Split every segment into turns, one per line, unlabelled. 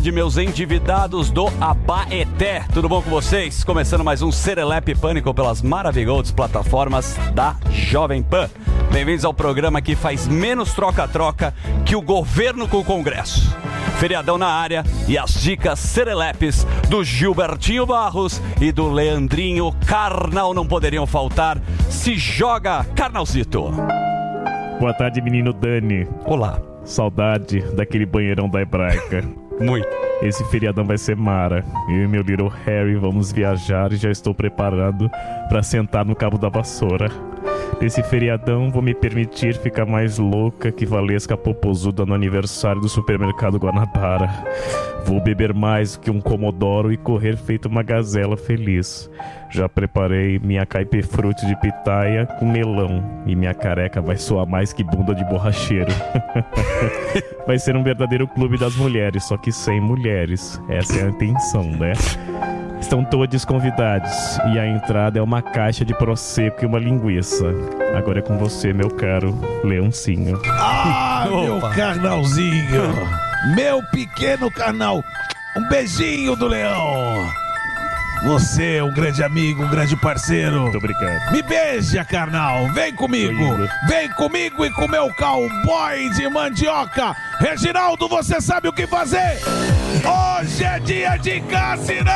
tarde, meus endividados do Abaeté. Tudo bom com vocês? Começando mais um Serelepe Pânico pelas maravilhosas plataformas da Jovem Pan. Bem-vindos ao programa que faz menos troca-troca que o governo com o Congresso. Feriadão na área e as dicas serelepes do Gilbertinho Barros e do Leandrinho Carnal não poderiam faltar. Se joga, Carnalzito.
Boa tarde, menino Dani.
Olá.
Saudade daquele banheirão da Hebraica.
Muito.
Esse feriadão vai ser mara. Eu e meu Little Harry vamos viajar e já estou preparado para sentar no cabo da vassoura. Nesse feriadão vou me permitir ficar mais louca que Valesca Popozuda no aniversário do supermercado Guanabara. Vou beber mais que um comodoro e correr feito uma gazela feliz. Já preparei minha caipifruti de pitaia com melão e minha careca vai soar mais que bunda de borracheiro. Vai ser um verdadeiro clube das mulheres, só que sem mulheres. Essa é a intenção, né? Estão todos convidados e a entrada é uma caixa de prosecco e uma linguiça. Agora é com você, meu caro Leãozinho.
Ah, meu carnalzinho, meu pequeno carnal, um beijinho do Leão. Você é um grande amigo, um grande parceiro.
Muito obrigado.
Me beija, carnal, vem comigo. Vem comigo e com meu cowboy de mandioca. Reginaldo, você sabe o que fazer? Hoje é dia de cassinão!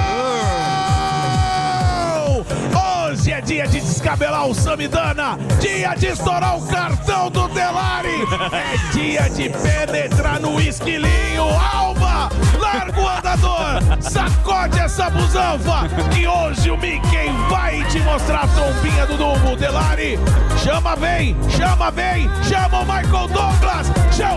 Hoje é dia de descabelar o Samidana, dia de estourar o cartão do Delari, é dia de penetrar no esquilinho. Alma, larga o andador, sacode essa busanfa, que hoje o Mickey vai te mostrar a trombinha do Dumbo. Delari, chama o Michael Douglas,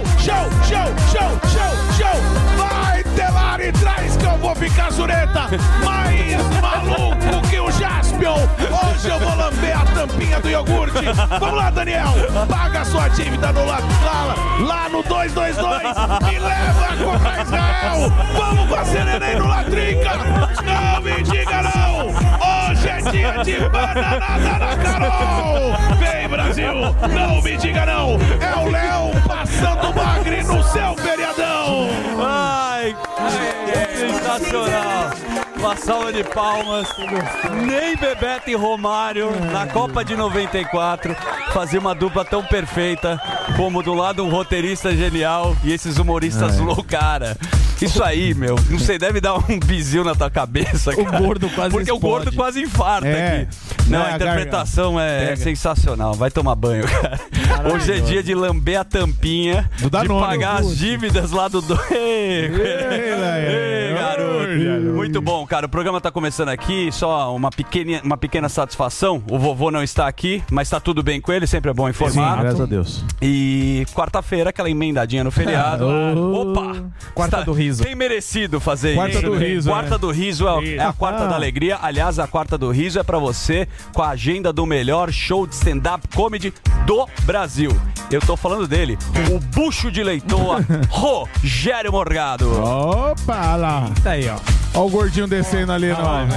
show, vai Delari, traz que eu vou ficar zureta, mais maluco que o Jaspion. Hoje eu vou lamber a tampinha do iogurte. Vamos lá, Daniel. Paga a sua dívida no lá no 222 e leva a cobrar Israel. Vamos fazer neném no Latrinca. Não me diga não. Hoje é dia de bananada na Carol. Vem, Brasil. Não me diga não. É o Leão passando bagre no seu feriadão.
Ai, sensacional. Uma salva de palmas. Nem Bebeto e Romário na Copa de 94 faziam uma dupla tão perfeita como do lado um roteirista genial e esses humoristas loucara. Isso aí, meu, não sei, deve dar um bizil na tua cabeça, cara.
O gordo quase
Porque
explode.
O gordo quase infarta aqui. Não, a interpretação é sensacional. Vai tomar banho, cara. Hoje é dia de lamber a tampinha, de pagar as dívidas lá do... Ei, garoto. Muito bom, cara. O programa tá começando aqui. Só uma pequena satisfação. O vovô não está aqui, mas tá tudo bem com ele. Sempre é bom informar.
Sim, graças a Deus.
E quarta-feira, aquela emendadinha no feriado. Opa!
Quarta do riso.
Tem merecido fazer
Quarta
isso.
do riso,
Quarta do riso é a quarta da alegria. Aliás, a quarta do riso é pra você com a agenda do melhor show de stand-up comedy do Brasil. Eu tô falando dele, o bucho de leitoa, Rogério Morgado.
Opa, lá.
Tá aí, ó.
Ó o gordinho descendo ali,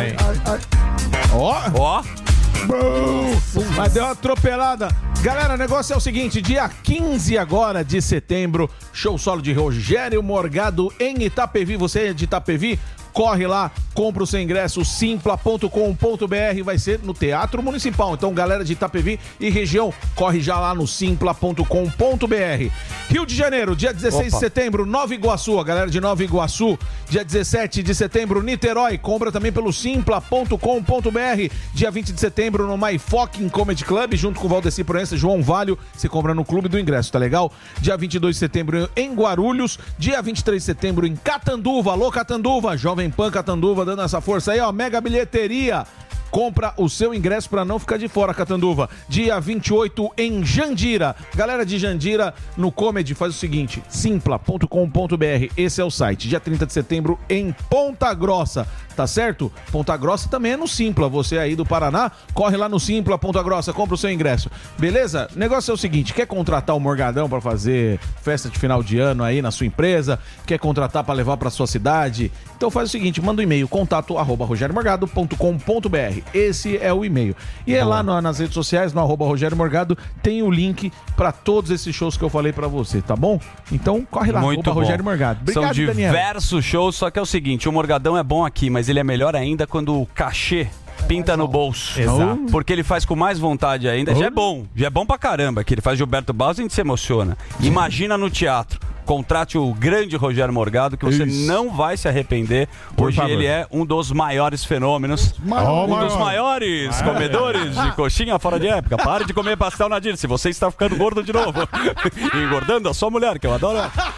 ó. Mas deu uma atropelada. Galera, o negócio é o seguinte, dia 15 agora de setembro, show solo de Rogério Morgado em Itapevi. Você é de Itapevi? Corre lá, compra o seu ingresso, simpla.com.br, vai ser no Teatro Municipal. Então, galera de Itapevi e região, corre já lá no simpla.com.br. Rio de Janeiro, dia 16 de setembro, Nova Iguaçu, a galera de Nova Iguaçu. Dia 17 de setembro, Niterói, compra também pelo simpla.com.br. Dia 20 de setembro, no My Fucking Comedy Club, junto com Valdeci Proença, João Valho, você compra no Clube do Ingresso, tá legal? Dia 22 de setembro em Guarulhos, dia 23 de setembro em Catanduva, alô Catanduva, Jovem Pan Catanduva dando essa força aí, ó, mega bilheteria. Compra o seu ingresso para não ficar de fora, Catanduva. Dia 28 em Jandira. Galera de Jandira, no Comedy, faz o seguinte, simpla.com.br, esse é o site. Dia 30 de setembro em Ponta Grossa, tá certo? Ponta Grossa também é no Simpla. Você aí do Paraná, corre lá no Simpla, Ponta Grossa, compra o seu ingresso. Beleza? O negócio é o seguinte, quer contratar o Morgadão para fazer festa de final de ano aí na sua empresa? Quer contratar para levar para sua cidade? Então faz o seguinte, manda um e-mail, contato@rogeriomorgado.com.br. gmail.com. Esse é o e-mail. E é lá nas redes sociais, no @RogérioMorgado, tem o link pra todos esses shows que eu falei pra você, tá bom? Então corre lá,
Muito bom.
Rogério Morgado. Obrigado,
São
Daniela.
diversos shows, só que é o seguinte, o Morgadão é bom aqui, mas ele é melhor ainda quando o cachê pinta no bolso.
Exato.
Porque ele faz com mais vontade ainda. Já é bom pra caramba, que ele faz Gilberto Barros e a gente se emociona. Imagina no teatro. Contrate o grande Rogério Morgado, que você não vai se arrepender. Hoje ele é um dos maiores fenômenos. Um dos maiores comedores de coxinha fora de época. Pare de comer pastel Nadir, se você está ficando gordo de novo. Engordando a sua mulher, que eu adoro.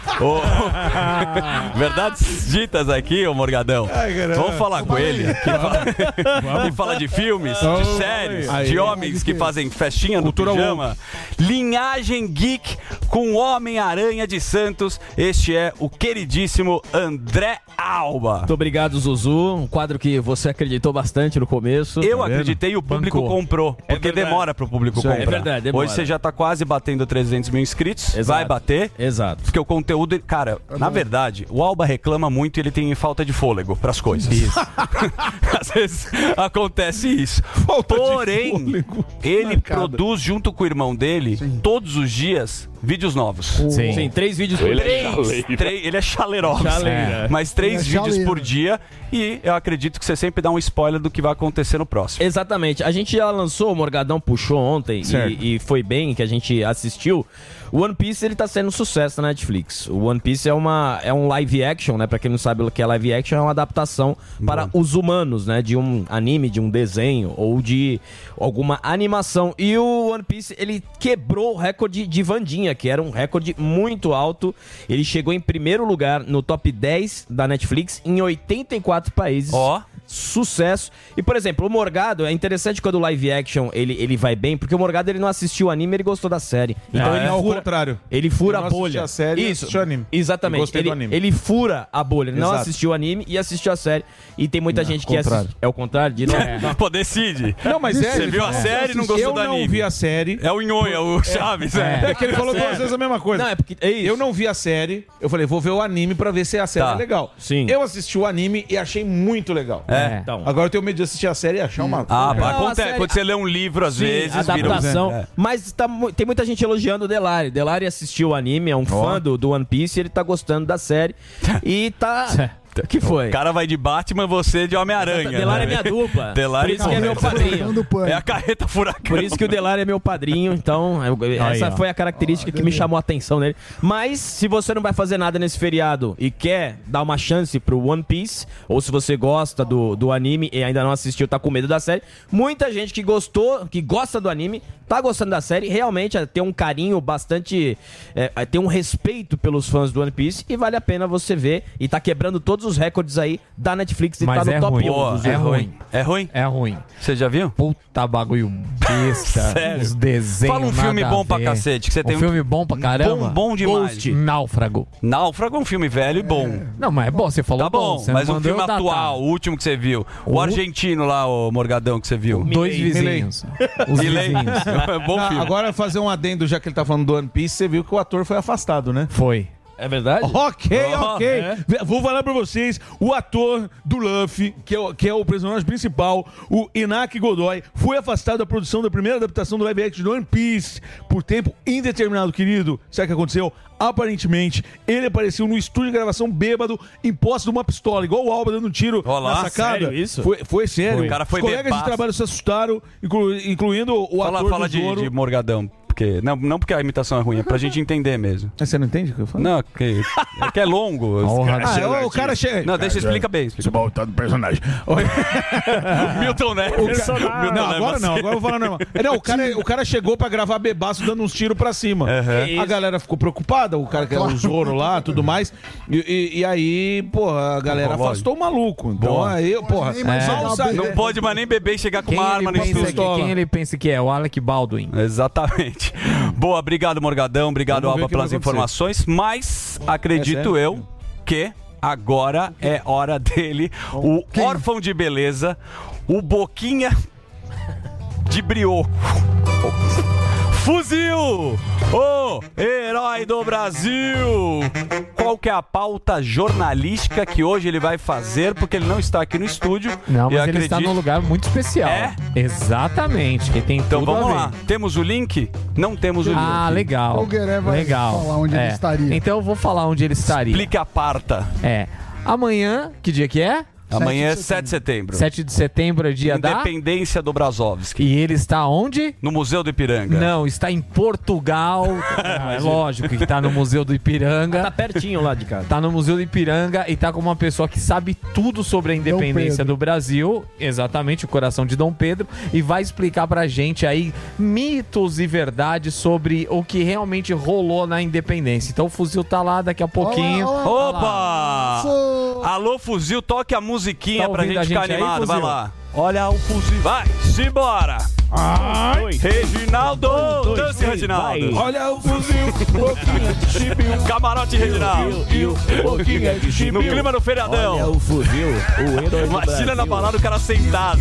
Verdades ditas aqui, ô Morgadão. Vamos falar com ele. Que fala de filmes, de séries, de homens que fazem festinha no pijama. Linhagem Geek com Homem-Aranha de Santos. Este é o queridíssimo André Alba.
Muito obrigado, Zuzu. Um quadro que você acreditou bastante no começo.
Eu acreditei e o público comprou. Porque demora pro público comprar.
É verdade, demora.
Hoje você já tá quase batendo 300 mil inscritos.
Exato.
Vai bater.
Exato.
Porque o conteúdo... Cara, na verdade, o Alba reclama muito e ele tem falta de fôlego pras coisas. Isso. Às vezes acontece isso. Porém, ele produz junto com o irmão dele, todos os dias, vídeos novos.
Sim, 3 vídeos por dia.
Ele é chaleroso. Mas 3 vídeos por dia. E eu acredito que você sempre dá um spoiler do que vai acontecer no próximo.
Exatamente. A gente já lançou, o Morgadão puxou ontem e foi bem que a gente assistiu. O One Piece, ele tá sendo um sucesso na Netflix. O One Piece é um live action, né? Pra quem não sabe o que é live action, é uma adaptação para os humanos, né? De um anime, de um desenho ou de alguma animação. E o One Piece, ele quebrou o recorde de Vandinha, que era um recorde muito alto. Ele chegou em primeiro lugar no top 10 da Netflix em 84 países. Sucesso. E, por exemplo, o Morgado, é interessante quando o live action ele vai bem, porque o Morgado ele não assistiu o anime, ele gostou da série. Então ele
ao
fura,
contrário.
ele fura
Eu
a
não
bolha.
assisti a série,
Isso.
assisti o anime.
Exatamente.
Gostei do anime.
Ele fura a bolha. Ele não
Exato.
assistiu o anime e assistiu a série. E tem muita gente que
contrário.
assiste. É o contrário de novo.
Pô, decide.
Não, mas
Você viu a série e não gostou do
Eu não
anime.
vi a série.
É o Nhonha, o Chaves.
É que ele falou 2 vezes a mesma coisa.
Não, é porque é isso.
Eu não vi a série, eu falei, vou ver o anime pra ver se a série
Tá.
é legal.
Sim.
Eu assisti o anime e achei muito legal.
Então.
Agora eu tenho medo de assistir a série e achar uma...
Ah,
Não,
acontece.
a série-
Quando você lê um livro, às vezes,
adaptação.
vira
Mas tem muita gente elogiando o Delari. Delari assistiu o anime, é um fã do One Piece, ele tá gostando da série. E tá... O que foi?
O cara vai de Batman, você de Homem-Aranha.
Delari é
né?
minha dupla.
Delari
Por isso que é meu padrinho.
É a carreta furacão.
Por isso que o Delari é meu padrinho, então essa foi a característica que me chamou a atenção nele. Mas se você não vai fazer nada nesse feriado e quer dar uma chance pro One Piece, ou se você gosta do anime e ainda não assistiu, tá com medo da série, muita gente que gosta do anime, tá gostando da série, realmente tem um carinho bastante, tem um respeito pelos fãs do One Piece e vale a pena você ver e tá quebrando todos os recordes aí da Netflix e
Mas
tá no
é
top
ruim.
1.
Pô,
Zuzu.
é ruim. É ruim?
É ruim.
Você já viu?
Puta bagulho besta.
Sério?
Os desenhos.
Fala um filme
nada a
bom pra
ver.
cacete, que você tem
um filme bom pra caramba.
Bom demais.
Ghost. Náufrago.
Náufrago é um filme velho e bom.
Não, mas é bom, você falou
Tá bom,
você
mas
não
um
mandou
filme
eu datar.
atual, o último que você viu. O argentino lá, o Morgadão, que você viu.
Dois vizinhos. Os
Milei.
vizinhos.
Bom filme.
Agora fazer um adendo, já que ele tá falando do One Piece, você viu que o ator foi afastado, né?
Foi.
É verdade?
Ok.
é?
Vou falar pra vocês, o ator do Luffy, que é o personagem principal, o Inaki Godoy, foi afastado da produção da primeira adaptação do live action do One Piece por tempo indeterminado, querido. Sabe o que aconteceu? Aparentemente, ele apareceu no estúdio de gravação bêbado, em posse de uma pistola, igual o Alba dando um tiro
Olá,
na sacada.
sério isso?
Foi sério.
O cara foi
Os colegas
bebaço.
de trabalho se assustaram, incluindo o ator
Fala
do Zoro.
de Morgadão. Porque, não porque a imitação é ruim, é pra gente entender mesmo.
Mas você não entende o que eu falo?
Não, é que é longo.
O cara chega...
Não, deixa, explica bem. Explica.
Voltando do personagem.
Milton Neves.
Não, agora não, agora eu vou falar normal. Não, o cara chegou pra gravar bebaço dando uns tiros pra cima. A galera ficou preocupada, o cara que era o Zoro lá, tudo mais. E aí, porra, a galera afastou o maluco. Então aí, porra, mal sabe.
Não pode mais nem beber e chegar com uma arma no estúdio.
Quem ele pensa que é? O Alec Baldwin.
Exatamente. Boa, obrigado Morgadão, obrigado
Vamos ver
Alba
o que
pelas
vai acontecer.
informações, mas acredito eu que agora é hora dele, o órfão de beleza, o boquinha de brioco. Fuzil, o herói do Brasil. qual que é a pauta jornalística que hoje ele vai fazer, porque ele não está aqui no estúdio.
Não,
E
mas ele está num lugar muito especial.
É?
Exatamente, que tem
Então
tudo
vamos
a ver.
lá. Temos o link? Não temos o link.
Ah, legal.
O Gueré vai
legal.
falar onde ele estaria.
Então eu vou falar onde ele estaria.
Explica a parta.
Amanhã, que dia que é?
Amanhã é 7 de setembro.
7 de setembro é dia da...
Independência do Brasovski.
E ele está onde?
No Museu do Ipiranga.
Não, está em Portugal. É lógico que está no Museu do Ipiranga.
Tá pertinho lá de casa.
Tá no Museu do Ipiranga e tá com uma pessoa que sabe tudo sobre a independência do Brasil, exatamente, o coração de Dom Pedro, e vai explicar pra gente aí mitos e verdades sobre o que realmente rolou na independência. Então o fuzil tá lá daqui a pouquinho.
Opa! Alô, fuzil, toque a musiquinha
Tá
pra
ouvindo
gente
a
ficar
gente aí,
animado. Vai
fuzil?
lá. Olha o fuzil. Vai, simbora. Reginaldo. Dance, Reginaldo.
Olha o fuzil, boquinha de chibio.
Camarote, Reginaldo.
Boquinha de chibio.
No clima do feriadão.
Olha o fuzil, o herói do
Imagina
Brasil.
na balada o cara sentado.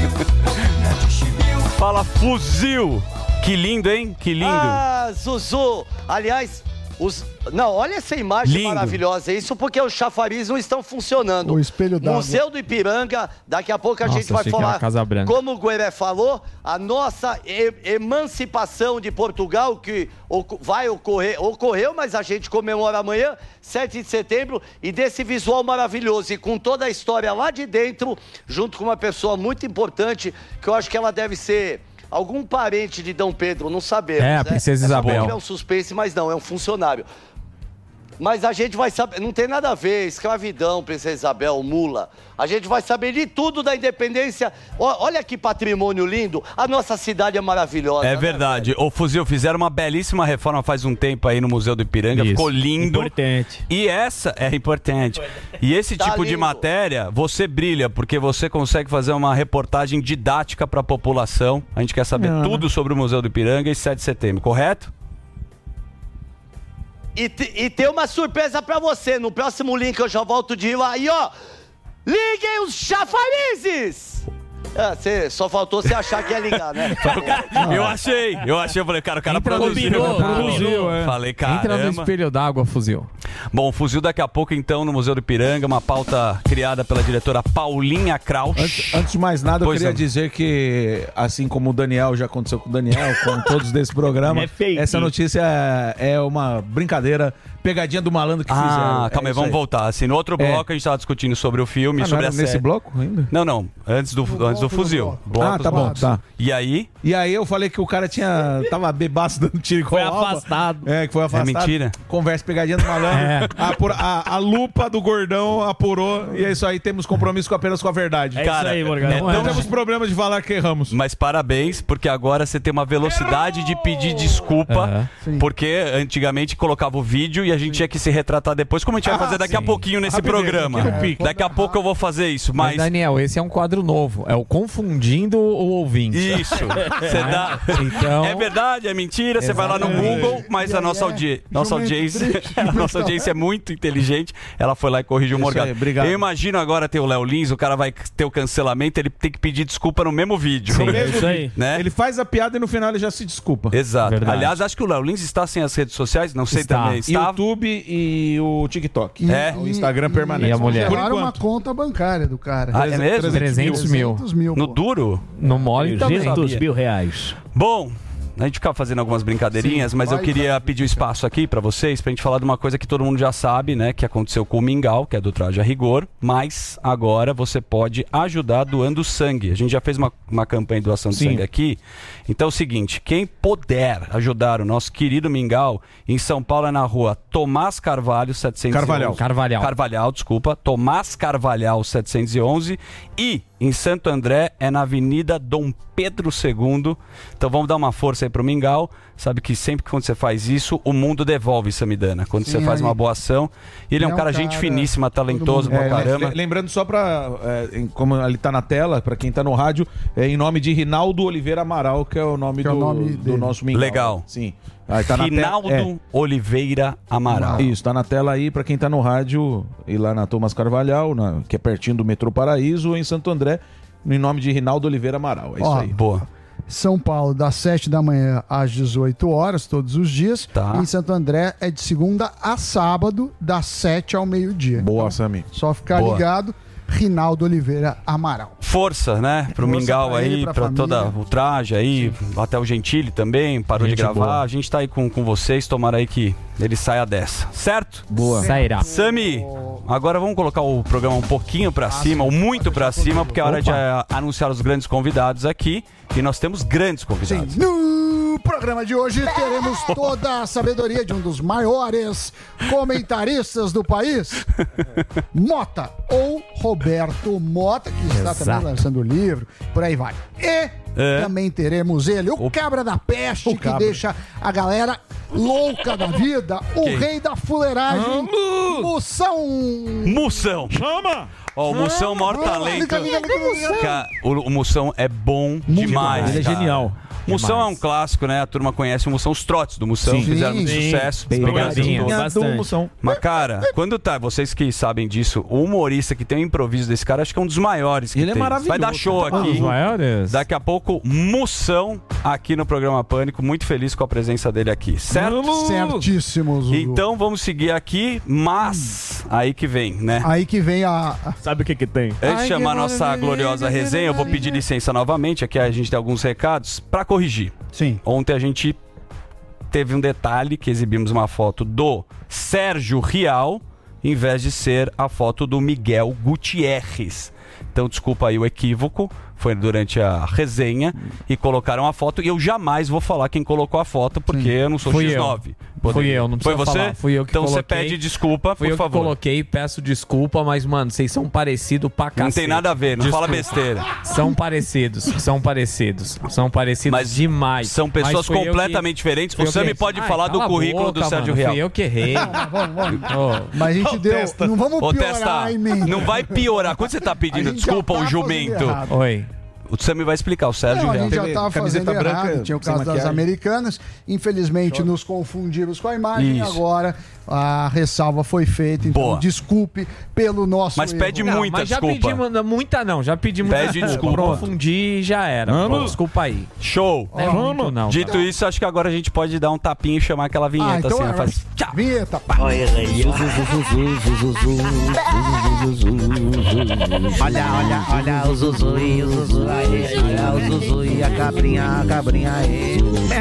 Fala, fuzil. Que lindo, hein? Que lindo.
Ah, Zuzu. Aliás, não, olha essa imagem
Lindo.
maravilhosa. Isso porque os chafariz não estão funcionando.
O espelho d'água.
Museu do Ipiranga, daqui a pouco a
Nossa,
gente vai
achei que era
falar.
Casa Branca.
Como o Gueré falou, a nossa emancipação de Portugal, que vai ocorreu, mas a gente comemora amanhã, 7 de setembro, e desse visual maravilhoso. E com toda a história lá de dentro, junto com uma pessoa muito importante, que eu acho que ela deve ser algum parente de Dom Pedro, não sabemos.
É, a Princesa Isabel.
É um suspense, mas não, é um funcionário. Mas a gente vai saber, não tem nada a ver, escravidão, Princesa Isabel, mula. A gente vai saber de tudo da independência. Olha que patrimônio lindo, a nossa cidade é maravilhosa.
É verdade. Ô, Fuzil, fizeram uma belíssima reforma faz um tempo aí no Museu do Ipiranga.
Isso.
Ficou lindo.
Importante.
E essa é importante. E esse
Tá
tipo de
lindo.
matéria, você brilha, porque você consegue fazer uma reportagem didática para a população. A gente quer saber tudo sobre o Museu do Ipiranga e 7 de setembro, correto?
E tem uma surpresa pra você. No próximo link eu já volto de lá. E ó, liguem os chafarizes! Você só faltou você achar que ia ligar, né?
Eu falei, cara, o cara
Entra no
produziu.
espelho d'água.
Falei,
Entra no
caramba.
espelho d'água, fuzil.
Bom, fuzil daqui a pouco, então, no Museu do Ipiranga, uma pauta criada pela diretora Paulinha Krausch.
Antes de mais nada, eu
Pois
queria
não.
dizer que, assim como o Daniel, já aconteceu com o Daniel, com todos desse programa,
É fake.
essa notícia é uma brincadeira, pegadinha do malandro que fizeram.
Calma aí, vamos voltar. Assim, no outro bloco a gente tava discutindo sobre o filme,
Não
sobre
era
a
nesse
série.
bloco ainda?
Não, antes do fuzil.
Ah, tá bom, tá.
E aí?
E aí eu falei que o cara tava bebaço dando tiro igual
Foi
a Alba.
afastado.
É, que foi afastado.
mentira?
Conversa pegadinha do malandro. A lupa do gordão apurou. E é isso aí, temos compromisso apenas com a verdade.
Cara,
aí, Morgado.
Não temos problema de falar que erramos.
Mas parabéns, porque agora você tem uma velocidade de pedir desculpa, porque antigamente colocava o vídeo e a gente tinha que se retratar depois, como a gente vai fazer daqui a pouquinho nesse
Rapidinho,
programa.
aqui no pique.
Daqui a pouco eu vou fazer isso,
Mas,
mas...
Daniel, esse é um quadro novo. É o Confundindo o Ouvinte.
Isso. Você dá...
Então...
É verdade, é mentira, você vai lá no
Exatamente.
Google, mas a nossa audiência é muito inteligente, ela foi lá e corrigiu o
Isso
Morgado.
aí, obrigado.
Eu imagino agora ter o Léo Lins, o cara vai ter o cancelamento, ele tem que pedir desculpa no mesmo vídeo.
Sim,
É isso aí.
Né?
Ele faz a piada e no final ele já se desculpa.
Exato.
Verdade.
Aliás, acho que o Léo Lins está sem as redes sociais, não sei
Está.
também. Estava?
YouTube e o TikTok.
É.
O Instagram permanente.
E a mulher?
Por
Congelaram uma
enquanto.
conta bancária do cara.
Ah, é mesmo?
300 mil.
300 mil.
No
pô.
duro?
No mole também.
200 mil reais.
Bom, a gente ficava fazendo algumas brincadeirinhas, mas eu
vai,
queria
vai.
pedir um espaço aqui pra vocês, pra gente falar de uma coisa que todo mundo já sabe, né? Que aconteceu com o Mingau, que é do Traje a Rigor, mas agora você pode ajudar doando sangue. A gente já fez uma campanha de doação de
Sim.
sangue aqui. Então é o seguinte, quem puder ajudar o nosso querido Mingau, em São Paulo é na rua Tomás Carvalho, 711. Carvalhal, desculpa. Tomás Carvalhal, 711. E em Santo André é na Avenida Dom Pedro II. Então vamos dar uma força aí pro Mingau. Sabe que sempre que quando você faz isso, o mundo devolve, Samidana. Quando
Sim,
você faz
aí.
uma boa ação. E ele é um cara gente finíssima, talentoso pra caramba.
Lembrando só pra. Como ele tá na tela, pra quem tá no rádio, em nome de Rinaldo Oliveira Amaral, que é o nome,
Que é o nome
do
dele.
nosso Mingau.
Legal.
Sim. Aí tá
Rinaldo
na tela.
Oliveira Amaral.
Isso, tá na tela aí pra quem tá no rádio, ir lá na Tomás Carvalhal, que é pertinho do Metrô Paraíso, ou em Santo André, em nome de Rinaldo Oliveira Amaral. É isso
Ó,
aí.
Boa.
São Paulo, das 7 da manhã às 18 horas, todos os dias.
Tá.
Em Santo André é de segunda a sábado, das 7 ao meio-dia.
Boa, Sami.
Só ficar
Boa.
ligado. Rinaldo Oliveira Amaral.
Força, né? Pro
Força
Mingau
pra ele,
aí,
pra
pra
família.
toda o traje aí, até o Gentili também, parou de
Gente
gravar.
boa.
A gente tá aí com vocês, tomara aí que ele saia dessa, certo?
Boa.
Sairá.
Sami, agora vamos colocar o programa um pouquinho pra cima, ou muito pra cima, porque é hora de anunciar os grandes convidados aqui. E nós temos grandes convidados.
No programa de hoje teremos toda a sabedoria de um dos maiores comentaristas do país, Mota, ou Roberto Mota, que está também lançando o livro, por aí vai. E também teremos ele, o cabra da peste, que deixa a galera louca da vida, o rei da fuleiragem,
Moção!
Chama!
Ó, o Moção é o maior talento. Cara, o Moção é bom demais.
Ele é
cara.
genial.
Moção é um clássico, né? A turma conhece o Moção, os trotes do Moção,
Sim.
fizeram muito sucesso.
Pegadinha.
Bastante.
Mas, cara, quando tá, vocês que sabem disso, o humorista que tem o improviso desse cara, acho que é um dos maiores que
Ele é
tem.
maravilhoso.
Vai dar show
Um
aqui.
dos maiores.
Daqui a pouco, Moção aqui no programa Pânico. Muito feliz com a presença dele aqui, certo?
Certíssimo, Zuzu.
Então vamos seguir aqui, mas aí que vem, né?
Aí que vem a...
Sabe o que tem?
Antes de chamar a nossa gloriosa resenha, eu vou pedir licença novamente. Aqui a gente tem alguns recados pra corrigir.
Sim.
Ontem a gente teve um detalhe que exibimos uma foto do Sérgio Rial, em vez de ser a foto do Miguel Gutierrez. Então, desculpa aí o equívoco, foi durante a resenha e colocaram a foto. E eu jamais vou falar quem colocou a foto, porque eu não sou
Fui
X9.
Fui eu, não
Foi
precisa
você?
falar. Fui eu que
então
coloquei.
você pede desculpa,
Fui
por
eu
favor.
que coloquei, peço desculpa, mas, mano, vocês são parecidos pra cacete.
Não tem nada a ver, não fala
Desculpa.
besteira.
São parecidos demais.
São pessoas
Mas fui eu
completamente diferentes. O Sami pode falar do
cala a
currículo
boca,
do Sérgio
mano,
Rial.
Fui eu que errei.
Mas a gente deu... Não vamos
Ô,
piorar
Testa,
a emenda.
não vai piorar. Quando você tá
A
pedindo
gente
desculpa
já
ao
tá
jumento,
fazendo errado.
Oi.
o Sami vai explicar. O Sérgio
Não, a
Rial.
gente já estava fazendo
Camiseta
errado,
branca,
tinha o
sem
caso das
maquiagem.
americanas, infelizmente nos confundimos com a imagem,
Isso.
agora a ressalva foi feita, então
Boa.
desculpe pelo nosso
Mas
erro.
pede
Não,
muita
mas já
desculpa.
pedimos, muita não, já pedimos
Pede desculpa.
Confundi e já era.
Vamos.
Desculpa aí.
Show.
Não é muito, não.
Dito isso, acho que agora a gente pode dar um tapinha e chamar aquela vinheta
então
assim.
é,
Faz... Tchau.
vinheta, pá.
Olha, olha o Zuzu e o Zuzu aí. Olha o Zuzu e a cabrinha aí.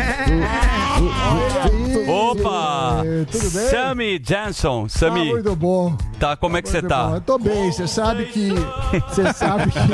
Opa!
Tudo bem?
Sami Janson.
Ah,
Sami,
muito bom.
tá, como é que você
Muito bom.
tá?
Eu tô bem, você sabe que... Você sabe que...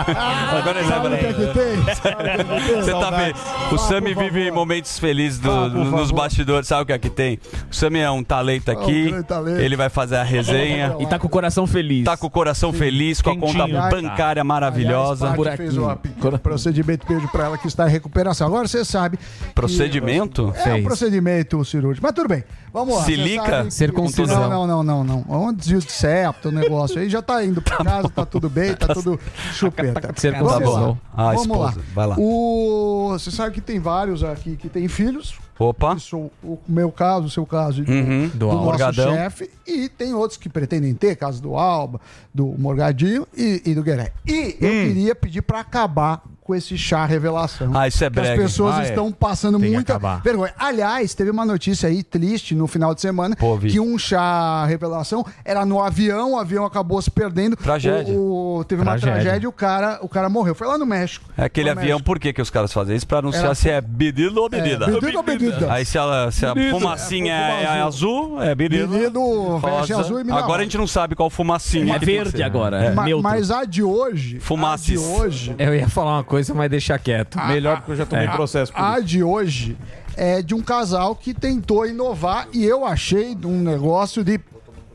Agora ele
Sabe o que é que tem? Sabe o que é que tem?
Você tá vendo? O Sami
por
vive
favor.
momentos felizes
por
nos
favor.
bastidores. Sabe o que é que tem? O Sami é um talento aqui.
grande talento.
Ele vai fazer a resenha.
E tá com o coração feliz.
Tá com o coração feliz, com a conta
Quentinho.
bancária maravilhosa.
Aliás, Paty fez o procedimento, beijo pra ela que está em recuperação. Agora você sabe... que-
Procedimento?
É um procedimento cirúrgico. Mas tudo bem. Vamos lá. você
Silica?
sabe que-
Circuncisão.
Não. É um desvio de septo, o negócio aí já tá indo pra casa, tá tudo bem, tá tudo chupeta.
Circuncisão.
Vamos lá.
Ah,
Vamos
esposa.
lá.
Vai lá.
Você sabe que tem vários aqui que têm filhos.
Opa.
Isso, o meu caso, o seu caso,
Uhum.
do nosso
Morgadão.
chefe. E tem outros que pretendem ter, caso do Alba, do Morgadinho e do Gueré. E eu queria pedir pra acabar com esse chá revelação.
Ah, isso é
Que as
brega.
pessoas
Ah, é.
estão passando
Tem que
muita
acabar.
vergonha. Aliás, teve uma notícia aí triste no final de semana
Pô, vi.
que um chá revelação era no avião, o avião acabou se perdendo.
Tragédia.
Teve uma
Tragédia.
tragédia e o cara morreu. Foi lá no México.
É aquele
No
avião,
México.
por que os caras fazem isso? Pra anunciar
Era-
se é bebida ou bebida.
Bebida ou bebida?
Aí se a fumacinha é azul, é bebida.
Menino, veste
Rosa.
azul e mina
Agora a gente não sabe qual fumacinha.
É
que tem que
verde
ser.
agora. É neutro.
Mas a de hoje.
Fumaças.
A de hoje.
Eu ia falar uma coisa, mas deixa quieto.
Melhor porque eu já tomei processo por
A de hoje é de um casal que tentou inovar e eu achei um negócio de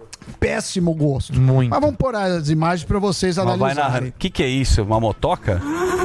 péssimo gosto.
Muito.
Mas vamos pôr as imagens para vocês
Mas vai
analisarem.
na... que é isso? Uma motoca?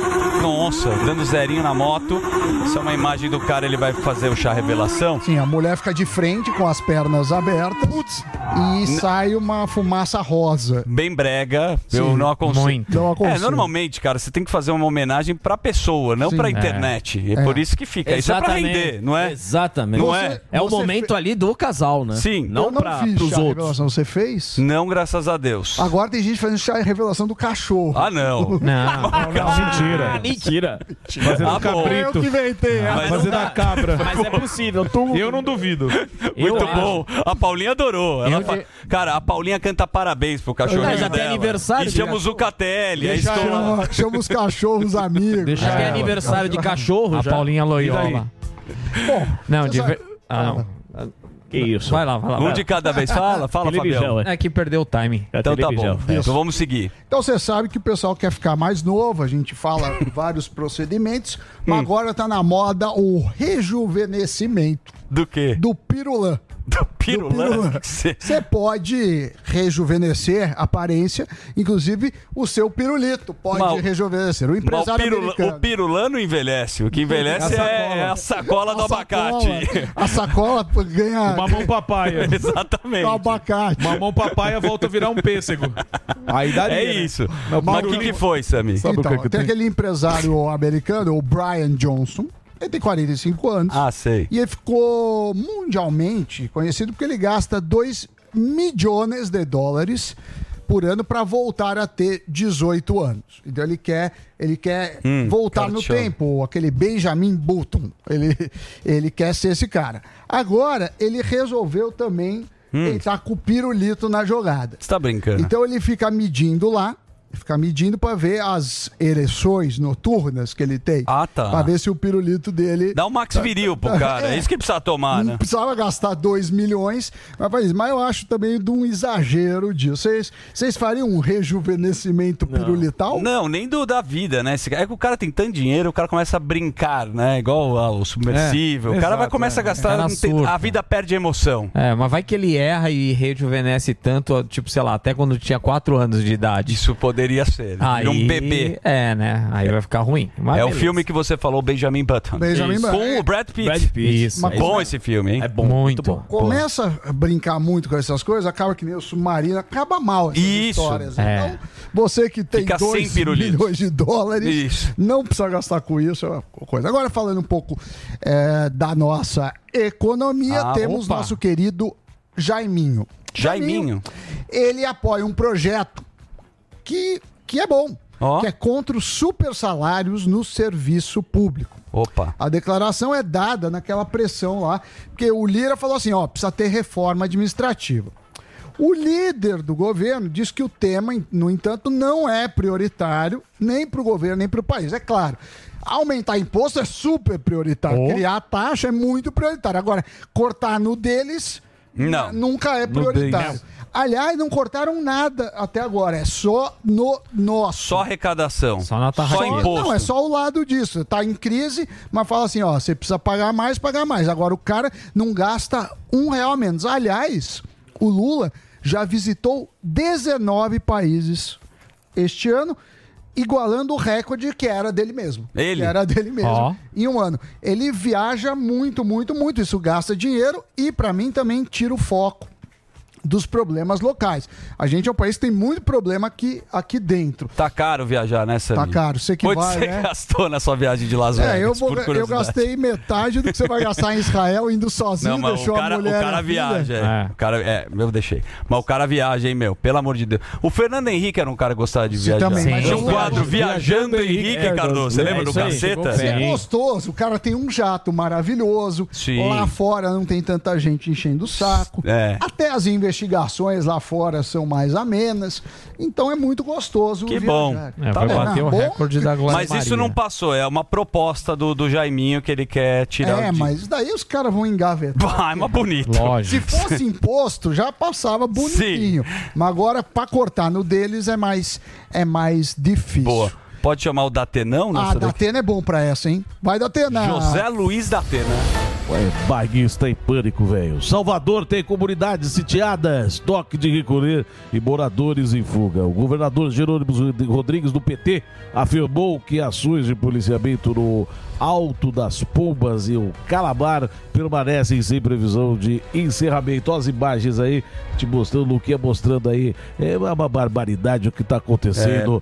Nossa, dando zerinho na moto. Isso é uma imagem do cara, ele vai fazer o chá revelação.
Sim, a mulher fica de frente com as pernas abertas e sai uma fumaça rosa.
Bem brega, eu
Sim,
não aconselho.
muito.
Não aconselho.
Normalmente, cara, você tem que fazer uma homenagem pra pessoa, não
Sim.
pra internet. É por isso que fica. Isso é pra render, não é?
Exatamente.
Não
Você-
é?
É o
você
momento ali do casal, né?
Sim.
Não,
Eu não
pra,
fiz
pros
chá
outros.
revelação, você fez?
Não, graças a Deus.
Agora tem gente fazendo chá revelação do cachorro.
Ah, não.
Não.
Mentira.
Mentira.
Fazendo
Ah, bom.
Eu que inventei.
Mas
Fazendo
não
a
dá.
cabra.
Mas é possível.
Eu não duvido.
Muito bom. A Paulinha adorou. Ela
Eu
fa-
de-
Cara, a Paulinha canta parabéns pro cachorrinho
Já tem
dela.
aniversário
E
de
chama o Zucatelli. Aí
Deixa
estou lá.
Chama os cachorros amigos.
Deixa
Acho que é
ela.
aniversário de cachorro
A
já.
Paulinha
E
Loyola.
Bom,
Não,
você
de
sabe-
ver... Ah, não.
Que isso?
Vai lá.
Um de cada vez. Fala,
Televisão,
Fabião.
é.
É que perdeu o timing.
A
Então tá
televisão.
bom. Então vamos seguir.
Então você sabe que o pessoal quer ficar mais novo, a gente fala vários procedimentos, mas agora tá na moda o rejuvenescimento
Do quê?
do pirulã.
Do
Do
pirulã.
Você pode rejuvenescer a aparência, inclusive o seu pirulito pode
Mas-
rejuvenescer. O
Mas
empresário
o
americano.
pirulã não envelhece. O que envelhece é a sacola do
A
abacate.
A sacola ganha
Mamão papaya.
Exatamente.
o abacate.
Mamão papaya volta a virar um pêssego. Aí daria.
É
né?
isso.
Mas
Mas o que foi, Sammy?
Sabe o
Então,
que
tem
tem?
aquele empresário americano, o Brian Johnson. Ele tem 45 anos.
Ah, sei.
E ele ficou mundialmente conhecido porque ele gasta 2 milhões de dólares por ano para voltar a ter 18 anos. Então ele quer voltar
cara
no
de chão.
tempo, aquele Benjamin Button. Ele quer ser esse cara. Agora, ele resolveu também entrar com o pirulito na jogada.
Você tá brincando?
Então ele fica medindo lá, para ver as ereções noturnas que ele tem.
Ah, tá.
Para ver se o pirulito dele
Dá um max viril pro cara. É isso que precisa tomar,
não
né?
precisava gastar 2 milhões, mas eu acho também de um exagero disso. Vocês fariam um rejuvenescimento pirulital?
Não, nem da vida, né? É que o cara tem tanto dinheiro, o cara começa a brincar, né? Igual o submersível. O cara vai
exato,
começa a gastar.
Cara
não tem-
surta.
a vida perde a emoção.
É, mas vai que ele erra e rejuvenesce tanto, tipo, sei lá, até quando tinha 4 anos de idade.
Isso poderia ser.
Aí,
Vira um bebê.
É, né? Aí vai ficar ruim. Mas
É o
beleza.
filme que você falou, Benjamin Button.
Benjamin
Isso.
Button.
Com o Brad Pitt.
Brad Pitt.
Isso.
Mas
Bom esse filme, hein?
É bom.
Muito bom.
Começa a brincar muito com essas coisas, acaba que nem o submarino, acaba mal essas
Isso.
histórias.
É.
Então, você que tem
Fica sem
2
pirulito.
milhões de dólares,
Isso.
não precisa gastar com isso. É uma coisa. Agora, falando um pouco da nossa economia,
Ah,
temos
opa.
nosso querido Jaiminho.
Jaiminho.
Ele apoia um projeto que é bom,
Ó.
que é contra os super salários no serviço público.
Opa.
A declaração é dada naquela pressão lá, porque o Lira falou assim, ó, precisa ter reforma administrativa. O líder do governo diz que o tema, no entanto, não é prioritário nem para o governo, nem para o país. É claro, aumentar imposto é super prioritário, criar taxa é muito prioritário. Agora, cortar no deles
Não.
nunca é prioritário. Aliás, não cortaram nada até agora, é só no nosso.
Só arrecadação.
Só na
Só
tarraquinha.
imposto.
Não, é só o lado disso. Tá em crise, mas fala assim, ó, você precisa pagar mais. Agora o cara não gasta R$1 a menos. Aliás, o Lula já visitou 19 países este ano, igualando o recorde que era dele mesmo.
Ele?
Que era dele mesmo
Ó.
em um ano. Ele viaja muito, muito, muito. Isso gasta dinheiro e, pra mim, também tira o foco dos problemas locais. A gente é um país que tem muito problema aqui dentro.
Tá caro viajar, né, Sammy?
Tá caro. Você que
Quanto
vai,
você
né?
gastou na sua viagem de Las Vegas?
Eu
por curiosidade?
gastei metade do que você vai gastar em Israel indo sozinho,
Não, mas
deixou
o cara,
a mulher.
o cara
e a filha.
viaja.
É.
O cara, eu deixei. Mas o cara viaja, hein, meu? Pelo amor de Deus. O Fernando Henrique era um cara que gostava de viajar.
também, mas
Tinha
eu
um quadro
viajo.
Viajando Henrique, Cardoso. Você
É,
lembra do
isso aí,
Caceta?
chegou
É
Sim.
gostoso, o cara tem um jato maravilhoso.
Sim.
Lá fora não tem tanta gente enchendo o saco.
É.
Até as investigações lá fora são mais amenas. Então é muito gostoso.
Que
viajar.
bom.
É,
Tá
vai
bom.
bater o
Bom,
recorde da Glória
Mas isso
Maria.
não passou. É uma proposta do Jaiminho que ele quer tirar.
Mas daí os caras vão engavetar.
Vai, mas bonito.
Se
Lógico.
fosse imposto, já passava bonitinho. Mas agora, pra cortar no deles, é mais difícil.
Boa. Pode chamar o Datenão nessa daqui?
Datena é bom pra essa, hein? Vai, Datena.
José Luiz Datena.
Ué, baguista em pânico, velho. Salvador tem comunidades sitiadas, toque de recolher e moradores em fuga. O governador Jerônimo Rodrigues, do PT, afirmou que ações de policiamento no Alto das Pombas e o Calabar permanecem sem previsão de encerramento. Olha as imagens aí, te mostrando, o Luquinha mostrando aí. É uma barbaridade o que está acontecendo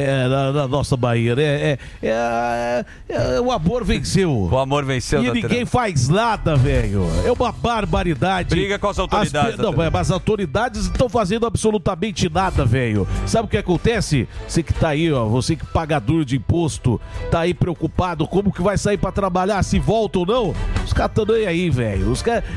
na nossa Bahia, né? O amor venceu.
O amor venceu,
E
Datena.
ninguém faz nada, velho. É uma barbaridade.
Briga com as autoridades.
Não, mas as autoridades não estão fazendo absolutamente nada, velho. Sabe o que acontece? Você que tá aí, ó, você que pagador de imposto, tá aí preocupado como que vai sair pra trabalhar, se volta ou não? Os caras estão aí, velho. Os caras...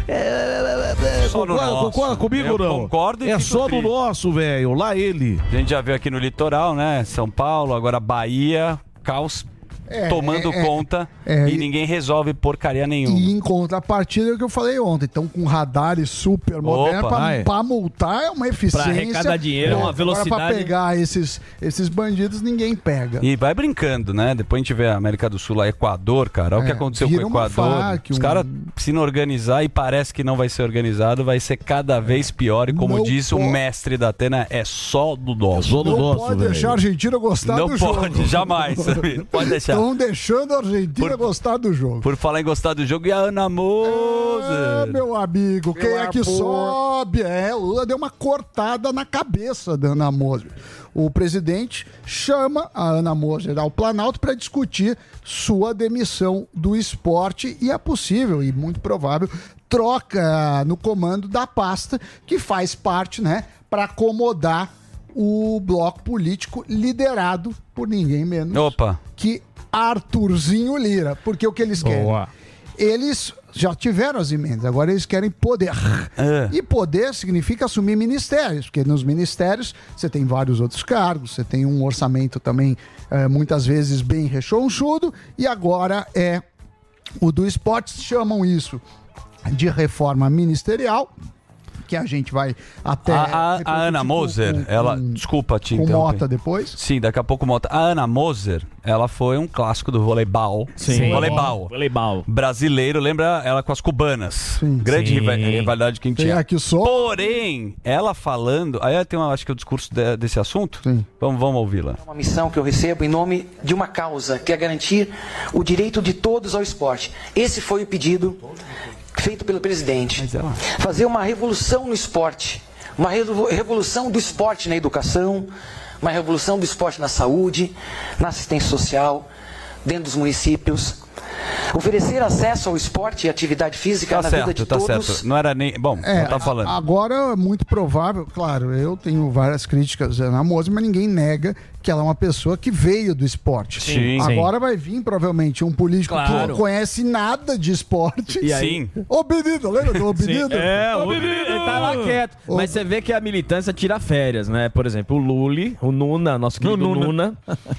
Concorda comigo ou não?
Concordo e
é
fico
só
triste.
no nosso, velho. Lá ele.
A gente já viu aqui no litoral, né? São Paulo, agora Bahia, caos tomando conta e ninguém resolve porcaria nenhuma.
E em contrapartida é o que eu falei ontem. Então, com radares super modernos, pra multar é uma eficiência.
Pra arrecadar dinheiro é uma velocidade.
Agora, pra pegar esses bandidos, ninguém pega.
E vai brincando, né? Depois a gente vê a América do Sul lá, Equador, cara. Olha o que aconteceu com o Equador. Os caras se não organizar e parece que não vai ser organizado, vai ser cada vez pior. E como disse o mestre da Atena, é só do nosso.
Não pode deixar a Argentina gostar do jogo.
Não pode, jamais. Não pode deixar.
Estão deixando a Argentina gostar do jogo.
Por falar em gostar do jogo, e a Ana Moser?
Meu amigo, quem é que sobe? O Lula deu uma cortada na cabeça da Ana Moser. O presidente chama a Ana Moser ao Planalto para discutir sua demissão do esporte e é possível e muito provável troca no comando da pasta que faz parte, né, para acomodar o bloco político liderado por ninguém menos que Arthurzinho Lira. Porque o que eles querem? Eles já tiveram as emendas, agora eles querem poder. E poder significa assumir ministérios, porque nos ministérios você tem vários outros cargos, você tem um orçamento também muitas vezes bem rechonchudo, e agora é o do esporte, chamam isso de reforma ministerial, que a gente vai até...
A Ana Moser, ela... Desculpa te interromper.
Com Mota depois?
Sim, daqui a pouco Mota. A Ana Moser, ela foi um clássico do voleibol.
Sim.
Voleibol. Brasileiro, lembra ela com as cubanas. Sim. Grande rivalidade que a gente tinha.
Aqui só.
Porém, ela falando... Aí tem, acho que o discurso desse assunto.
Sim.
Vamos ouvi-la.
É uma missão que eu recebo em nome de uma causa, que é garantir o direito de todos ao esporte. Esse foi o pedido feito pelo presidente. Fazer uma revolução no esporte, uma revolução do esporte na educação, uma revolução do esporte na saúde, na assistência social, dentro dos municípios. Oferecer acesso ao esporte e atividade física na vida de todos.
Certo. Não era nem... Bom, não tá falando.
Agora é muito provável, claro, eu tenho várias críticas na Moser, mas ninguém nega que ela é uma pessoa que veio do esporte.
Sim.
Agora vai vir, provavelmente, um político que não conhece nada de esporte.
E aí?
Ô, Benito, lembra do Benito?
O Benito, ele tá lá quieto. Mas você vê que a militância tira férias, né? Por exemplo, o Lully, o Nuna, nosso querido Nuna,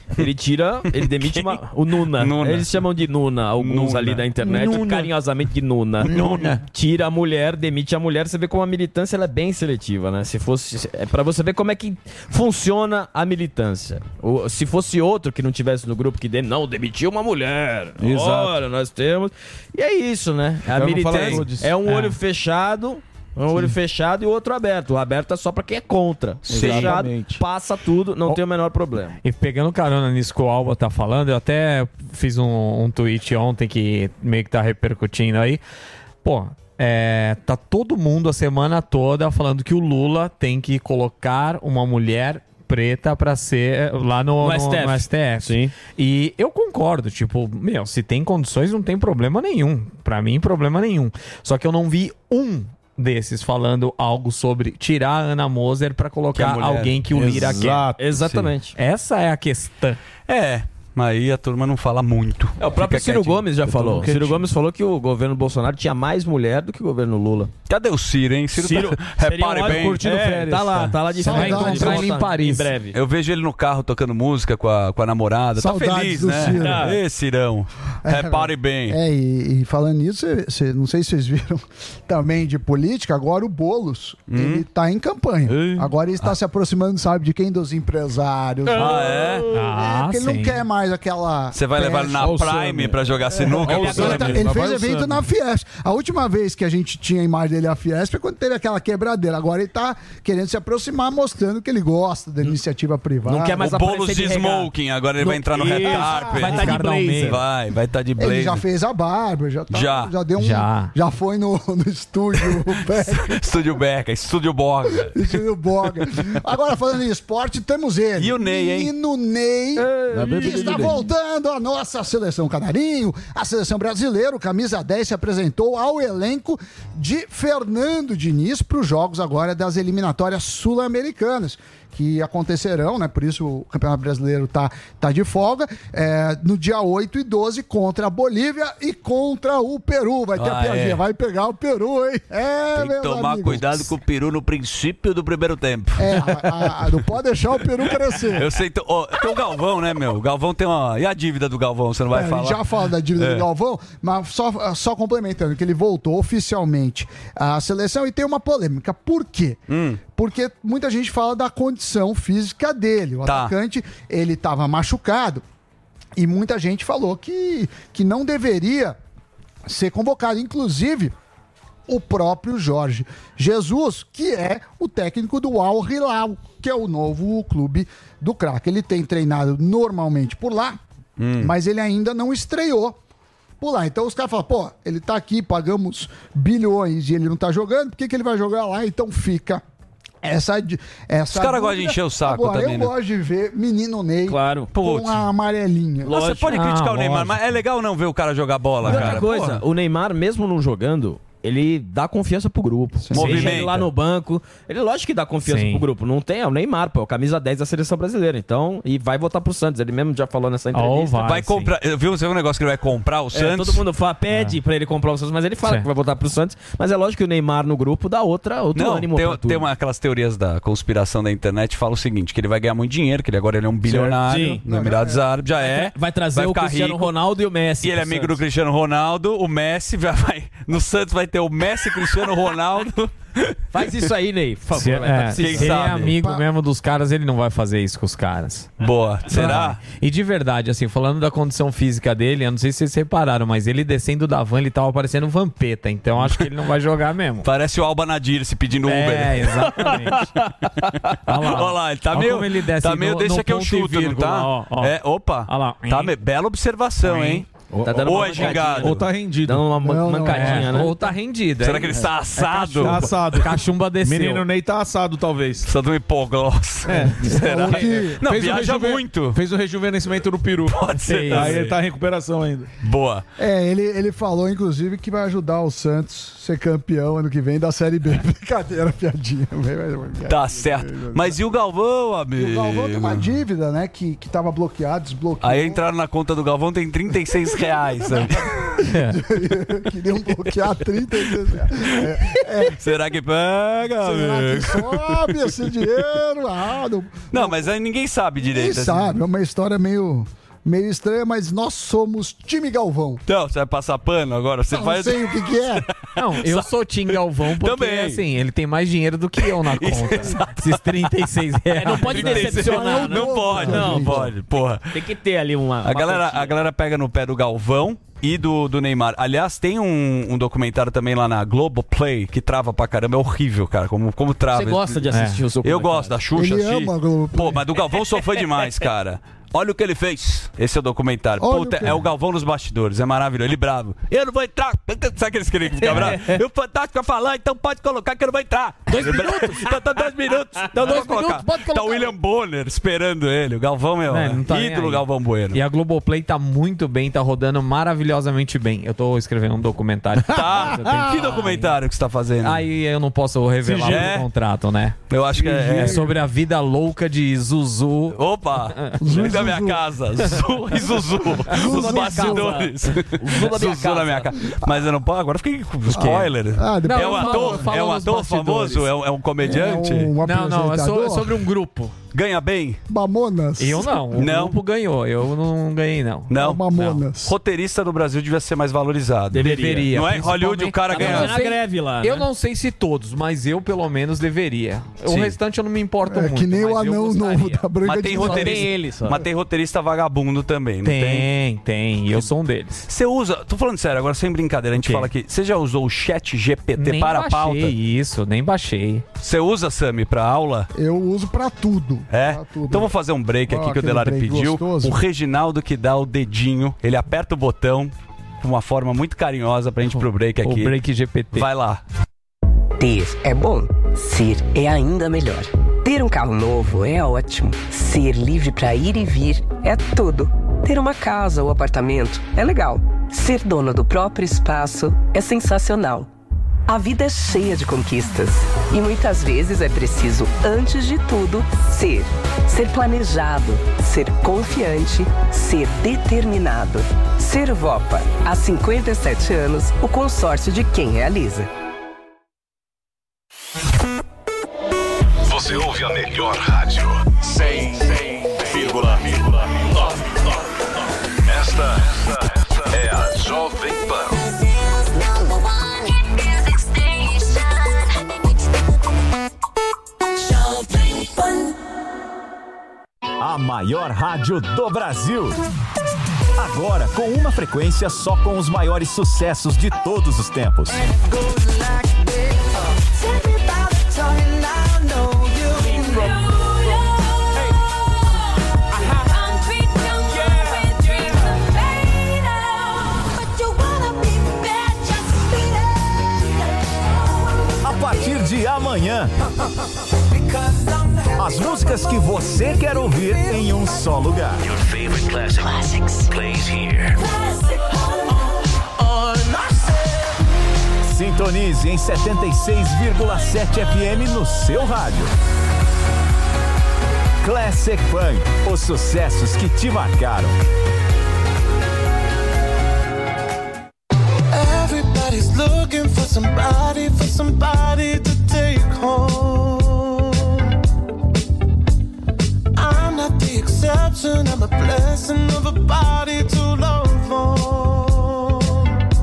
ele demite o Nuna. Eles chamam de Nuna, alguns ali da internet, carinhosamente de Nuna. Tira a mulher, demite a mulher. Você vê como a militância ela é bem seletiva, né? Se fosse... É pra você ver como é que funciona a militância. Se fosse outro que não tivesse no grupo que demitiu uma mulher.
Exato.
Olha, nós temos. E é isso, né? A militância é um olho fechado. Um olho fechado e o outro aberto. O aberto é só pra quem é contra. Fechado, passa tudo, não tem o menor problema.
E pegando carona nisso que o Alba tá falando, eu até fiz um tweet ontem que meio que tá repercutindo aí. Pô, tá todo mundo a semana toda falando que o Lula tem que colocar uma mulher preta pra ser lá no STF.
Sim.
E eu concordo, tipo, se tem condições não tem problema nenhum. Pra mim, problema nenhum. Só que eu não vi desses falando algo sobre tirar a Ana Moser pra colocar alguém que o Lira quer.
Exatamente.
Sim. Essa é a questão.
Mas aí a turma não fala muito.
O próprio Ciro Gomes já falou. Ciro Gomes falou que o governo Bolsonaro tinha mais mulher do que o governo Lula.
Cadê o Ciro, hein? Ciro repare bem.
Curtindo férias.
Tá lá de férias.
Vai encontrar ele em Paris.
Em breve.
Eu vejo ele no carro tocando música com a namorada.
Saudades
tá feliz,
do
né?
Ciro.
Cirão. Repare bem.
E falando nisso, não sei se vocês viram também de política, agora o Boulos, ele tá em campanha. Agora ele está se aproximando, sabe, de quem? Dos empresários. Porque ele não quer mais aquela...
Você vai levar ele na Prime pra jogar sinuca?
Ele fez evento na Fiesp. A última vez que a gente tinha a imagem dele na Fiesp é quando teve aquela quebradeira. Agora ele tá querendo se aproximar, mostrando que ele gosta da iniciativa privada.
Não quer mais
Boulos de smoking, agora ele vai entrar no red carpet.
Vai estar de blazer.
Vai estar de blazer.
Ele já fez a barba, já deu já foi no estúdio
Estúdio Beca, Estúdio Borga.
Estúdio Borga. Agora, falando em esporte, temos ele.
E o Ney, hein?
Menino Ney, que Está voltando a nossa seleção canarinho, a seleção brasileira. O camisa 10 se apresentou ao elenco de Fernando Diniz para os jogos agora das eliminatórias sul-americanas, que acontecerão, né? Por isso o Campeonato Brasileiro tá de folga, no dia 8 e 12 contra a Bolívia e contra o Peru. Vai ter a piadinha, vai pegar o Peru, hein?
Tem que tomar cuidado com o Peru no princípio do primeiro tempo.
Não pode deixar o Peru crescer.
Eu sei, tem o Galvão, né, meu? O Galvão tem uma... E a dívida do Galvão, você não vai falar?
Já fala da dívida do Galvão, mas só complementando, que ele voltou oficialmente à seleção e tem uma polêmica. Por quê? Porque muita gente fala da condição física dele. O atacante, ele estava machucado e muita gente falou que não deveria ser convocado. Inclusive, o próprio Jorge Jesus, que é o técnico do Al Hilal, que é o novo clube do craque. Ele tem treinado normalmente por lá, mas ele ainda não estreou por lá. Então os caras falam, pô, ele tá aqui, pagamos bilhões e ele não tá jogando, por que ele vai jogar lá? Então fica essa
os caras gostam de encher o saco.
Agora,
também,
eu
né?
gosto de ver menino Ney
com
a amarelinha.
Você pode criticar o Neymar, mas é legal não ver o cara jogar bola, cara.
Outra coisa, o Neymar, mesmo não jogando, ele dá confiança pro grupo. Seja ele lá no banco, ele lógico que dá confiança pro grupo. Não tem, é o Neymar, pô, é o camisa 10 da seleção brasileira. Então, e vai votar pro Santos. Ele mesmo já falou nessa entrevista.
Vai comprar, viu um negócio que ele vai comprar o Santos?
Todo mundo pede pra ele comprar o Santos, mas ele fala que vai votar pro Santos. Mas é lógico que o Neymar no grupo dá outro ânimo pra tudo.
Tem aquelas teorias da conspiração da internet que fala o seguinte, que ele vai ganhar muito dinheiro, que ele é um bilionário no Emirados Árabes, já é.
Vai trazer o Cristiano Ronaldo e o Messi.
E ele é amigo do Cristiano Ronaldo, o Messi vai no Santos vai ter o Messi, Cristiano Ronaldo.
Faz isso aí, Ney, por favor.
Se ele é amigo mesmo dos caras, ele não vai fazer isso com os caras.
Boa. Será?
E de verdade, assim, falando da condição física dele, eu não sei se vocês repararam, mas ele descendo da van, ele tava parecendo um Vampeta, então acho que ele não vai jogar mesmo.
Parece o Alba Nadir se pedindo Uber.
Exatamente.
Olha lá, ele tá meio...
Como ele desce
deixa que eu chuto, não tá? Opa.
Olha lá.
Bela observação, hein?
Tá dando
ou é gingado.
Ou tá rendido.
Dando uma mancadinha, né?
Ou tá rendido.
Será que ele está assado?
Tá assado.
Cachumba desceu.
Menino Ney tá assado, talvez.
Precisa de um hipogloss. Será? Não, viaja muito.
Fez o rejuvenescimento do peru.
Pode ser.
Aí ele tá em recuperação ainda.
Boa.
Ele falou, inclusive, que vai ajudar o Santos a ser campeão ano que vem da Série B. Brincadeira, piadinha.
Tá certo. Mas e o Galvão, amigo?
O Galvão tem uma dívida, né, que tava bloqueado, desbloqueou.
Aí entraram na conta do Galvão, tem R$36, sabe?
Queriam bloquear 36 reais.
Será que pega, amigo?
Será que sobe esse dinheiro?
Não, mas aí ninguém sabe direito.
Ninguém sabe, é uma história meio estranha, mas nós somos time Galvão.
Então, você vai passar pano agora? Você
não sei o que é.
Não, eu sou time Galvão porque, também. Assim, ele tem mais dinheiro do que eu na conta. Esses R$36.
Não pode decepcionar.
Não pode. Porra.
Tem que ter ali uma...
A galera pega no pé do Galvão e do Neymar. Aliás, tem um documentário também lá na Globoplay que trava pra caramba. É horrível, cara. Como trava.
Você gosta de assistir o seu
Eu gosto da Xuxa.
Ele ama a Globoplay.
Pô, mas do Galvão sou fã demais, cara. Olha o que ele fez. Esse é o documentário. Puta, é o Galvão nos bastidores. É maravilhoso. Ele bravo. Eu não vou entrar. Sabe aqueles que ficam bravos? O Fantástico vai falar, então pode colocar que eu não vou entrar.
2 minutos?
Então 2 minutos. Então não vou colocar. Tá o William Bonner esperando ele. O Galvão é o ídolo Galvão Bueno.
E a Globoplay tá muito bem, tá rodando maravilhosamente bem. Eu tô escrevendo um documentário.
Tá. Que documentário que você tá fazendo?
Aí eu não posso revelar o contrato, né?
Eu acho que
é sobre a vida louca de Zuzu.
Opa! Da minha casa. Zuzu. Os bastidores. Zuzu da minha casa. Mas eu não posso. Agora fiquei com spoiler. É um ator famoso? É um comediante?
Não, é sobre um grupo.
Ganha bem?
Mamonas.
Eu não. O grupo ganhou. Eu não ganhei, não.
Não?
Mamonas.
Roteirista do Brasil devia ser mais valorizado.
Deveria.
Não é? Em Hollywood o cara ganha.
Na greve lá.
Eu não sei se todos, mas eu pelo menos deveria. O restante eu não me importo muito.
É que nem o anão novo da Branca
mas tem roteirista. Mas tem roteirista vagabundo também, não
tem? Tem. E eu sou um deles.
Você usa. Tô falando sério, agora sem brincadeira. A gente fala aqui. Você já usou o Chat GPT para a pauta?
Nem baixei.
Você usa, Sami, pra aula?
Eu uso pra tudo.
É? Pra tudo. Então vou fazer um break aqui que o Delari pediu. Gostoso. O Reginaldo que dá o dedinho, ele aperta o botão de uma forma muito carinhosa pra gente ir pro break aqui.
O break GPT.
Vai lá.
Ter é bom, ser é ainda melhor. Ter um carro novo é ótimo, ser livre pra ir e vir é tudo. Ter uma casa ou apartamento é legal. Ser dono do próprio espaço é sensacional. A vida é cheia de conquistas. E muitas vezes é preciso, antes de tudo, ser. Ser planejado, ser confiante, ser determinado. Ser Vopa. Há 57 anos, o consórcio de quem realiza.
Você ouve a melhor rádio. 100,9. Esta é a Jovem Pan.
A maior rádio do Brasil. Agora com uma frequência só com os maiores sucessos de todos os tempos. A partir de amanhã, as músicas que você quer ouvir em um só lugar.
Your favorite classics plays here.
Sintonize em 76,7 FM no seu rádio. Classic Funk, os sucessos que te marcaram.
Everybody's looking for somebody to take home. I'm not the exception, I'm a blessing of a body to love on.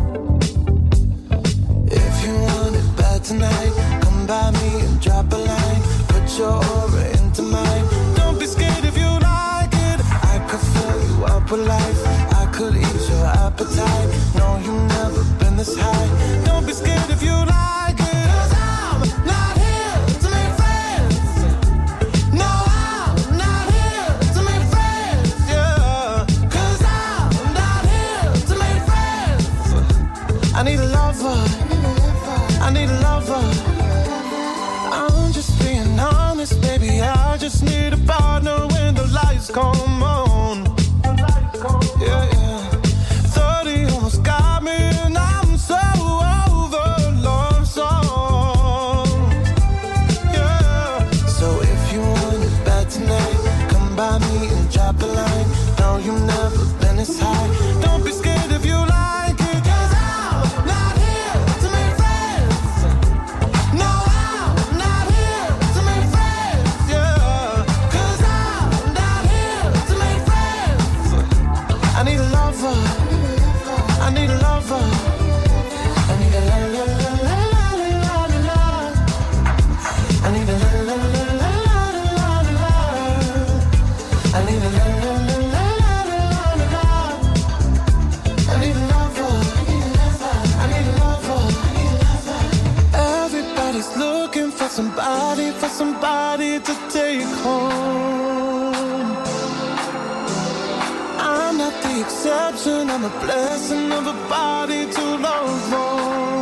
If you want it bad tonight, come by me and drop a line. Put your aura into mine. Don't be scared if you like it. I could fill you up with life. I could ease your appetite. No, you've never been this high. Don't be scared if you like it. 'Cause I'm not here to make friends. No, I'm not here to make friends. Yeah. 'Cause I'm not here to make friends. I need a lover. I need a lover. I'm just being honest, baby. I just need a partner when the lights come on. Yeah, yeah. 30 almost got me and I'm so over love song. Yeah. So if you want it bad tonight, come by me and drop a line. No, you've never been this high. Don't be scared if you like it. 'Cause I'm not here to make friends. No, I'm not here to make friends. Yeah. 'Cause I'm not here to make friends. I need a lover. I need a lover. I need a la la la la la la la. I need a la la la la la la la. I need a la la la la la la. I need a lover. I need a lover. Everybody's looking for somebody to take home. I'm not the exception, I'm a blessing of a body to love on.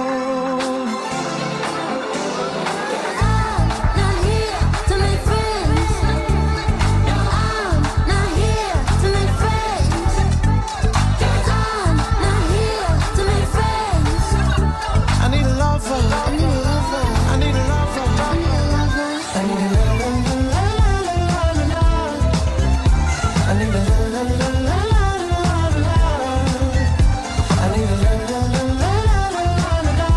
I'm not here to make friends. No, I'm not here to make friends. I'm not here to make friends. I need a lover. I need a lover. I need a lover. I need a lover. I need a la la la la la la. I need a la la la la la. I need a la la la la la la.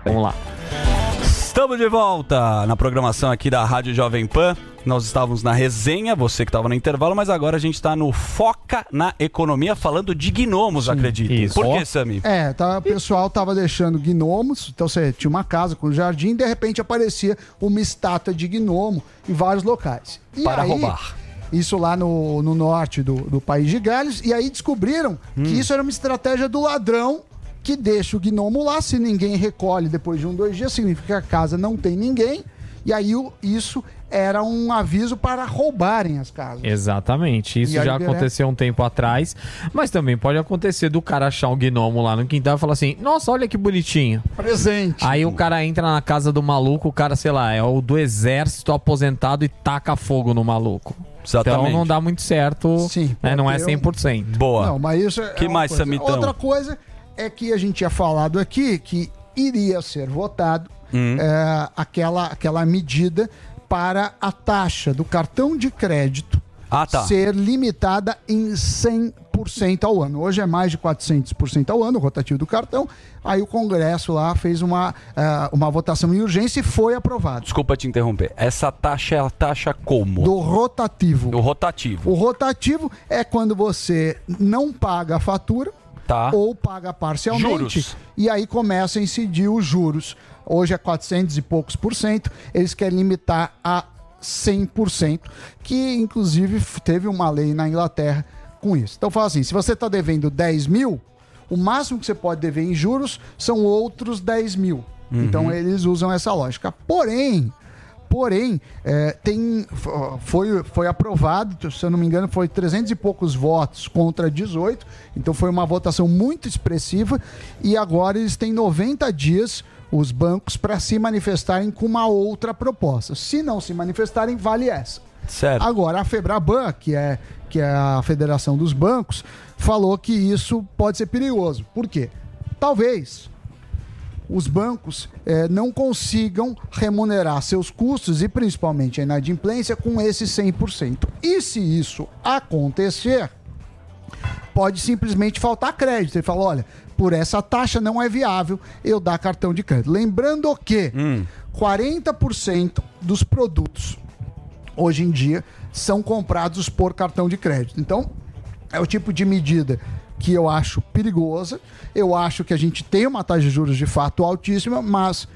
Vamos lá.
Estamos de volta na programação aqui da Rádio Jovem Pan. Nós estávamos na resenha, você que estava no intervalo, mas agora a gente está no Foca na Economia falando de gnomos, acredito.
Isso.
Por que, Sami?
O pessoal tava deixando gnomos, então você tinha uma casa com jardim, de repente aparecia uma estátua de gnomo em vários locais. E
Para
aí,
roubar.
Isso lá no norte do país de Gales, e aí descobriram que isso era uma estratégia do ladrão que deixa o gnomo lá, se ninguém recolhe depois de 2 dias, significa que a casa não tem ninguém, e aí isso era um aviso para roubarem as casas.
Exatamente, isso já aconteceu um tempo atrás, mas também pode acontecer do cara achar um gnomo lá no quintal e falar assim, nossa, olha que bonitinho.
Presente.
Aí o cara entra na casa do maluco, o cara, sei lá, é o do exército aposentado e taca fogo no maluco.
Exatamente.
Então não dá muito certo,
Sim,
né? Não é
eu-
100%.
Boa.
Não, mas isso é
Que
uma
mais,
coisa.
Samitão?
Outra coisa é que a gente tinha falado aqui que iria ser votado aquela medida para a taxa do cartão de crédito ser limitada em 100% ao ano. Hoje é mais de 400% ao ano, o rotativo do cartão. Aí o Congresso lá fez uma votação em urgência e foi aprovado.
Desculpa te interromper. Essa taxa é a taxa como?
Do rotativo.
Do rotativo.
O rotativo é quando você não paga a fatura ou paga parcialmente.
Juros.
E aí começa a incidir os juros. Hoje é 400 e poucos %, eles querem limitar a 100%, que inclusive teve uma lei na Inglaterra com isso. Então fala assim, se você está devendo 10 mil, o máximo que você pode dever em juros são outros 10 mil. Então eles usam essa lógica. Porém, foi aprovado, se eu não me engano, foi 300 e poucos votos contra 18, então foi uma votação muito expressiva e agora eles têm 90 dias, os bancos, para se manifestarem com uma outra proposta. Se não se manifestarem, vale essa.
Certo.
Agora, a Febraban, que é a Federação dos Bancos, falou que isso pode ser perigoso. Por quê? Talvez os bancos não consigam remunerar seus custos e principalmente a inadimplência com esse 100%. E se isso acontecer, pode simplesmente faltar crédito. Ele fala, olha, por essa taxa não é viável eu dar cartão de crédito. Lembrando que 40% dos produtos hoje em dia são comprados por cartão de crédito. Então, é o tipo de medida que eu acho perigosa. Eu acho que a gente tem uma taxa de juros de fato altíssima, mas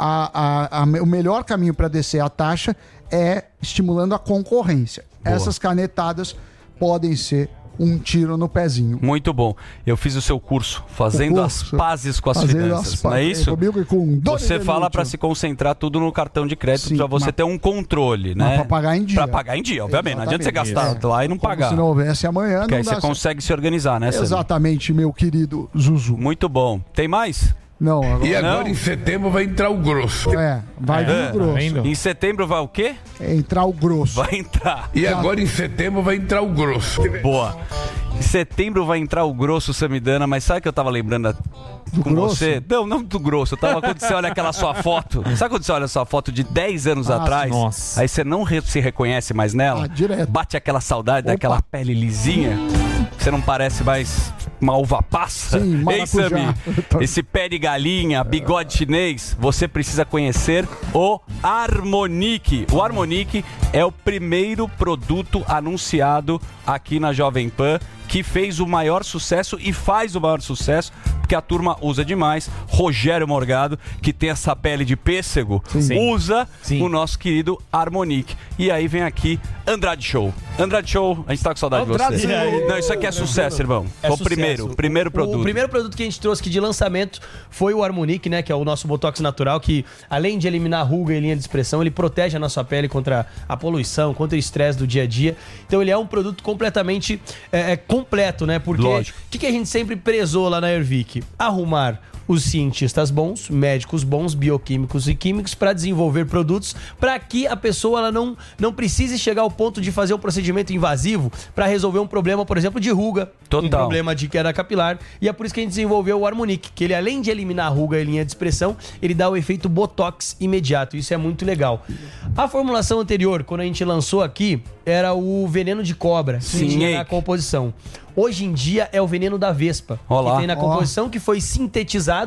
o melhor caminho para descer a taxa é estimulando a concorrência.
Boa.
Essas canetadas podem ser um tiro no pezinho.
Muito bom. Eu fiz o seu curso, Fazendo as Pazes com as Finanças. Não é isso?
Comigo e com
Você fala para se concentrar tudo no cartão de crédito, para você ter um controle, né?
Para pagar em dia.
Para pagar em dia, obviamente. Não adianta você gastar lá e não pagar.
Se não houvesse amanhã,
Porque
não
aí
dá
você consegue se organizar, né, Sami?
Exatamente, meu querido Zuzu.
Muito bom. Tem mais?
Não, agora...
E agora em setembro vai entrar o grosso.
Vai vir o grosso.
Em setembro vai o quê?
Entrar o grosso.
Vai entrar.
E agora em setembro vai entrar o grosso.
Boa. Em setembro vai entrar o grosso, Samidana, mas sabe que eu tava lembrando com
grosso?
você? Não do grosso. Quando você olha aquela sua foto. Sabe quando você olha a sua foto de 10 anos atrás?
Nossa.
Aí você não se reconhece mais nela?
Direto.
Bate aquela saudade daquela pele lisinha? Você não parece mais uma uva passa?
Sim,
Hein,
maracujá.
Sami? Esse pé de galinha, bigode chinês, você precisa conhecer o Harmonique. O Harmonique é o primeiro produto anunciado aqui na Jovem Pan que fez o maior sucesso e faz o maior sucesso, porque a turma usa demais. Rogério Morgado, que tem essa pele de pêssego, usa o nosso querido Harmonique. E aí vem aqui Andrade Show. Andrade Show, a gente tá com saudade de você. Não, isso aqui é sucesso, irmão. Foi o primeiro produto.
O primeiro produto que a gente trouxe aqui de lançamento foi o Harmonique, né? Que é o nosso Botox natural, que além de eliminar ruga e linha de expressão, ele protege a nossa pele contra a poluição, contra o estresse do dia a dia. Então ele é um produto completamente completo, né? Porque o que a gente sempre prezou lá na Airvic? Arrumar os cientistas bons, médicos bons, bioquímicos e químicos para desenvolver produtos para que a pessoa ela não precise chegar ao ponto de fazer um procedimento invasivo para resolver um problema, por exemplo, de ruga, um problema de queda capilar. E é por isso que a gente desenvolveu o Harmonique, que ele além de eliminar a ruga e linha de expressão, ele dá o efeito Botox imediato. Isso é muito legal. A formulação anterior, quando a gente lançou aqui, era o veneno de cobra que tinha na composição. Hoje em dia é o veneno da vespa, que tem na composição, que foi sintetizado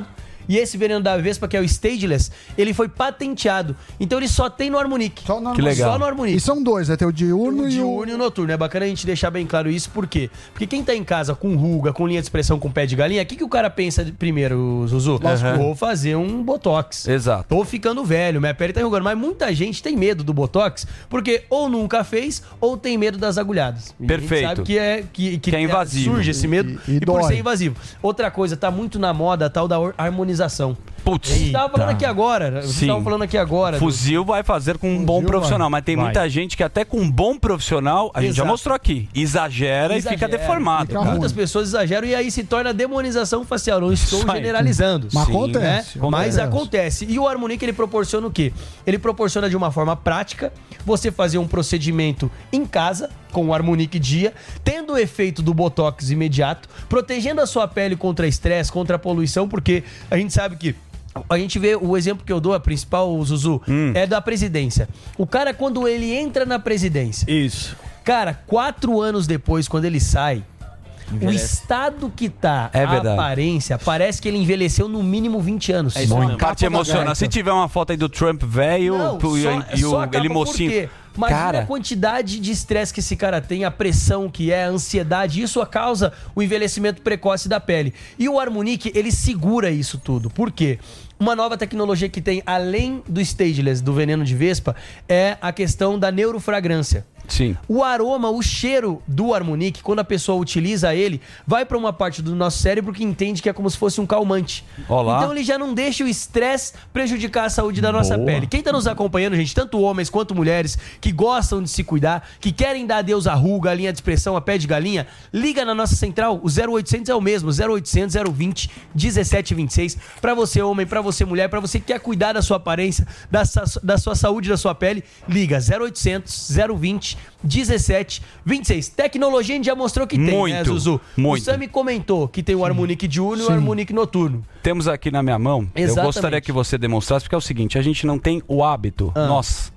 E esse veneno da Vespa, que é o Stageless, ele foi patenteado. Então ele só tem no Harmonic.
Só no
Que legal.
Só no Harmonic.
E são dois, tem o diurno
O
e
diurno e o noturno. É bacana a gente deixar bem claro isso, por quê? Porque quem tá em casa com ruga, com linha de expressão, com pé de galinha, o que o cara pensa primeiro, Zuzu? Vou fazer um Botox.
Exato.
Tô ficando velho, minha pele tá enrugando. Mas muita gente tem medo do Botox, porque ou nunca fez, ou tem medo das agulhadas. E
Perfeito.
a gente sabe que
é invasivo.
surge esse medo
E
por
dói.
ser invasivo. Outra coisa, tá muito na moda a tal da harmonização.
Putz.
A gente tava falando aqui agora. Vocês
Sim.
estavam falando aqui agora.
Fuzil vai fazer com um bom
Fuzil
profissional, mas tem muita gente que até com um bom profissional, a gente já
Exato.
mostrou aqui, exagera e fica deformado.
Fica
cara.
Muitas pessoas exageram e aí se torna demonização facial. Não estou
Isso aí.
generalizando.
Mas
Sim,
acontece.
Né? Mas
acontece.
acontece. E o Harmonic, ele proporciona o quê? Ele proporciona de uma forma prática você fazer um procedimento em casa com o Harmonic Dia, tendo o efeito do Botox imediato, protegendo a sua pele contra estresse, contra a poluição, porque a gente sabe que a gente vê o exemplo que eu dou, a principal, Zuzu, é da presidência. O cara, quando ele entra na presidência,
Isso.
cara, 4 anos depois, quando ele sai, o
Envelhece.
estado que tá
É
a
verdade.
aparência, parece que ele envelheceu no mínimo 20 anos.
É parte emocional. Se tiver uma foto aí do Trump velho
Não,
e
só
o
acaba
ele
por
mocinho.
quê? Imagina
Cara,
a quantidade de estresse que esse cara tem, a pressão que é, a ansiedade, isso causa o envelhecimento precoce da pele. E o Harmonic, ele segura isso tudo. Por quê? Uma nova tecnologia que tem, além do Stageless, do veneno de Vespa, é a questão da neurofragrância.
sim.
O aroma, o cheiro do Harmonic, quando a pessoa utiliza ele, vai para uma parte do nosso cérebro que entende que é como se fosse um calmante.
Olá.
Então ele já não deixa o estresse prejudicar a saúde da nossa pele. Quem tá nos acompanhando, gente, tanto homens quanto mulheres, que gostam de se cuidar, que querem dar adeus à ruga, a linha de expressão, a pé de galinha, liga na nossa central. O 0800 é o mesmo, 0800 020 1726. Para você homem, para você mulher, para você que quer cuidar da sua aparência, da sua saúde, da sua pele, liga 0800 020 1726. Tecnologia a gente já mostrou que tem, né,
Muito,
Zuzu?
muito.
O Sami comentou que tem o Harmonic diurno e o Harmonic noturno.
Temos aqui na minha mão, eu
Exatamente.
gostaria que você demonstrasse, porque é o seguinte, a gente não tem o hábito, nós,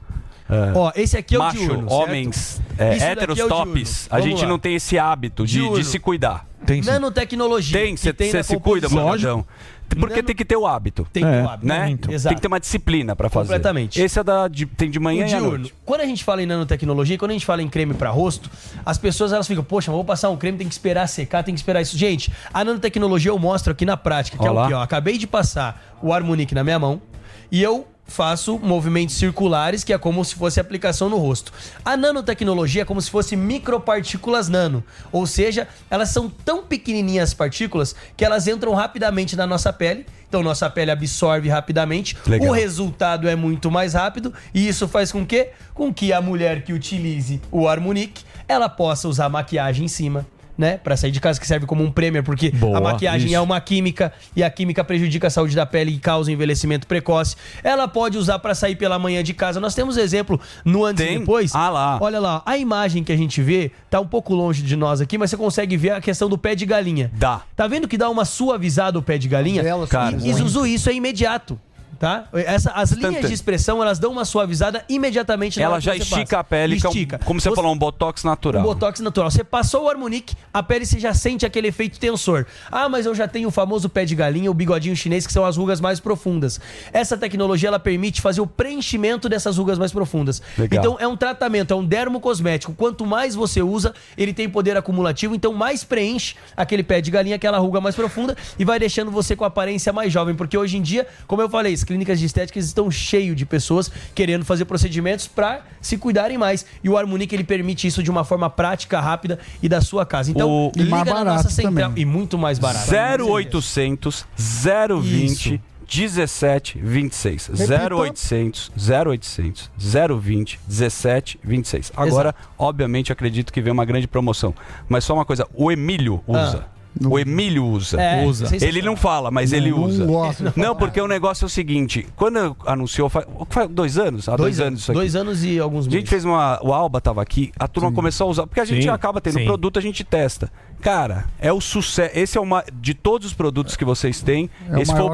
Ó, esse aqui é o
macho,
diurno, certo?
homens,
Isso daqui
héteros
é o
tops,
diurno.
a
Vamos
gente
lá.
não tem esse hábito de
Diurno.
se cuidar.
Tem sim.
Nanotecnologia.
Tem,
que
você
na
se cuida,
composição.
Maradão. Porque tem que ter o hábito.
Tem que ter o hábito.
Né?
Muito.
Tem
Exato.
que ter uma disciplina pra fazer.
Completamente.
Esse é tem de manhã
O
e à
diurno.
noite.
Quando a gente fala em nanotecnologia, quando a gente fala em creme pra rosto, as pessoas elas ficam, poxa, vou passar um creme, tem que esperar secar, tem que esperar isso. Gente, a nanotecnologia eu mostro aqui na prática, que
Olá.
é o quê? Ó, acabei de passar o Harmonic na minha mão e eu faço movimentos circulares, que é como se fosse aplicação no rosto. A nanotecnologia é como se fosse micropartículas nano, ou seja, elas são tão pequenininhas as partículas que elas entram rapidamente na nossa pele, então nossa pele absorve rapidamente,
Legal.
o resultado é muito mais rápido e isso faz com que a mulher que utilize o Harmonic, ela possa usar maquiagem em cima, né, pra sair de casa, que serve como um primer, porque
Boa,
a maquiagem
isso.
é uma química e a química prejudica a saúde da pele e causa envelhecimento precoce. Ela pode usar pra sair pela manhã de casa. Nós temos exemplo no antes
Tem?
e depois.
Ah lá.
Olha lá, a imagem que a gente vê tá um pouco longe de nós aqui, mas você consegue ver a questão do pé de galinha.
Dá.
Tá vendo que dá uma suavizada o pé de galinha?
Cara,
E Zuzu, isso é imediato. Tá? As linhas
Instantâneo.
de expressão, elas dão uma suavizada imediatamente na hora
Ela
que
já
você
estica
passa.
a pele,
Estica.
como você falou, um botox natural.
Um botox natural. Você passou o Harmonic, a pele você já sente aquele efeito tensor. Ah, mas eu já tenho o famoso pé de galinha, o bigodinho chinês, que são as rugas mais profundas. Essa tecnologia, ela permite fazer o preenchimento dessas rugas mais profundas.
Legal.
Então, é um tratamento, é um dermocosmético. Quanto mais você usa, ele tem poder acumulativo, então mais preenche aquele pé de galinha, aquela ruga mais profunda, e vai deixando você com a aparência mais jovem. Porque hoje em dia, como eu falei, as clínicas de estética estão cheios de pessoas querendo fazer procedimentos para se cuidarem mais. E o Harmonic, ele permite isso de uma forma prática, rápida e da sua casa. Então,
E mais
liga na nossa
barato
central.
também.
E muito mais barato.
0800 020 17 26.
Repita.
0800 0800 020 17 26. Agora, obviamente, acredito que vem uma grande promoção. Mas só uma coisa, o Emílio usa. O Emílio usa.
É,
Ele não fala, mas ele usa.
gosta.
Não, porque o negócio é o seguinte: quando anunciou, faz 2 anos? Há 2 anos isso aqui.
2 anos e alguns
A
meses.
gente fez o Alba tava aqui, a turma começou a usar, porque a gente
Sim,
acaba tendo
sim.
produto, a gente testa. Cara, é o sucesso. Esse é uma. De todos os produtos que vocês têm, esse foi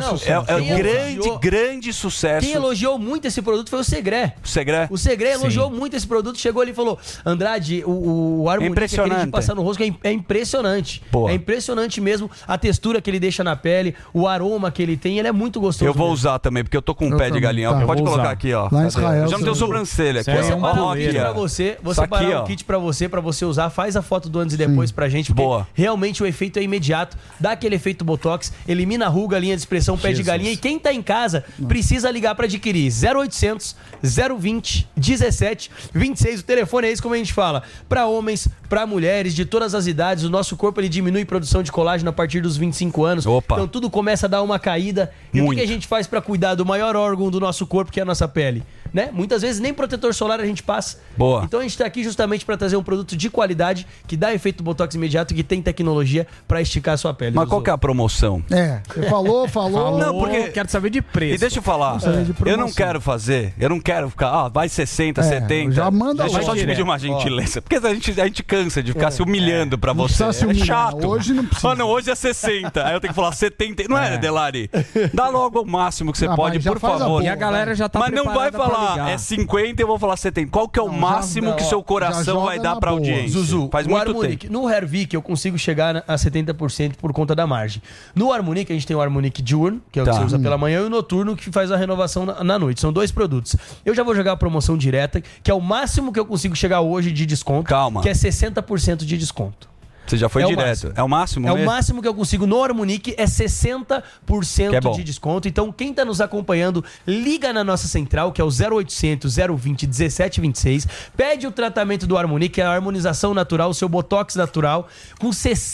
o grande sucesso.
Quem elogiou muito esse produto foi o Segré.
O
Segré elogiou muito esse produto, chegou ali e falou: Andrade, o Harmonique de passar no rosto é impressionante.
Porra.
É impressionante mesmo a textura que ele deixa na pele, o aroma que ele tem, ele é muito gostoso.
Eu vou usar também, porque eu tô com um pé de galinha.
Tá,
pode colocar aqui, ó.
Lá em Israel,
já não tem sobrancelha aqui.
Vou separar um kit pra você, pra você usar, faz a foto do antes e depois pra gente, porque realmente o efeito é imediato, dá aquele efeito Botox, elimina a ruga, linha de expressão, pé de galinha, e quem tá em casa precisa ligar pra adquirir 0800 020 17 26, o telefone é esse, como a gente fala, pra homens, pra mulheres, de todas as idades, o nosso corpo ele diminui produção de colágeno a partir dos 25 anos, então tudo começa a dar uma caída, e o que a gente faz pra cuidar do maior órgão do nosso corpo, que é a nossa pele? Né? Muitas vezes nem protetor solar a gente passa. Então a gente está aqui justamente para trazer um produto de qualidade que dá efeito Botox imediato e que tem tecnologia para esticar a sua pele.
Mas qual que é a promoção?
Você falou.
Não, porque
quero saber de preço.
E deixa eu falar, eu não quero ficar, vai 60, 70.
Já manda
Deixa eu
logo.
só te pedir uma gentileza. Porque a gente cansa de ficar se humilhando pra você. É chato.
Hoje não precisa.
Não, hoje é 60. Aí eu tenho que falar 70. Não é, Delari? Dá logo o máximo que você pode, por favor.
E a galera já tá
Mas não vai
preparada pra
falar,
ligar.
é 50 e eu vou falar 70. Qual que é o máximo que seu coração vai dar pra audiência?
Zuzu,
faz muito tempo.
No Hervik eu consigo chegar a 70% por conta da margem. No Harmonique a gente tem o Harmonique Diurn, que é o que você usa pela manhã, e o Noturno, que faz a renovação na noite. São dois produtos. Eu já vou jogar a promoção direta, que é o máximo que eu consigo chegar hoje de desconto, que é 60% de desconto.
Você já foi direto. É o máximo mesmo?
É o máximo que eu consigo no Harmonique, é 60% de desconto. Então, quem está nos acompanhando, liga na nossa central, que é o 0800 020 1726. Pede o tratamento do Harmonique, a harmonização natural, o seu Botox natural, com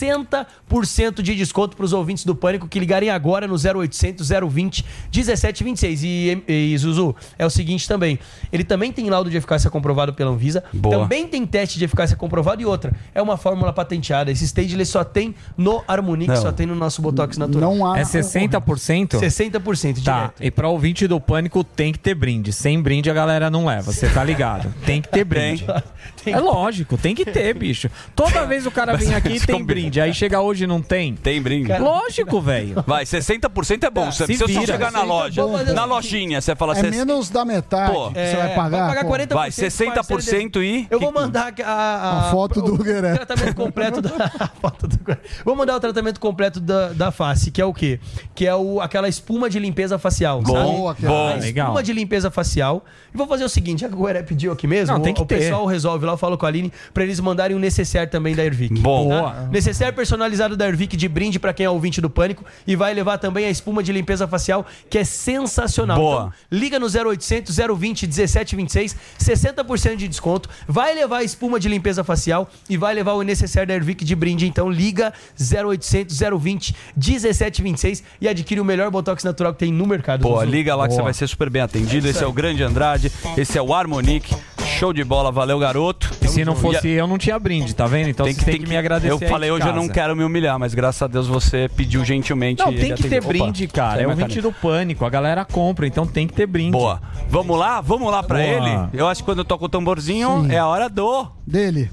60% de desconto para os ouvintes do Pânico que ligarem agora no 0800 020 1726. E Zuzu, é o seguinte também, ele também tem laudo de eficácia comprovado pela Anvisa, também tem teste de eficácia comprovado e outra, é uma fórmula patenteada. Esse Stageless só tem no Harmonique, só tem no nosso Botox natural.
Não há.
É 60%?
60% direto.
Tá, e pra ouvinte do Pânico tem que ter brinde. Sem brinde a galera não leva, você tá ligado? Tem que ter brinde. É lógico, tem que ter, bicho. Toda vez o cara vem aqui e tem brinde. Aí chega hoje e não tem.
Tem brinde.
Lógico, velho.
Vai, 60% é bom. Se eu chegar na loja, na lojinha, você fala...
menos da metade que você vai pagar.
Vai pagar 40%.
Vai, 60% e...
Eu vou mandar
a foto do Guerreiro.
Tratamento completo Vou mandar o tratamento completo da face, que é o quê? Que é aquela espuma de limpeza facial.
Bom,
legal. Espuma de limpeza facial. E vou fazer o seguinte, já que o Gueré pediu aqui mesmo,
não, tem que
o pessoal resolve lá, eu falo com a Aline, pra eles mandarem um necessaire também da Hervik.
Boa.
Necessaire personalizado da Hervik de brinde pra quem é ouvinte do Pânico, e vai levar também a espuma de limpeza facial, que é sensacional.
Boa.
Então, liga no 0800 020 1726, 60% de desconto, vai levar a espuma de limpeza facial e vai levar o necessaire da Hervik de brinde. Então liga 0800 020 1726 e adquire o melhor Botox natural que tem no mercado.
Pô, liga lá que você vai ser super bem atendido. Esse é o grande Andrade, esse é o Harmonique. Show de bola, valeu, garoto.
E se não fosse eu, não tinha brinde, tá vendo? Então você tem que me agradecer.
Eu falei hoje, eu não quero me humilhar, mas graças a Deus você pediu gentilmente.
Não, tem que ter brinde, cara. É o ouvinte do Pânico, a galera compra, então tem que ter brinde.
Boa. Vamos lá pra ele? Eu acho que quando eu toco o tamborzinho, é a hora
dele.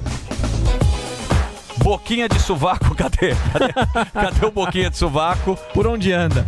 Boquinha de sovaco, cadê o boquinha de sovaco?
Por onde anda?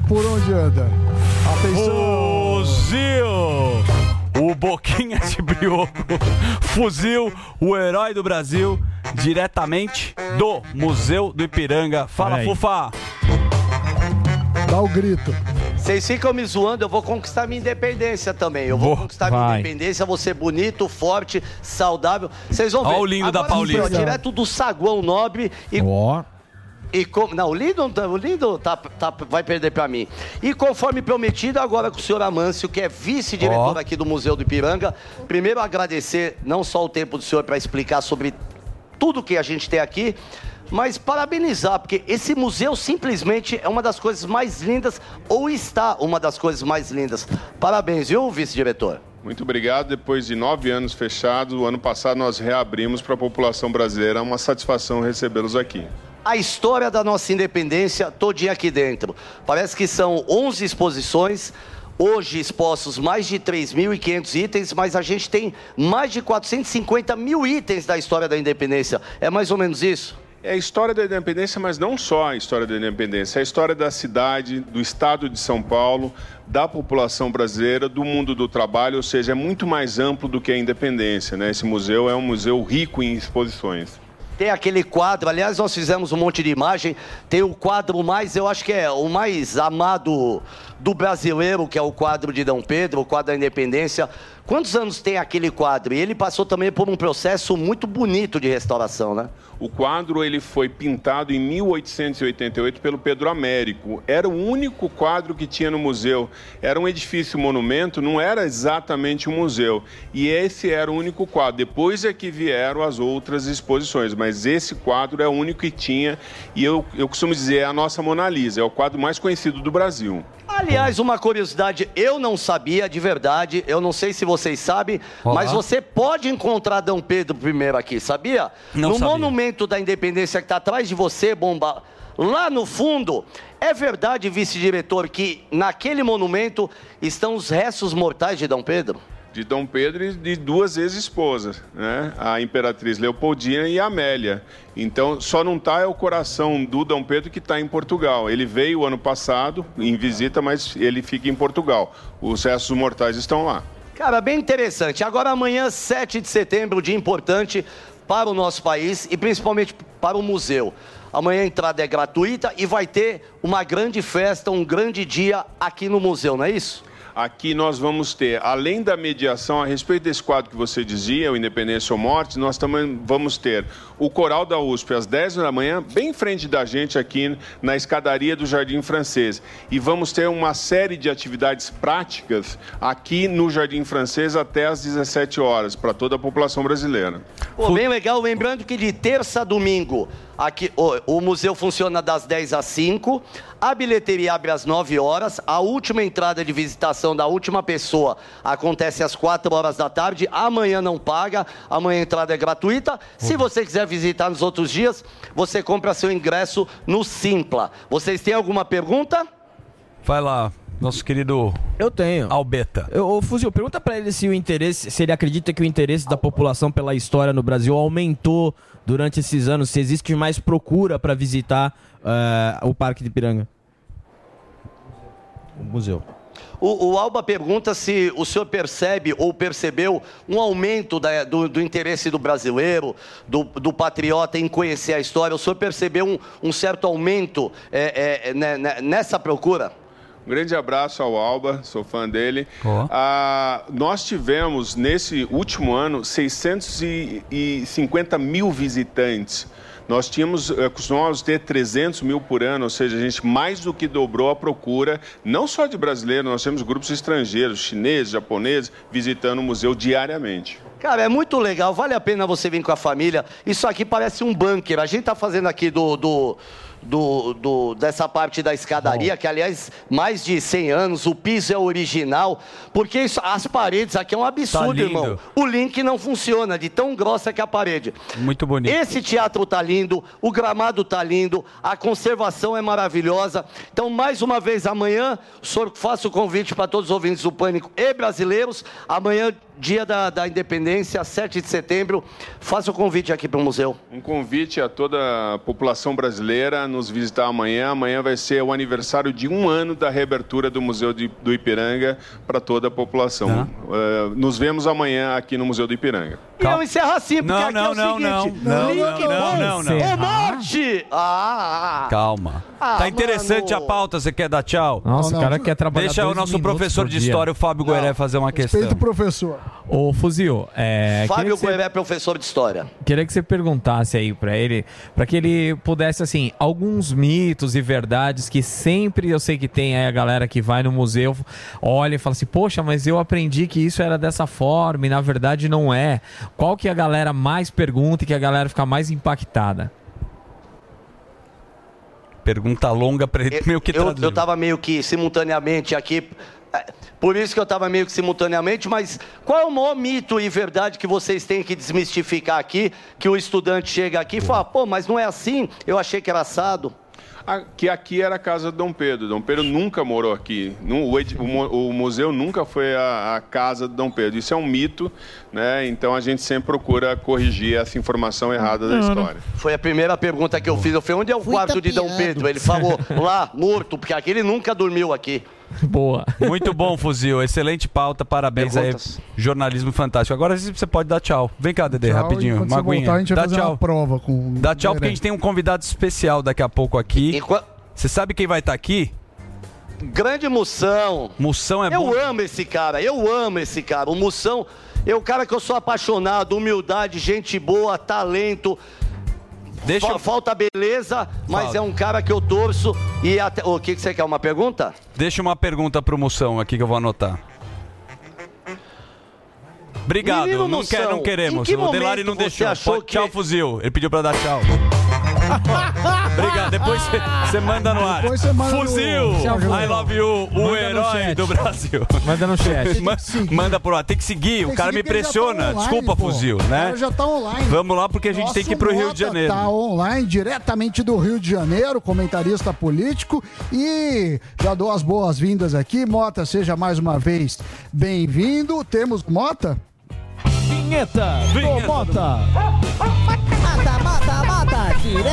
Atenção!
Fuzil! O Boquinha de Brioco. Fuzil, o herói do Brasil, diretamente do Museu do Ipiranga. Fala, Fufa!
Dá o grito.
Vocês ficam me zoando, eu vou conquistar minha independência também. Eu vou conquistar minha independência, vou ser bonito, forte, saudável. Vocês vão ver.
Olha o lindo da Paulista.
Direto do saguão nobre e... Não, o lindo vai perder pra mim. E conforme prometido, agora com o senhor Amâncio, que é vice-diretor aqui do Museu do Ipiranga, primeiro agradecer não só o tempo do senhor para explicar sobre tudo que a gente tem aqui, mas parabenizar, porque esse museu simplesmente é uma das coisas mais lindas, ou está uma das coisas mais lindas. Parabéns, viu, vice-diretor?
Muito obrigado. Depois de 9 anos fechados, o ano passado nós reabrimos para a população brasileira. É uma satisfação recebê-los aqui.
A história da nossa independência todinha aqui dentro. Parece que são 11 exposições, hoje expostos mais de 3.500 itens, mas a gente tem mais de 450 mil itens da história da independência. É mais ou menos isso?
É a história da independência, mas não só a história da independência, é a história da cidade, do estado de São Paulo, da população brasileira, do mundo do trabalho, ou seja, é muito mais amplo do que a independência, né? Esse museu é um museu rico em exposições.
Tem aquele quadro, aliás, nós fizemos um monte de imagem, tem o quadro mais, eu acho que é o mais amado do brasileiro, que é o quadro de Dom Pedro, o quadro da Independência. Quantos anos tem aquele quadro? E ele passou também por um processo muito bonito de restauração, né?
O quadro ele foi pintado em 1888 pelo Pedro Américo. Era o único quadro que tinha no museu. Era um edifício monumento, não era exatamente um museu. E esse era o único quadro. Depois é que vieram as outras exposições, mas esse quadro é o único que tinha. E eu costumo dizer, é a nossa Mona Lisa, é o quadro mais conhecido do Brasil.
Aliás, uma curiosidade, eu não sabia de verdade, eu não sei se vocês sabem, mas você pode encontrar Dom Pedro I aqui, sabia?
Não
no
sabia.
Monumento da Independência que está atrás de você, Bomba, lá no fundo, é verdade, vice-diretor, que naquele monumento estão os restos mortais de Dom Pedro?
De Dom Pedro e de duas ex-esposas, né? A imperatriz Leopoldina e a Amélia. Então, só não está o coração do Dom Pedro que está em Portugal. Ele veio ano passado em visita, mas ele fica em Portugal. Os restos mortais estão lá.
Cara, bem interessante. Agora, amanhã, 7 de setembro, dia importante para o nosso país e principalmente para o museu. Amanhã a entrada é gratuita e vai ter uma grande festa, um grande dia aqui no museu, não é isso?
Aqui nós vamos ter, além da mediação a respeito desse quadro que você dizia, o Independência ou Morte, nós também vamos ter o Coral da USP às 10 da manhã, bem em frente da gente aqui na escadaria do Jardim Francês. E vamos ter uma série de atividades práticas aqui no Jardim Francês até às 17 horas, para toda a população brasileira.
Pô, bem legal, lembrando que de terça a domingo, aqui, o museu funciona das 10 às 5, a bilheteria abre às 9 horas, a última entrada de visitação da última pessoa acontece às 4 horas da tarde, amanhã não paga, amanhã a entrada é gratuita. Se você quiser visitar nos outros dias, você compra seu ingresso no Simpla. Vocês têm alguma pergunta?
Vai lá, nosso querido...
Eu tenho.
Albeta.
Ô, Fuzil, pergunta pra ele se o interesse, se ele acredita que o interesse da população pela história no Brasil aumentou durante esses anos, se existe mais procura para visitar o Parque de Ipiranga. O museu.
O Alba pergunta se o senhor percebe ou percebeu um aumento do interesse do brasileiro, do patriota em conhecer a história. O senhor percebeu um certo aumento nessa procura?
Um grande abraço ao Alba, sou fã dele. Nós tivemos, nesse último ano, 650 mil visitantes. Nós costumávamos ter 300 mil por ano, ou seja, a gente mais do que dobrou a procura, não só de brasileiros, nós temos grupos estrangeiros, chineses, japoneses, visitando o museu diariamente.
Cara, é muito legal, vale a pena você vir com a família. Isso aqui parece um bunker, a gente tá fazendo aqui dessa parte da escadaria, que aliás, mais de 100 anos, o piso é original, porque as paredes aqui é um absurdo, irmão. O link não funciona, de tão grossa que é a parede.
Muito bonito.
Esse teatro tá lindo, o gramado tá lindo, a conservação é maravilhosa. Então, mais uma vez, amanhã, o senhor faça o convite para todos os ouvintes do Pânico e brasileiros. Amanhã, dia da Independência, 7 de setembro, faça o convite aqui para o museu.
Um convite a toda a população brasileira nos visitar amanhã. Amanhã vai ser o aniversário de 1 ano da reabertura do Museu do Ipiranga para toda a população. Nos vemos amanhã aqui no Museu do Ipiranga.
E eu encerro assim, porque aqui é o seguinte...
Não.
Ô, Morte!
Calma. Tá interessante a pauta, você quer dar tchau?
Nossa, o cara quer trabalhar.
Deixa o nosso professor de história, o Fábio Gueré, fazer uma questão.
Respeito o professor.
Ô, Fuzil,
Fábio Gueré, professor de história.
Queria que você perguntasse aí pra ele, pra que ele pudesse, assim, alguns mitos e verdades que sempre eu sei que tem aí a galera que vai no museu, olha e fala assim, poxa, mas eu aprendi que isso era dessa forma e na verdade não é. Qual que a galera mais pergunta e que a galera fica mais impactada?
Pergunta longa pra ele, meio que traduzir.
Eu tava meio que simultaneamente aqui... Por isso que eu estava meio que simultaneamente, mas qual é o maior mito e verdade que vocês têm que desmistificar aqui, que o estudante chega aqui e fala, pô, mas não é assim, eu achei que era assado.
que aqui era a casa do Dom Pedro. Dom Pedro nunca morou aqui. O museu nunca foi a casa do Dom Pedro. Isso é um mito, né? Então a gente sempre procura corrigir essa informação errada da história.
Foi a primeira pergunta que eu fiz. Eu falei, onde é o quarto de Dom Pedro? Ele falou, lá, morto, porque aqui ele nunca dormiu aqui.
Boa.
Muito bom, Fuzil. Excelente pauta. Parabéns
Perguntas.
aí. Jornalismo fantástico. Agora você pode dar tchau. Vem cá, Dedê,
Tchau,
rapidinho.
enquanto você
Maguinha.
voltar, a gente vai
Dá
fazer
tchau.
uma prova com
Dá tchau porque a gente tem um convidado especial daqui a pouco aqui. Você sabe quem vai estar aqui?
Grande Moção.
Moção é bom.
Eu amo esse cara. O Moção é o cara que eu sou apaixonado, humildade, gente boa, talento. Falta beleza, mas é um cara que eu torço e até... O que você quer, uma pergunta?
Deixa uma pergunta pro Moção aqui que eu vou anotar. Obrigado,
Menino
não
Moção,
queremos.
em que
O Delari não
momento você
deixou.
achou
Tchau, Fuzil. Ele pediu pra dar tchau. Obrigado, depois você manda no ar.
Depois você manda
Fuzil, I love you, o
Manda
herói do Brasil.
Manda no chat.
Manda pro ar, tem que seguir, o cara me pressiona. Desculpa, Fuzil,
O
né?
cara já tá online.
Vamos lá porque a gente tem que ir pro Rio de Janeiro.
Tá online, diretamente do Rio de Janeiro, comentarista político. E já dou as boas-vindas aqui. Mota, seja mais uma vez bem-vindo. Temos Mota?
Vinheta do Mota.
Mota,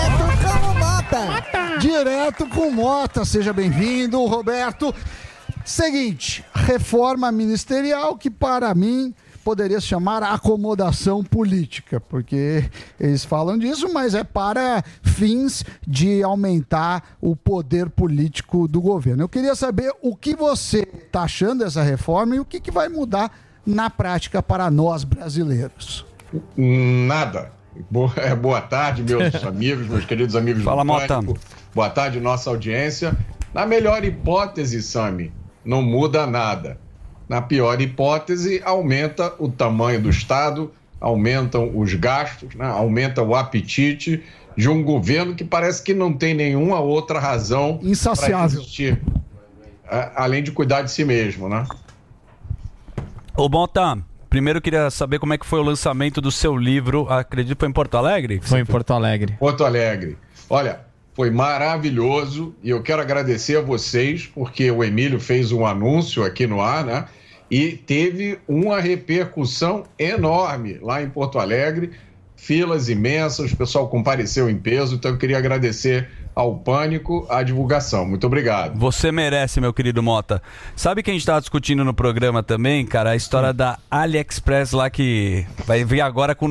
direto com Mota, seja bem-vindo, Roberto. Seguinte, reforma ministerial que para mim poderia se chamar acomodação política, porque eles falam disso, mas é para fins de aumentar o poder político do governo. Eu queria saber o que você está achando dessa reforma e o que vai mudar na prática para nós brasileiros.
Nada. Boa tarde, meus amigos, meus queridos amigos
Fala,
do Pânico. Boa tarde, nossa audiência. Na melhor hipótese, Sami, não muda nada. Na pior hipótese, aumenta o tamanho do Estado, aumentam os gastos, né? Aumenta o apetite de um governo que parece que não tem nenhuma outra razão para existir, além de cuidar de si mesmo, né?
Ô, Mota, primeiro eu queria saber como é que foi o lançamento do seu livro, acredito que foi em Porto Alegre?
Foi em Porto Alegre.
Porto Alegre. Olha, foi maravilhoso e eu quero agradecer a vocês porque o Emílio fez um anúncio aqui no ar, né? E teve uma repercussão enorme lá em Porto Alegre, filas imensas, o pessoal compareceu em peso, então eu queria agradecer ao Pânico a divulgação. Muito obrigado.
Você merece, meu querido Mota. Sabe que a gente estava discutindo no programa também, cara, a história da AliExpress lá que vai vir agora com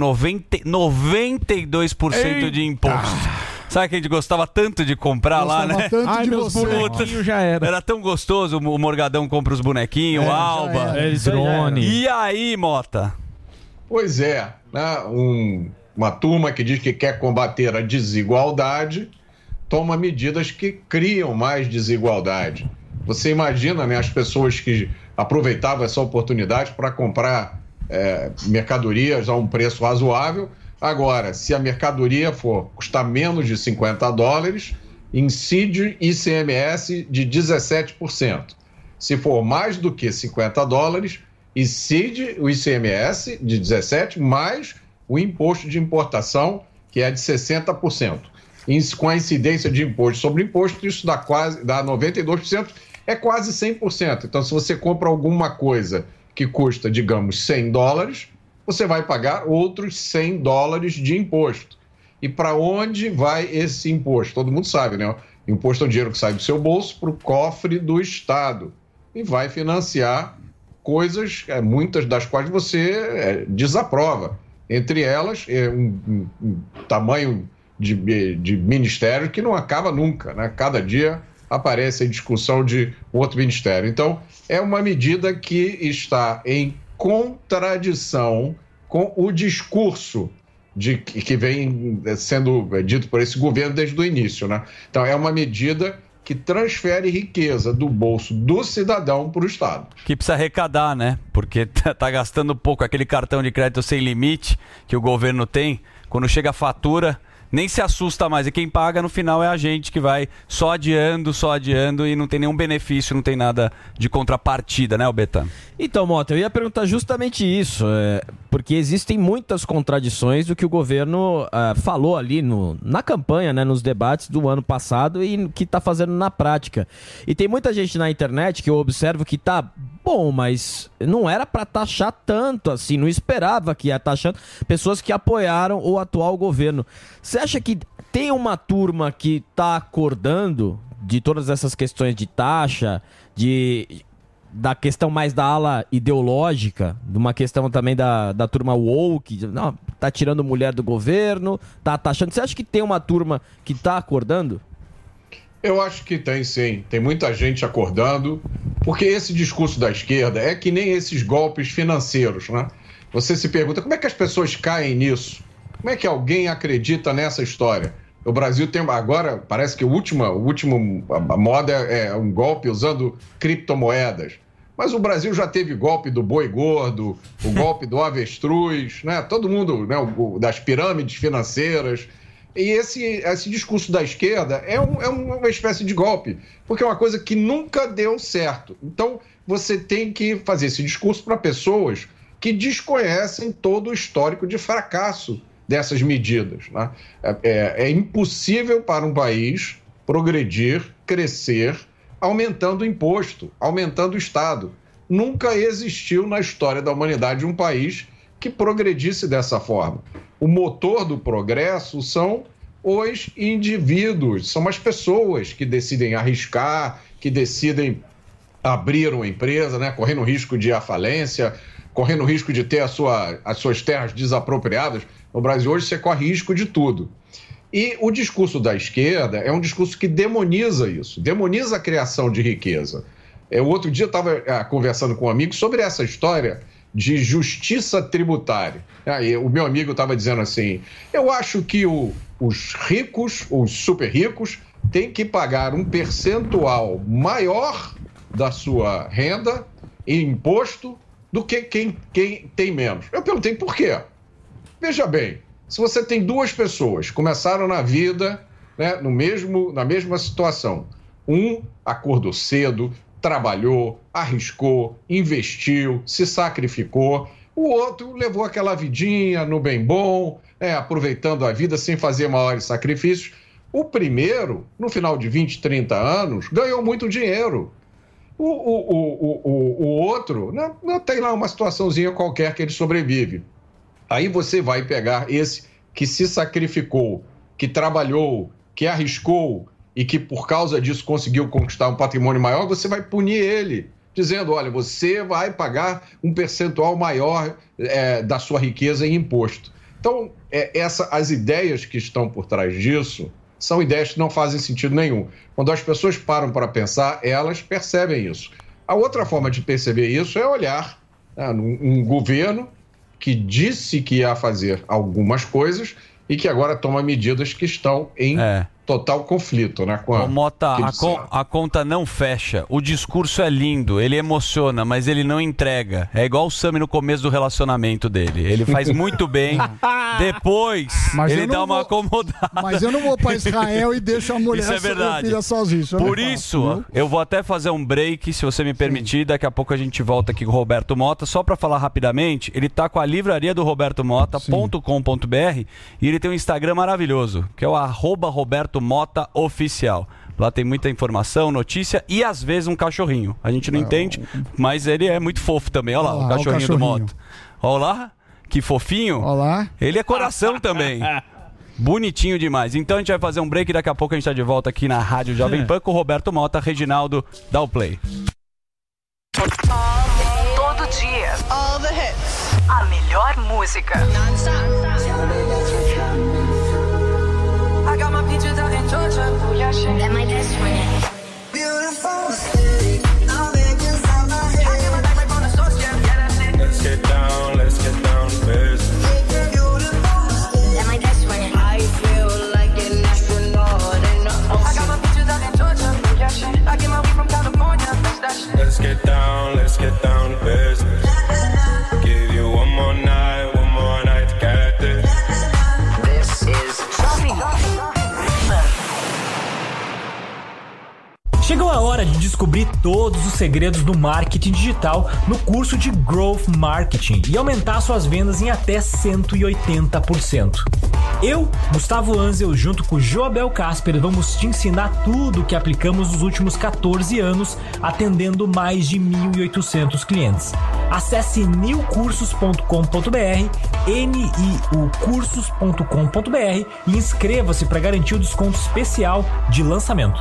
92% de imposto. Sabe que a gente gostava tanto de comprar lá, né?
Tanto de meus bonequinhos já era.
Era tão gostoso, o Morgadão compra os bonequinhos, o Alba,
Drone.
E aí, Mota?
Pois é, né? Uma turma que diz que quer combater a desigualdade toma medidas que criam mais desigualdade. Você imagina, né, as pessoas que aproveitavam essa oportunidade para comprar mercadorias a um preço razoável. Agora, se a mercadoria custar menos de $50, incide ICMS de 17%. Se for mais do que $50, incide o ICMS de 17% mais o imposto de importação, que é de 60%. Com a incidência de imposto sobre imposto, isso dá 92%, é quase 100%. Então, se você compra alguma coisa que custa, digamos, $100, você vai pagar outros $100 de imposto. E para onde vai esse imposto? Todo mundo sabe, né? O imposto é o dinheiro que sai do seu bolso para o cofre do Estado e vai financiar coisas, muitas das quais você desaprova. Entre elas, um tamanho de ministério que não acaba nunca, né? Cada dia aparece a discussão de outro ministério. Então, é uma medida que está em contradição com o discurso que vem sendo dito por esse governo desde o início, né? Então, é uma medida que transfere riqueza do bolso do cidadão para o Estado.
Que precisa arrecadar, né? Porque tá gastando pouco. Aquele cartão de crédito sem limite que o governo tem, quando chega a fatura, nem se assusta mais. E quem paga no final é a gente que vai só adiando e não tem nenhum benefício, não tem nada de contrapartida, né, Betano?
Então, Mota, eu ia perguntar justamente isso, porque existem muitas contradições do que o governo falou ali na campanha, né, nos debates do ano passado e que está fazendo na prática. E tem muita gente na internet que eu observo que tá bom, mas não era para taxar tanto assim, não esperava que ia taxando pessoas que apoiaram o atual governo. Você acha que tem uma turma que está acordando de todas essas questões de taxa, da questão mais da ala ideológica, de uma questão também da turma woke, não, tá tirando mulher do governo, tá taxando? Você acha que tem uma turma que tá acordando?
Eu acho que tem, sim. Tem muita gente acordando, porque esse discurso da esquerda é que nem esses golpes financeiros, né? Você se pergunta, como é que as pessoas caem nisso? Como é que alguém acredita nessa história? O Brasil tem agora, parece que a moda é um golpe usando criptomoedas. Mas o Brasil já teve golpe do boi gordo, o golpe do avestruz, né? Todo mundo, né? Das pirâmides financeiras. E esse discurso da esquerda é uma espécie de golpe, porque é uma coisa que nunca deu certo. Então, você tem que fazer esse discurso para pessoas que desconhecem todo o histórico de fracasso dessas medidas, né? É impossível para um país progredir, crescer, aumentando o imposto, aumentando o Estado. Nunca existiu na história da humanidade um país que progredisse dessa forma. O motor do progresso são os indivíduos, são as pessoas que decidem arriscar, que decidem abrir uma empresa, né, correndo o risco de ir à falência, correndo o risco de ter as suas terras desapropriadas. No Brasil hoje você corre risco de tudo. E o discurso da esquerda é um discurso que demoniza isso, demoniza a criação de riqueza. O outro dia eu estava conversando com um amigo sobre essa história de justiça tributária. Aí o meu amigo estava dizendo assim, eu acho que os ricos, os super ricos, têm que pagar um percentual maior da sua renda em imposto do que quem tem menos. Eu perguntei por quê? Veja bem, se você tem duas pessoas, começaram na vida, né, na mesma situação, um acordou cedo, trabalhou, arriscou, investiu, se sacrificou. O outro levou aquela vidinha no bem bom, aproveitando a vida sem fazer maiores sacrifícios. O primeiro, no final de 20, 30 anos, ganhou muito dinheiro. O outro, não tem lá uma situaçãozinha qualquer que ele sobrevive. Aí você vai pegar esse que se sacrificou, que trabalhou, que arriscou, e que por causa disso conseguiu conquistar um patrimônio maior, você vai punir ele, dizendo, olha, você vai pagar um percentual maior da sua riqueza em imposto. Então, as ideias que estão por trás disso são ideias que não fazem sentido nenhum. Quando as pessoas param para pensar, elas percebem isso. A outra forma de perceber isso é olhar um governo que disse que ia fazer algumas coisas e que agora toma medidas que estão em total conflito, né?
Mota, a conta não fecha. O discurso é lindo, ele emociona, mas ele não entrega. É igual o Sami no começo do relacionamento dele. Ele faz muito bem. Depois, ele dá uma acomodada.
Mas eu não vou para Israel e deixo a mulher
e a
filha sozinha.
Por isso, eu vou até fazer um break, se você me permitir. Daqui a pouco a gente volta aqui com o Roberto Mota. Só para falar rapidamente, ele tá com a livraria do robertomota.com.br e ele tem um Instagram maravilhoso, que é o @Roberto Mota Oficial. Lá tem muita informação, notícia e às vezes um cachorrinho. A gente não entende, mas ele é muito fofo também. Olha lá, o cachorrinho do Mota. Olha lá, que fofinho.
Olha lá.
Ele é coração também. Bonitinho demais. Então a gente vai fazer um break e daqui a pouco a gente tá de volta aqui na Rádio Jovem Pan com o Roberto Mota. Reginaldo, dá o play.
Todo dia. All the hits. A melhor música. I got my peaches out in Georgia. Oh, yeah, shit. That my best friend. Beautiful city. Now they just on my head. I get my back like on the source, yeah, that's it. Let's get down to business. That my best friend. I feel like an astronaut in the ocean. I got my peaches out in Georgia. Oh, yeah, shit. I get my weed from California. That's that shit. Let's get down to business. Give you one more night to get this. This is Jovem
descobrir todos os segredos do marketing digital no curso de Growth Marketing e aumentar suas vendas em até 180%. Eu, Gustavo Anzel, junto com Joabel Casper, vamos te ensinar tudo o que aplicamos nos últimos 14 anos, atendendo mais de 1.800 clientes. Acesse niucursos.com.br, niucursos.com.br e inscreva-se para garantir o desconto especial de lançamento.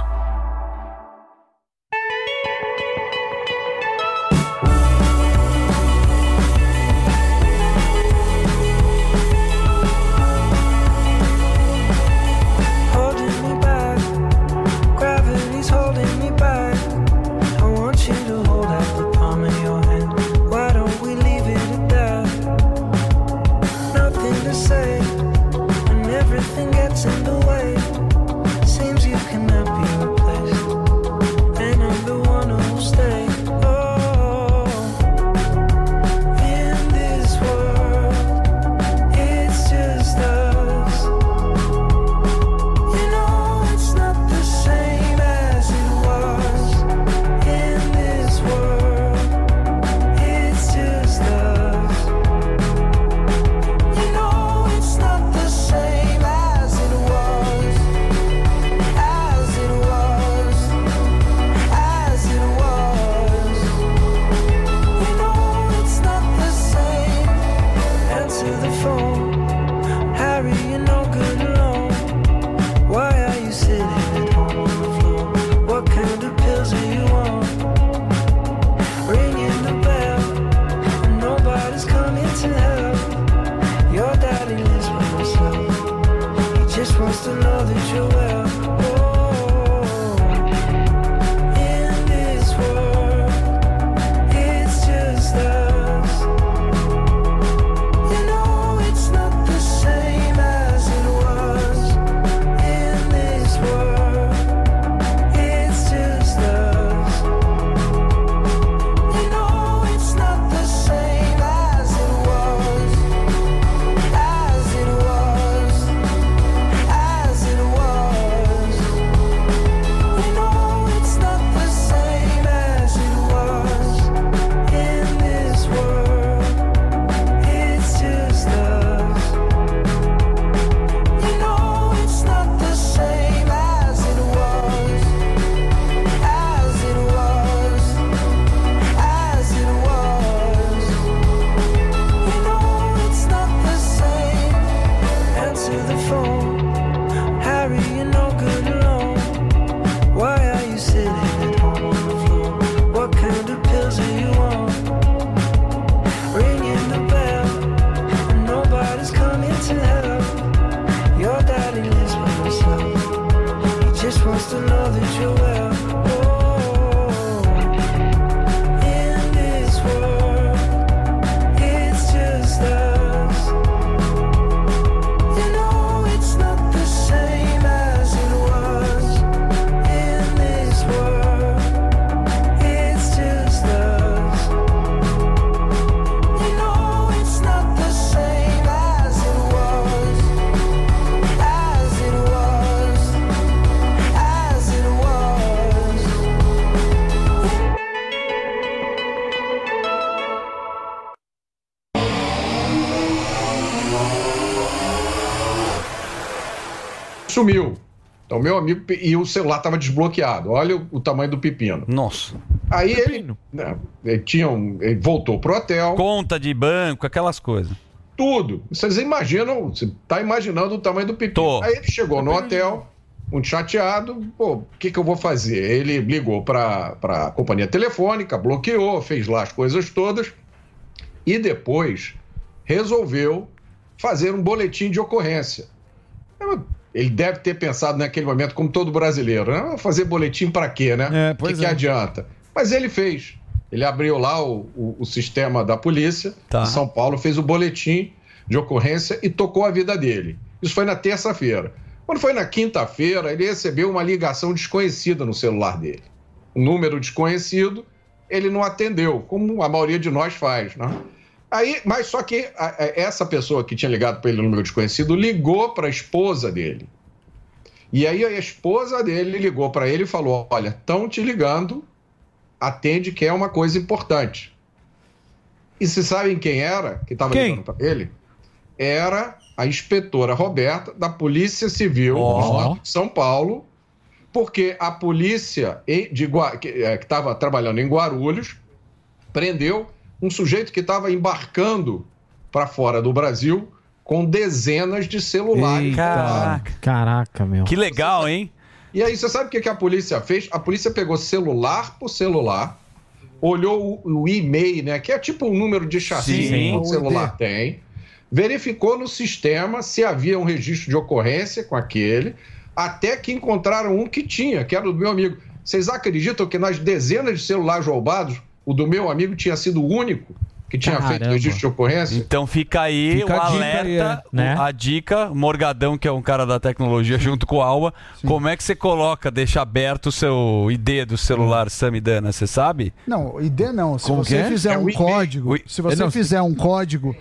Sumiu. Então, meu amigo, e o celular estava desbloqueado. Olha o tamanho do pepino.
Nossa.
Aí ele voltou pro hotel.
Conta de banco, aquelas coisas.
Tudo. Vocês imaginam, você tá imaginando o tamanho do pepino. Aí ele chegou no hotel, muito chateado. Pô, o que eu vou fazer? Ele ligou para a companhia telefônica, bloqueou, fez lá as coisas todas e depois resolveu fazer um boletim de ocorrência. Ele deve ter pensado naquele momento, como todo brasileiro, né? Fazer boletim para quê, né? O que adianta? Mas ele fez. Ele abriu lá o sistema da polícia de São Paulo, fez o boletim de ocorrência e tocou a vida dele. Isso foi na terça-feira. Quando foi na quinta-feira, ele recebeu uma ligação desconhecida no celular dele. Um número desconhecido, ele não atendeu, como a maioria de nós faz, né? Aí, mas só que essa pessoa que tinha ligado para ele no número desconhecido ligou para a esposa dele. E aí a esposa dele ligou para ele e falou: olha, estão te ligando atende, que é uma coisa importante. E vocês sabem quem era que estava ligando para ele? Era a inspetora Roberta, da Polícia Civil do Estado de São Paulo, porque a polícia que estava trabalhando em Guarulhos prendeu um sujeito que estava embarcando para fora do Brasil com dezenas de celulares.
Caraca, meu.
Que legal, hein?
E aí, você sabe o que a polícia fez? A polícia pegou celular por celular, olhou o e-mail, né? Que é tipo um número de chassi que o celular tem, verificou no sistema se havia um registro de ocorrência com aquele, até que encontraram um que tinha, que era do meu amigo. Vocês acreditam que nas dezenas de celulares roubados, o do meu amigo tinha sido o único que tinha feito registro de ocorrência?
Então fica aí o alerta, a dica, Morgadão, que é um cara da tecnologia, junto com o Alba, como é que você coloca, deixa aberto o seu ID do celular Samidana, você sabe?
Não, ID não. Se
Como
você
que é?
fizer um código, se você fizer um código,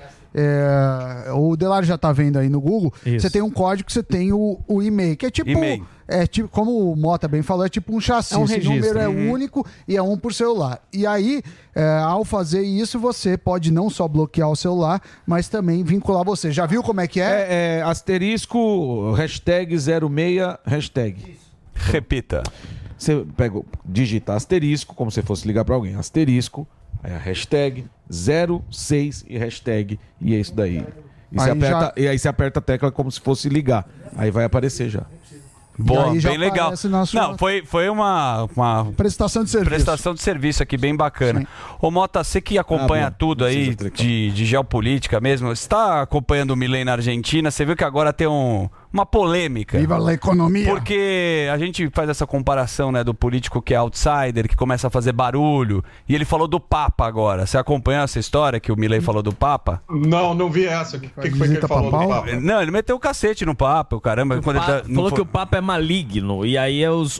o Delari já tá vendo aí no Google, você tem um código que você tem o e-mail, que é tipo... É tipo, como o Mota bem falou, é tipo um chassi. Esse número é único e é um por celular. E aí, ao fazer isso, você pode não só bloquear o celular, mas também vincular você. Já viu como é que é?
Asterisco, hashtag 06, hashtag.
Repita.
Você digita asterisco, como se fosse ligar pra alguém. Asterisco, aí a hashtag 06 e hashtag, e é isso daí. E aí você aperta a tecla como se fosse ligar. Aí vai aparecer já.
Boa, bem legal. Não, foi uma
prestação de serviço.
Prestação de serviço aqui, bem bacana. Ô Mota, você que acompanha tudo aí de geopolítica mesmo, você está acompanhando o Milei na Argentina, você viu que agora tem uma polêmica.
Viva a economia!
Porque a gente faz essa comparação, né, do político que é outsider, que começa a fazer barulho, e ele falou do Papa agora. Você acompanhou essa história que o Milei falou do Papa?
Não vi essa. O que foi que ele falou do Papa?
Não, ele meteu o cacete no Papa, o caramba.
Falou que o Papa é maligno, e aí os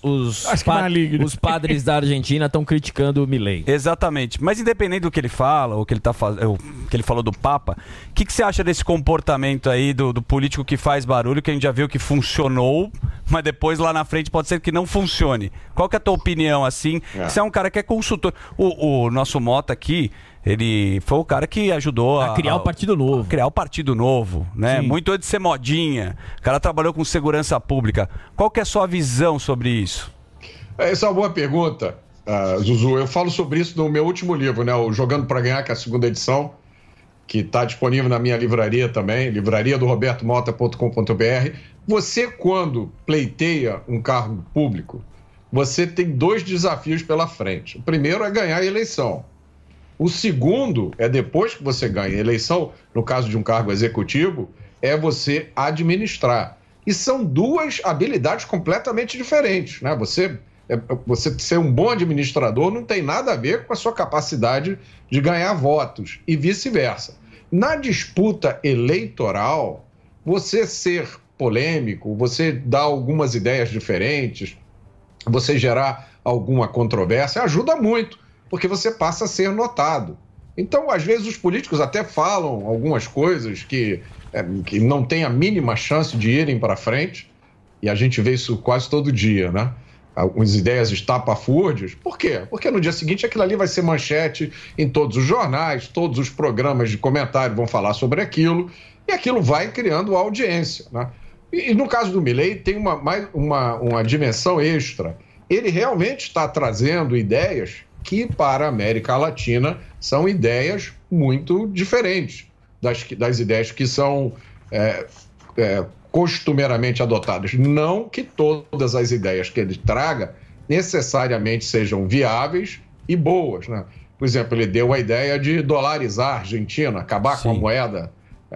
padres da Argentina estão criticando o Milei.
Exatamente. Mas independente do que ele fala, ou que ele tá o que ele falou do Papa, o que você acha desse comportamento aí do político que faz barulho, que a gente já viu que funcionou, mas depois lá na frente pode ser que não funcione? Qual que é a tua opinião, assim? Você é um cara que é consultor. O nosso Mota aqui, ele foi o cara que ajudou
a criar o Partido Novo.
Criar o Partido Novo, né?
Sim.
Muito antes de ser modinha. O cara trabalhou com segurança pública. Qual que é a sua visão sobre isso?
Essa é uma boa pergunta, Zuzu. Eu falo sobre isso no meu último livro, né? O Jogando para Ganhar, que é a segunda edição, que está disponível na minha livraria também, livrariadorobertomota.com.br. Você, quando pleiteia um cargo público, você tem 2 desafios pela frente. O primeiro é ganhar a eleição. O segundo é, depois que você ganha a eleição, no caso de um cargo executivo, é você administrar. E são 2 habilidades completamente diferentes, né? Você ser um bom administrador não tem nada a ver com a sua capacidade de ganhar votos e vice-versa. Na disputa eleitoral, você ser polêmico, você dar algumas ideias diferentes, você gerar alguma controvérsia, ajuda muito, porque você passa a ser notado. Então, às vezes, os políticos até falam algumas coisas que não têm a mínima chance de irem para frente, e a gente vê isso quase todo dia, né? Algumas ideias estapafúrdias. Por quê? Porque no dia seguinte aquilo ali vai ser manchete em todos os jornais, todos os programas de comentário vão falar sobre aquilo, e aquilo vai criando audiência, né? E no caso do Milei tem uma dimensão extra. Ele realmente está trazendo ideias que para a América Latina são ideias muito diferentes das ideias que são costumeiramente adotadas. Não que todas as ideias que ele traga necessariamente sejam viáveis e boas, né? Por exemplo, ele deu a ideia de dolarizar a Argentina, acabar com a moeda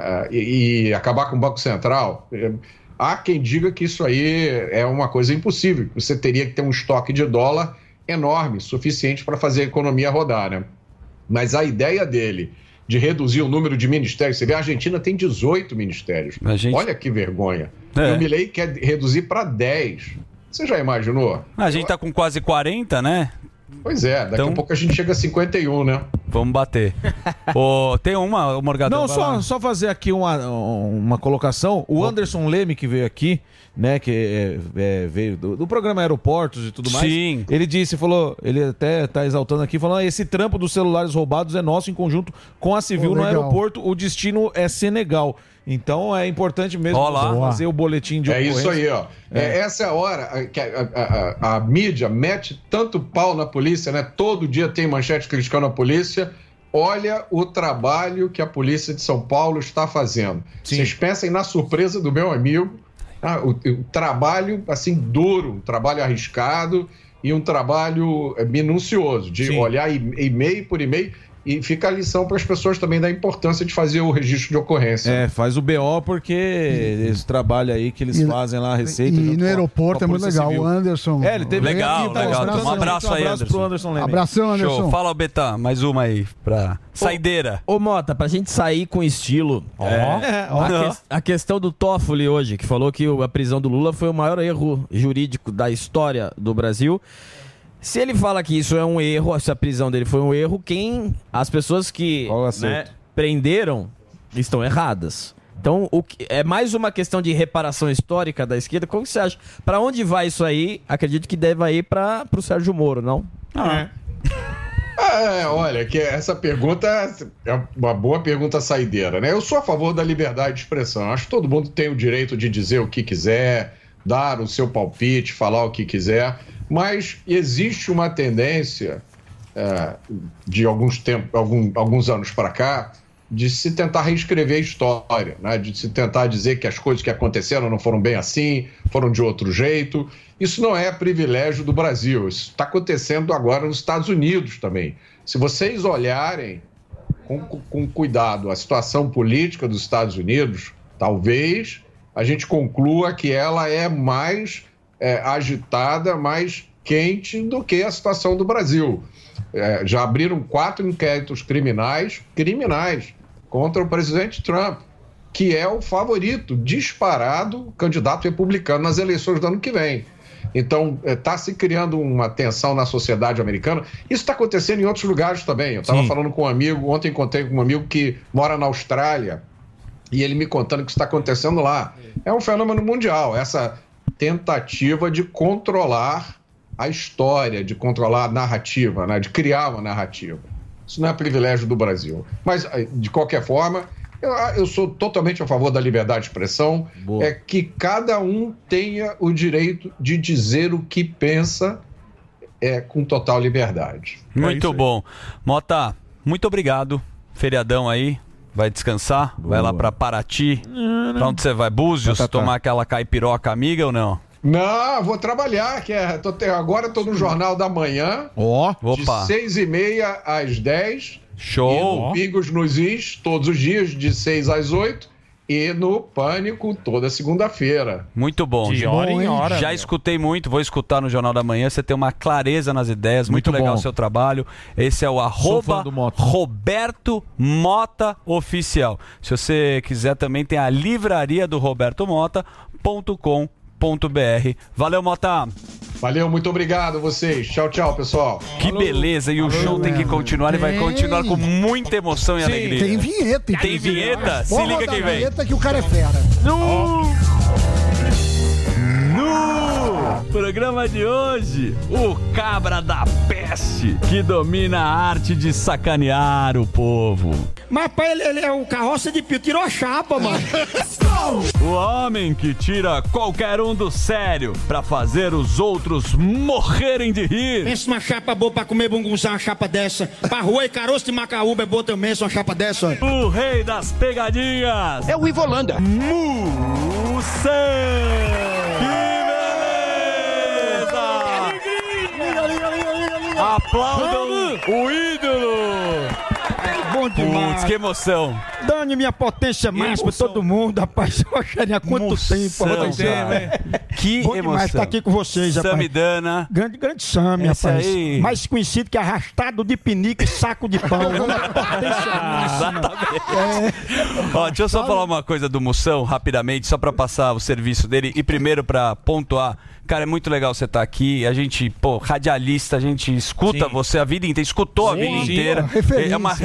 e acabar com o Banco Central. Há quem diga que isso aí é uma coisa impossível. Você teria que ter um estoque de dólar enorme, suficiente para fazer a economia rodar, né? Mas a ideia dele de reduzir o número de ministérios, você vê, a Argentina tem 18 ministérios. Olha que vergonha. E o Milei quer reduzir para 10. Você já imaginou?
A gente tá com quase 40, né?
Pois é, daqui a pouco a gente chega a 51, né?
Vamos bater. Tem uma, Morgadão?
Não, só fazer aqui uma colocação. O Anderson Leme, que veio aqui, né, que veio do programa Aeroportos e tudo mais.
Sim.
Ele ele até tá exaltando aqui, falando, esse trampo dos celulares roubados é nosso em conjunto com a Civil no aeroporto, o destino é Senegal. Então é importante mesmo fazer o boletim de ocorrência.
Isso aí, ó. Essa é a hora que a mídia mete tanto pau na polícia, né? Todo dia tem manchete criticando a polícia. Olha o trabalho que a polícia de São Paulo está fazendo. Vocês pensem na surpresa do meu amigo, o trabalho assim duro, um trabalho arriscado e um trabalho minucioso, de olhar e-mail por e-mail. E fica a lição para as pessoas também da importância de fazer o registro de ocorrência.
Faz o BO porque esse trabalho aí que eles fazem lá, a Receita.
E no aeroporto é muito legal.
Civil.
O Anderson.
Ele teve
legal. Um abraço aí, Anderson.
Pro Anderson Leme.
Abração, Anderson.
Show. Fala, Betão, mais uma aí pra saideira.
Ô, Mota, pra gente sair com estilo. A questão do Toffoli hoje, que falou que a prisão do Lula foi o maior erro jurídico da história do Brasil. Se ele fala que isso é um erro, se a prisão dele foi um erro, as pessoas que prenderam estão erradas. Então, é mais uma questão de reparação histórica da esquerda. Como que você acha? Para onde vai isso aí? Acredito que deve ir para o Sérgio Moro, não?
Olha, que essa pergunta é uma boa pergunta saideira, né? Eu sou a favor da liberdade de expressão. Acho que todo mundo tem o direito de dizer o que quiser, dar o seu palpite, falar o que quiser. Mas existe uma tendência de alguns anos para cá de se tentar reescrever a história, né? De se tentar dizer que as coisas que aconteceram não foram bem assim, foram de outro jeito. Isso não é privilégio do Brasil, isso está acontecendo agora nos Estados Unidos também. Se vocês olharem com cuidado a situação política dos Estados Unidos, talvez a gente conclua que ela é mais agitada, mais quente do que a situação do Brasil. Já abriram 4 inquéritos criminais contra o presidente Trump, que é o favorito disparado candidato republicano nas eleições do ano que vem. Então, está se criando uma tensão na sociedade americana. Isso está acontecendo em outros lugares também. Eu estava falando com um amigo, ontem encontrei com um amigo que mora na Austrália, e ele me contando o que está acontecendo lá. É um fenômeno mundial, essa tentativa de controlar a história, de controlar a narrativa, né? De criar uma narrativa. Isso não é privilégio do Brasil. Mas, de qualquer forma, eu sou totalmente a favor da liberdade de expressão. É que cada um tenha o direito de dizer o que pensa com total liberdade.
Muito bom. Mota, muito obrigado. Feriadão aí. Vai descansar? Boa. Vai lá pra Paraty? Pra onde você vai? Búzios? Tomar aquela caipiroca amiga ou não?
Não, vou trabalhar, agora estou no Jornal da Manhã, de 6h30 às 10h.
Show!
E no Pingos nos Is, todos os dias, de 6 às 8h. E no Pânico, toda segunda-feira.
Muito bom.
De hora em hora.
Já escutei muito, vou escutar no Jornal da Manhã. Você tem uma clareza nas ideias, muito legal o seu trabalho. Esse é o @Roberto Mota Oficial. Se você quiser também, tem a livraria do robertomota.com.br. Valeu, Mota!
Valeu, muito obrigado a vocês. Tchau, tchau, pessoal.
Que beleza, e o show tem que continuar e vai continuar com muita emoção e alegria.
Tem vinheta.
Tem vinheta? Se liga quem vem.
Vinheta que o cara é fera.
No programa de hoje, o cabra da peste que domina a arte de sacanear o povo.
Mas pai, ele é o carroça de pio, tirou a chapa, mano.
O homem que tira qualquer um do sério pra fazer os outros morrerem de rir.
Pensa numa chapa boa pra comer bungunzão, uma chapa dessa. Pra rua e caroço de Macaúba é boa também, uma chapa dessa.
O rei das pegadinhas.
É o Ivo Holanda.
Moção. Aplaudam o ídolo!
Bom demais!
Putz, que emoção!
Dane minha potência máxima pra todo mundo, rapaz. Há quanto tempo, rapaz.
Que
bom
emoção!
Demais estar aqui com vocês, rapaz.
Samidana.
Grande Sami, rapaz.
Aí.
Mais conhecido que arrastado de pinico e saco de pão.
Ó, deixa eu só falar uma coisa do Moção, rapidamente, só pra passar o serviço dele. E primeiro pra pontuar. Cara, é muito legal você estar aqui. A gente, radialista, a gente escuta você a vida inteira, escutou a vida inteira. É uma referência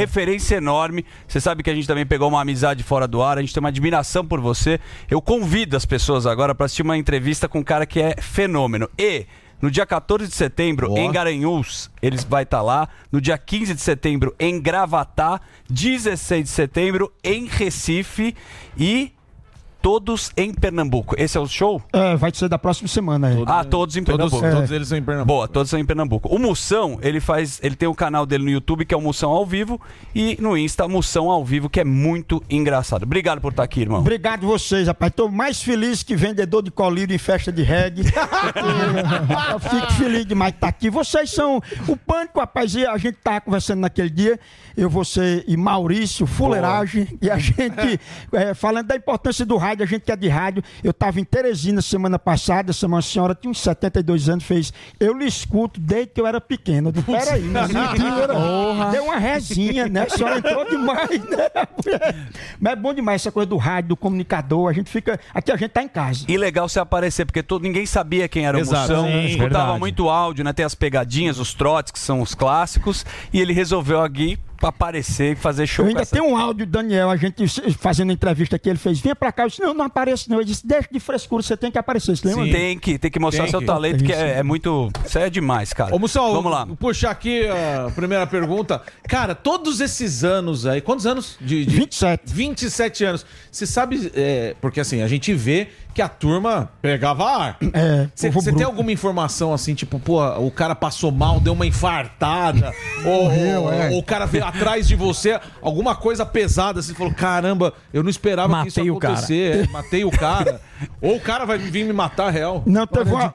audiência enorme. Você sabe que a gente também pegou uma amizade fora do ar, a gente tem uma admiração por você. Eu convido as pessoas agora para assistir uma entrevista com um cara que é fenômeno. E no dia 14 de setembro, em Garanhuns, eles vai estar lá. No dia 15 de setembro, em Gravatá. 16 de setembro, em Recife. E todos em Pernambuco. Esse é o show?
Vai ser da próxima semana.
Todos em Pernambuco.
Todos eles são em Pernambuco.
Boa, todos são em Pernambuco. O Moção, ele tem o canal dele no YouTube, que é o Moção ao Vivo, e no Insta, Moção ao Vivo, que é muito engraçado. Obrigado por estar aqui, irmão.
Obrigado vocês, rapaz. Tô mais feliz que vendedor de colírio em festa de reggae. Eu fico feliz demais de estar aqui. Vocês são o Pânico, rapaz. E a gente tava conversando naquele dia, você e Maurício, fuleiragem, e a gente falando da importância do rádio, a gente que é de rádio. Eu tava em Teresina semana passada, uma senhora tinha uns 72 anos, fez, eu lhe escuto desde que eu era pequeno. Eu disse, peraí, deu uma resinha, né? A senhora entrou demais, né? Mas é bom demais essa coisa do rádio, do comunicador, a gente fica, aqui a gente tá em casa.
E legal você aparecer, porque ninguém sabia quem era o Moção, escutava muito áudio, né? Tem as pegadinhas, os trotes, que são os clássicos, e ele resolveu aqui aparecer e fazer show.
Eu ainda tenho um áudio, Daniel, a gente fazendo entrevista aqui, ele fez, vinha pra cá, eu disse, não apareço não, ele disse, deixa de frescura, você tem que aparecer, você lembra?
Tem que mostrar seu talento, que é muito, isso é demais, cara.
Ô, Moção,
vamos lá.
Vou puxar aqui a primeira pergunta. Cara, todos esses anos aí, quantos anos?
27.
27 anos. Você sabe, porque assim, a gente vê que a turma pegava ar. Você tem alguma informação assim, tipo, pô, o cara passou mal, deu uma infartada, ou o cara veio atrás de você, alguma coisa pesada, você falou, caramba, eu não esperava que isso acontecer, matei o cara. Ou o cara vai vir me matar, real.
Não,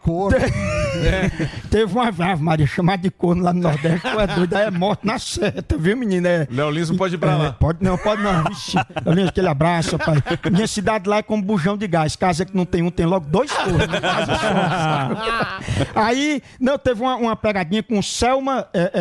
teve uma Ave Maria chamada de corno lá no Nordeste, tu é doido, aí é morto na seta, viu, menino?
Léo Lins não pode ir pra lá.
Pode não. Vixe, Léo Lins, aquele abraço, rapaz. Minha cidade lá é como bujão de gás, casa que não tem um, tem logo 2 cornos. Aí, teve uma pegadinha com Selma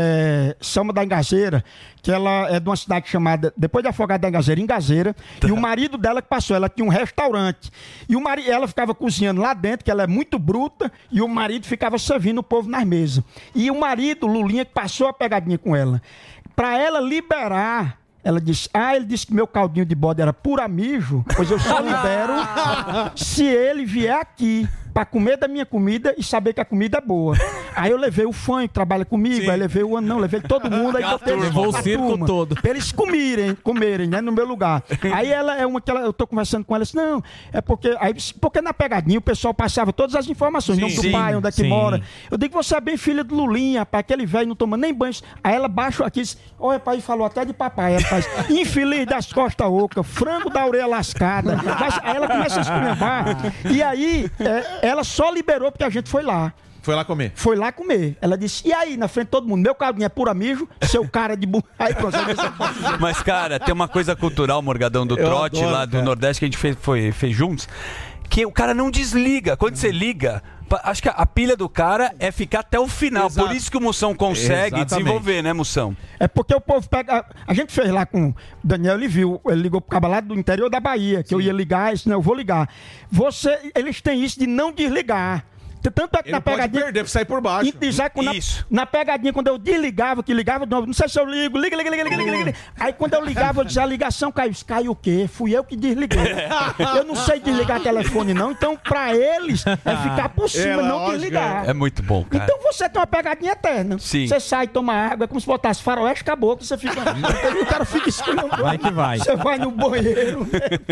da Engazeira, que ela é de uma cidade chamada, depois de Afogada da Engazeira, Engazeira, e o marido dela que passou, ela tinha um restaurante, e ela ficava cozinhando lá dentro, que ela é muito bruta, e o marido ficava servindo o povo nas mesas. E o marido, Lulinha, que passou a pegadinha com ela, pra ela liberar, ela disse, ele disse que meu caldinho de bode era pura mijo, pois eu só libero se ele vier aqui pra comer da minha comida e saber que a comida é boa. Aí eu levei o fã que trabalha comigo, aí levei o Anão, levei todo mundo, aí
levou o circo todo.
Pra eles comerem, né, no meu lugar. Aí ela é uma que eu tô conversando com ela, disse, não, é porque na pegadinha o pessoal passava todas as informações, nome do pai, onde é que mora. Eu digo, você é bem filha do Lulinha, rapaz, aquele velho não toma nem banho. Aí ela baixou aqui e disse, olha, pai, falou até de papai, rapaz, infeliz das costas ocas, frango da orelha lascada. Aí ela começa a esculhambar. E aí, ela só liberou porque a gente foi lá.
Foi lá comer?
Foi lá comer. Ela disse, e aí, na frente de todo mundo, meu caldinho é pura mijo, seu cara de Aí pronto.
Mas, cara, tem uma coisa cultural, Morgadão, do trote lá do Nordeste, que a gente fez juntos, que o cara não desliga. Quando você liga, acho que a pilha do cara é ficar até o final. Exato. Por isso que o Moção consegue desenvolver, né, Moção?
É porque o povo pega... A gente fez lá com o Daniel, ele viu, ele ligou pro cabo lá do interior da Bahia, que eu ia ligar, disse, não, eu vou ligar. Eles têm isso de não desligar. Tanto é que
ele na pegadinha. Pode perder, sair por baixo.
Na pegadinha, quando eu desligava, não sei se eu ligo, liga. Aí quando eu ligava, eu dizia, a ligação caiu. Caiu o quê? Fui eu que desliguei. Eu não sei desligar telefone, não. Então, pra eles, é ficar por cima, não desligar.
É muito bom, cara.
Então você tem uma pegadinha eterna.
Sim.
Você sai, toma água, é como se botasse faroeste, acabou, que você fica. O cara fica escuro.
Vai que vai.
Você vai no banheiro.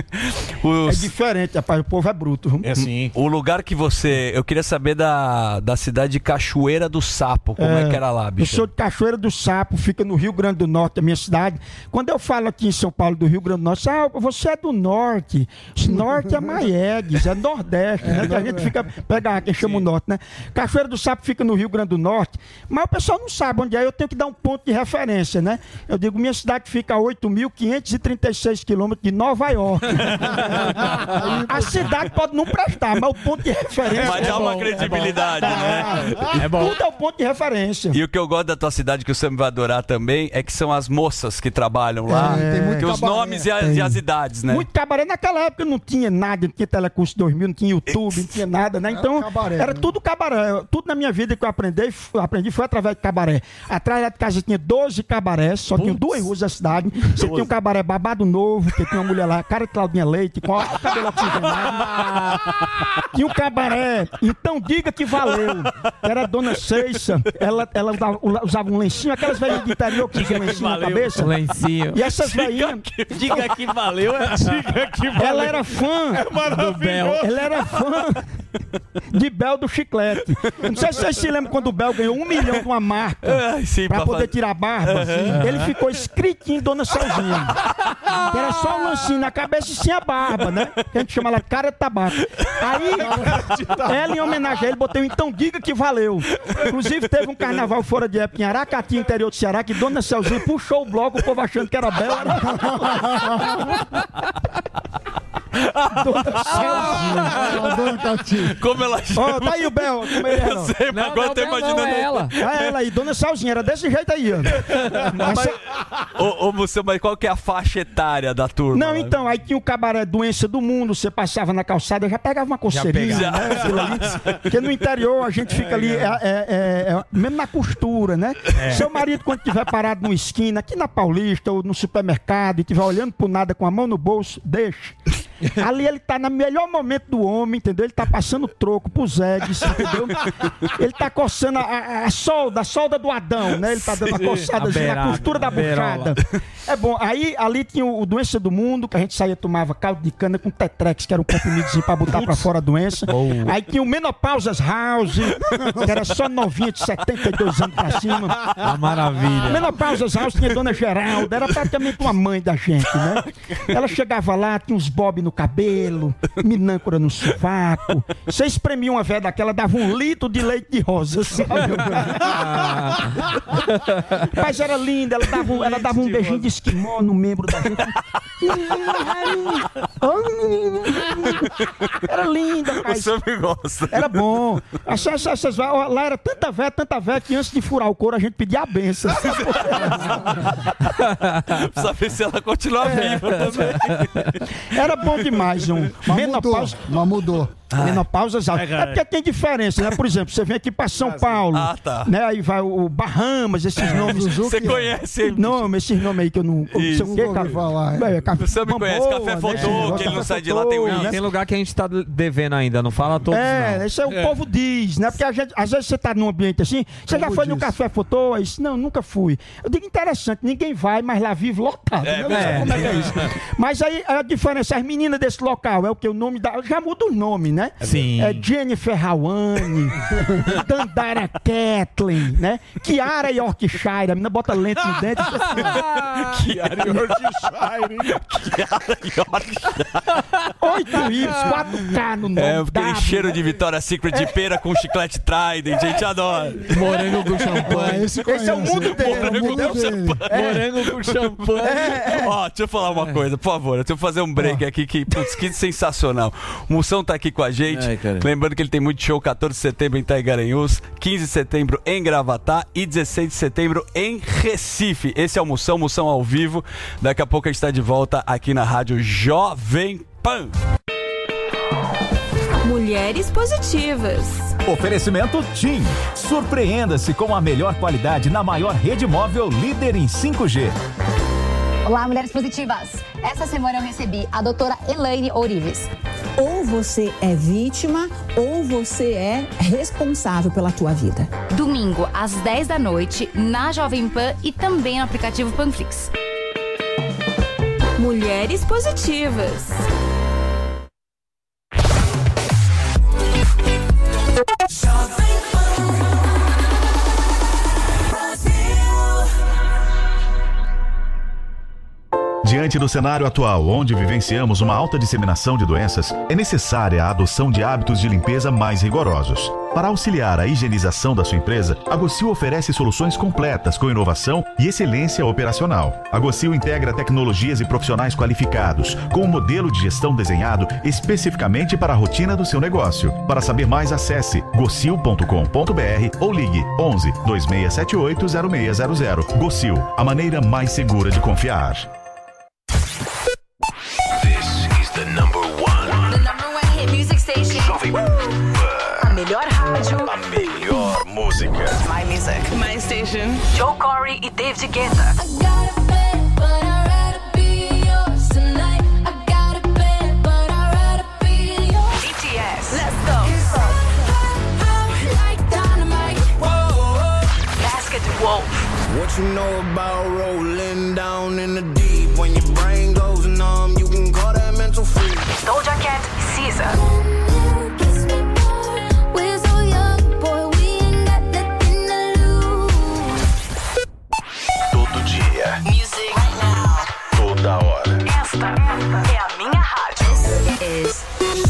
É diferente, rapaz. O povo é bruto.
É assim.
O lugar que eu queria saber da cidade de Cachoeira do Sapo. Como é que era lá, bicho?
Eu sou de Cachoeira do Sapo, fica no Rio Grande do Norte, a minha cidade. Quando eu falo aqui em São Paulo do Rio Grande do Norte, você é do Norte. Norte é Maiegues, é Nordeste, né? Que a gente fica pegar quem chama o Norte, né? Cachoeira do Sapo fica no Rio Grande do Norte, mas o pessoal não sabe onde é. Eu tenho que dar um ponto de referência, né? Eu digo, minha cidade fica a 8.536 quilômetros de Nova York. A cidade pode não prestar, mas o ponto de referência
Mas dá uma credibilidade, né?
É bom. Tudo é o ponto de referência.
E o que eu gosto da tua cidade, que o Sam vai adorar também, é que são as moças que trabalham lá.
tem muito
que os
cabaré.
nomes e as idades, né?
Muito cabaré. Naquela época não tinha nada, não tinha Telecurso 2000, não tinha YouTube, não tinha nada, né? Então, era tudo cabaré. Tudo na minha vida que eu aprendi foi através de cabaré. Atrás da casa tinha 12 cabarés, só tinha 2 ruas da cidade. Você tinha um cabaré Babado Novo, que tinha uma mulher lá, cara de Claudinha Leite, com o cabelo oxigenado. Tinha um cabaré, então diga que valeu. Era a Dona Ceiça, ela usava um lencinho, aquelas velhinhas de interior que tinham um lencinho na cabeça.
Lencinho.
E essas velhinhas...
Diga que valeu.
Diga que valeu. Ela era fã
do Bel.
Ela era fã de Bel do Chiclete. Não sei se vocês se lembram quando o Bel ganhou 1 milhão de uma marca pra poder tirar a barba. Ele ficou escritinho Dona Celzinha. Que era só um lancinho na cabeça e sem a barba, né? Que a gente chama ela cara de tabaco. Aí, ela, em homenagem a ele, botou então diga que valeu. Inclusive, teve um carnaval fora de época em Aracati, interior do Ceará, que Dona Celzinha puxou o bloco, o povo achando que era Bel.
Dona Cati.
Como ela chama?
Ó, tá aí o Bel, como ele era.
Eu sei, mas agora eu tô imaginando
ela.
Ela aí, Dona Celzinha, era desse jeito aí, ó.
Ô, Moção, mas qual que é a faixa etária da turma?
Não, então, aí tinha o cabaré Doença do Mundo, você passava na calçada, já pegava uma coceirinha, né? Aquilo ali. Porque no interior a gente fica ali, mesmo na costura, né? Seu marido, quando estiver parado numa esquina, aqui na Paulista ou no supermercado, e estiver olhando pro nada com a mão no bolso, deixa. Ali ele tá no melhor momento do homem, entendeu? Ele tá passando troco pros eggs, entendeu? Ele tá coçando a solda do Adão, né? Ele tá dando uma coçadazinha na costura da buchada. É bom, aí ali tinha o Doença do Mundo, que a gente saía, tomava caldo de cana com Tetrex, que era um comprimidozinho pra botar pra fora a doença. Aí tinha o Menopausas House, que era só novinha de 72 anos pra cima.
A maravilha.
Menopausas House tinha Dona Geralda, era praticamente uma mãe da gente, né? Ela chegava lá, tinha uns bob no cabelo, minâncora no sovaco. Você espremia uma velha daquela, dava 1 litro de leite de rosa, sabe? Mas era linda, ela dava um beijinho de esquimó no membro da gente. Era linda, pai.
Você me gosta.
Era bom. Lá era tanta véia que antes de furar o couro a gente pedia a benção.
Precisa ver se ela continua viva também.
Era bom demais, menopausa.
Mas mudou.
Menopausas altas. É porque tem diferença, né? Por exemplo, você vem aqui pra São Paulo, né? Aí vai o Bahamas, esses nomes.
Você conhece ele?
Não, esses nomes aí que eu não sei o que, cara.
Você me conhece, Café Fotô, que ele não sai de lá, tem um
Tem lugar que a gente tá devendo ainda, não fala todos, não.
Isso aí o povo diz, né? Porque às vezes você tá num ambiente assim, você já foi no Café Fotô? Aí, não, nunca fui. Eu digo, interessante, ninguém vai, mas lá vive lotado. Né? Como é que é isso? Mas aí a diferença, as meninas desse local, é o que o nome da... Já muda o nome, né?
Sim.
É Jennifer Rawane, Dandara Kathleen, né? Kiara Yorkshire, a menina bota lente no dente.
Kiara Yorkshire.
Kiara Yorkshire.
8 íris, 4K no nome.
Tem cheiro de Vitória Secret de pera com chiclete Trident, gente adora.
Morango com champanhe.
Esse é o mundo dele.
Morango com champanhe.
Morango com champanhe.
Ó, deixa eu falar uma coisa, por favor. Deixa eu fazer um break aqui que, putz, que sensacional. O Moção tá aqui com a gente. Lembrando que ele tem muito show 14 de setembro em Itaigaranhus, 15 de setembro em Gravatá e 16 de setembro em Recife. Esse é o Moção ao vivo. Daqui a pouco a gente está de volta aqui na Rádio Jovem Pan.
Mulheres positivas.
Oferecimento TIM. Surpreenda-se com a melhor qualidade na maior rede móvel líder em 5G.
Olá, mulheres positivas. Essa semana eu recebi a doutora Elaine Ourives.
Ou você é vítima ou você é responsável pela tua vida.
Domingo, às 10 da noite, na Jovem Pan e também no aplicativo Panflix. Mulheres positivas.
Diante do cenário atual, onde vivenciamos uma alta disseminação de doenças, é necessária a adoção de hábitos de limpeza mais rigorosos. Para auxiliar a higienização da sua empresa, a Gocil oferece soluções completas com inovação e excelência operacional. A Gocil integra tecnologias e profissionais qualificados, com um modelo de gestão desenhado especificamente para a rotina do seu negócio. Para saber mais, acesse gocil.com.br ou ligue 11 2678 0600. Gocil, a maneira mais segura de confiar.
This is the number one.
The number one hit music station. A melhor rádio.
A melhor música.
My music. My station. Joe Corey e David Guetta. BTS. Let's go. Basket Wolf.
What you know about rolling down in the deep? When your brain goes numb, you can call that mental freak.
Doja Cat e Caesar.
Todo dia.
Music right now.
Toda hora.
Esta é a minha rádio. This is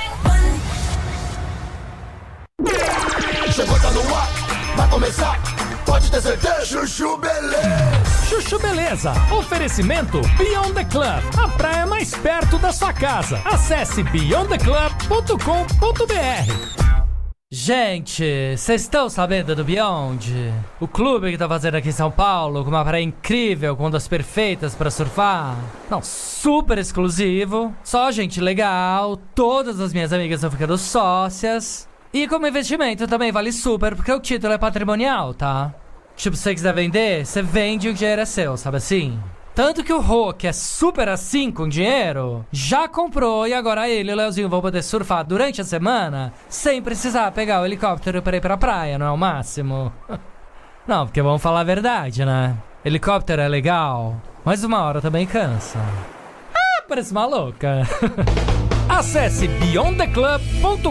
Chegou, tá no ar, vai começar, pode ter certeza. Chuchu Beleza.
Chuchu Beleza. Oferecimento Beyond the Club. A praia mais perto da sua casa. Acesse beyondtheclub.com.br.
Gente, vocês estão sabendo do Beyond? O clube que tá fazendo aqui em São Paulo, com uma praia incrível, com ondas perfeitas pra surfar. Não, super exclusivo. Só gente legal. Todas as minhas amigas estão ficando sócias. E como investimento também vale super, porque o título é patrimonial, tá? Tipo, se você quiser vender, você vende e o dinheiro é seu, sabe assim? Tanto que o Rô, que é super assim com dinheiro, já comprou e agora ele e o Leozinho vão poder surfar durante a semana sem precisar pegar o helicóptero pra ir pra praia, não é o máximo? Não, porque vamos falar a verdade, né? Helicóptero é legal, mas uma hora também cansa. Ah, parece uma louca.
Acesse beyondtheclub.com.br.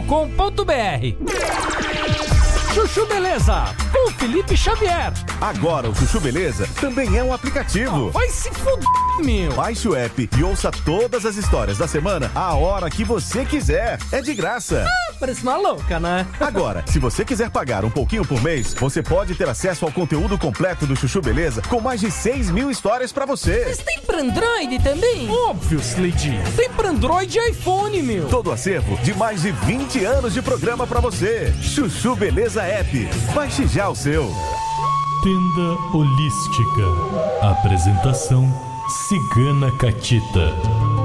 Chuchu Beleza, com Felipe Xavier.
Agora o Chuchu Beleza também é um aplicativo.
Vai se fuder, meu.
Baixe o app e ouça todas as histórias da semana a hora que você quiser. É de graça.
Ah, parece uma louca, né?
Agora, se você quiser pagar um pouquinho por mês, você pode ter acesso ao conteúdo completo do Chuchu Beleza com mais de 6 mil histórias pra você.
Mas tem pra Android também?
Óbvio, Slade. Tem pra Android e iPhone, meu.
Todo o acervo de mais de 20 anos de programa pra você. Chuchu Beleza App. Baixe já o seu.
Tenda Holística. Apresentação Cigana Catita.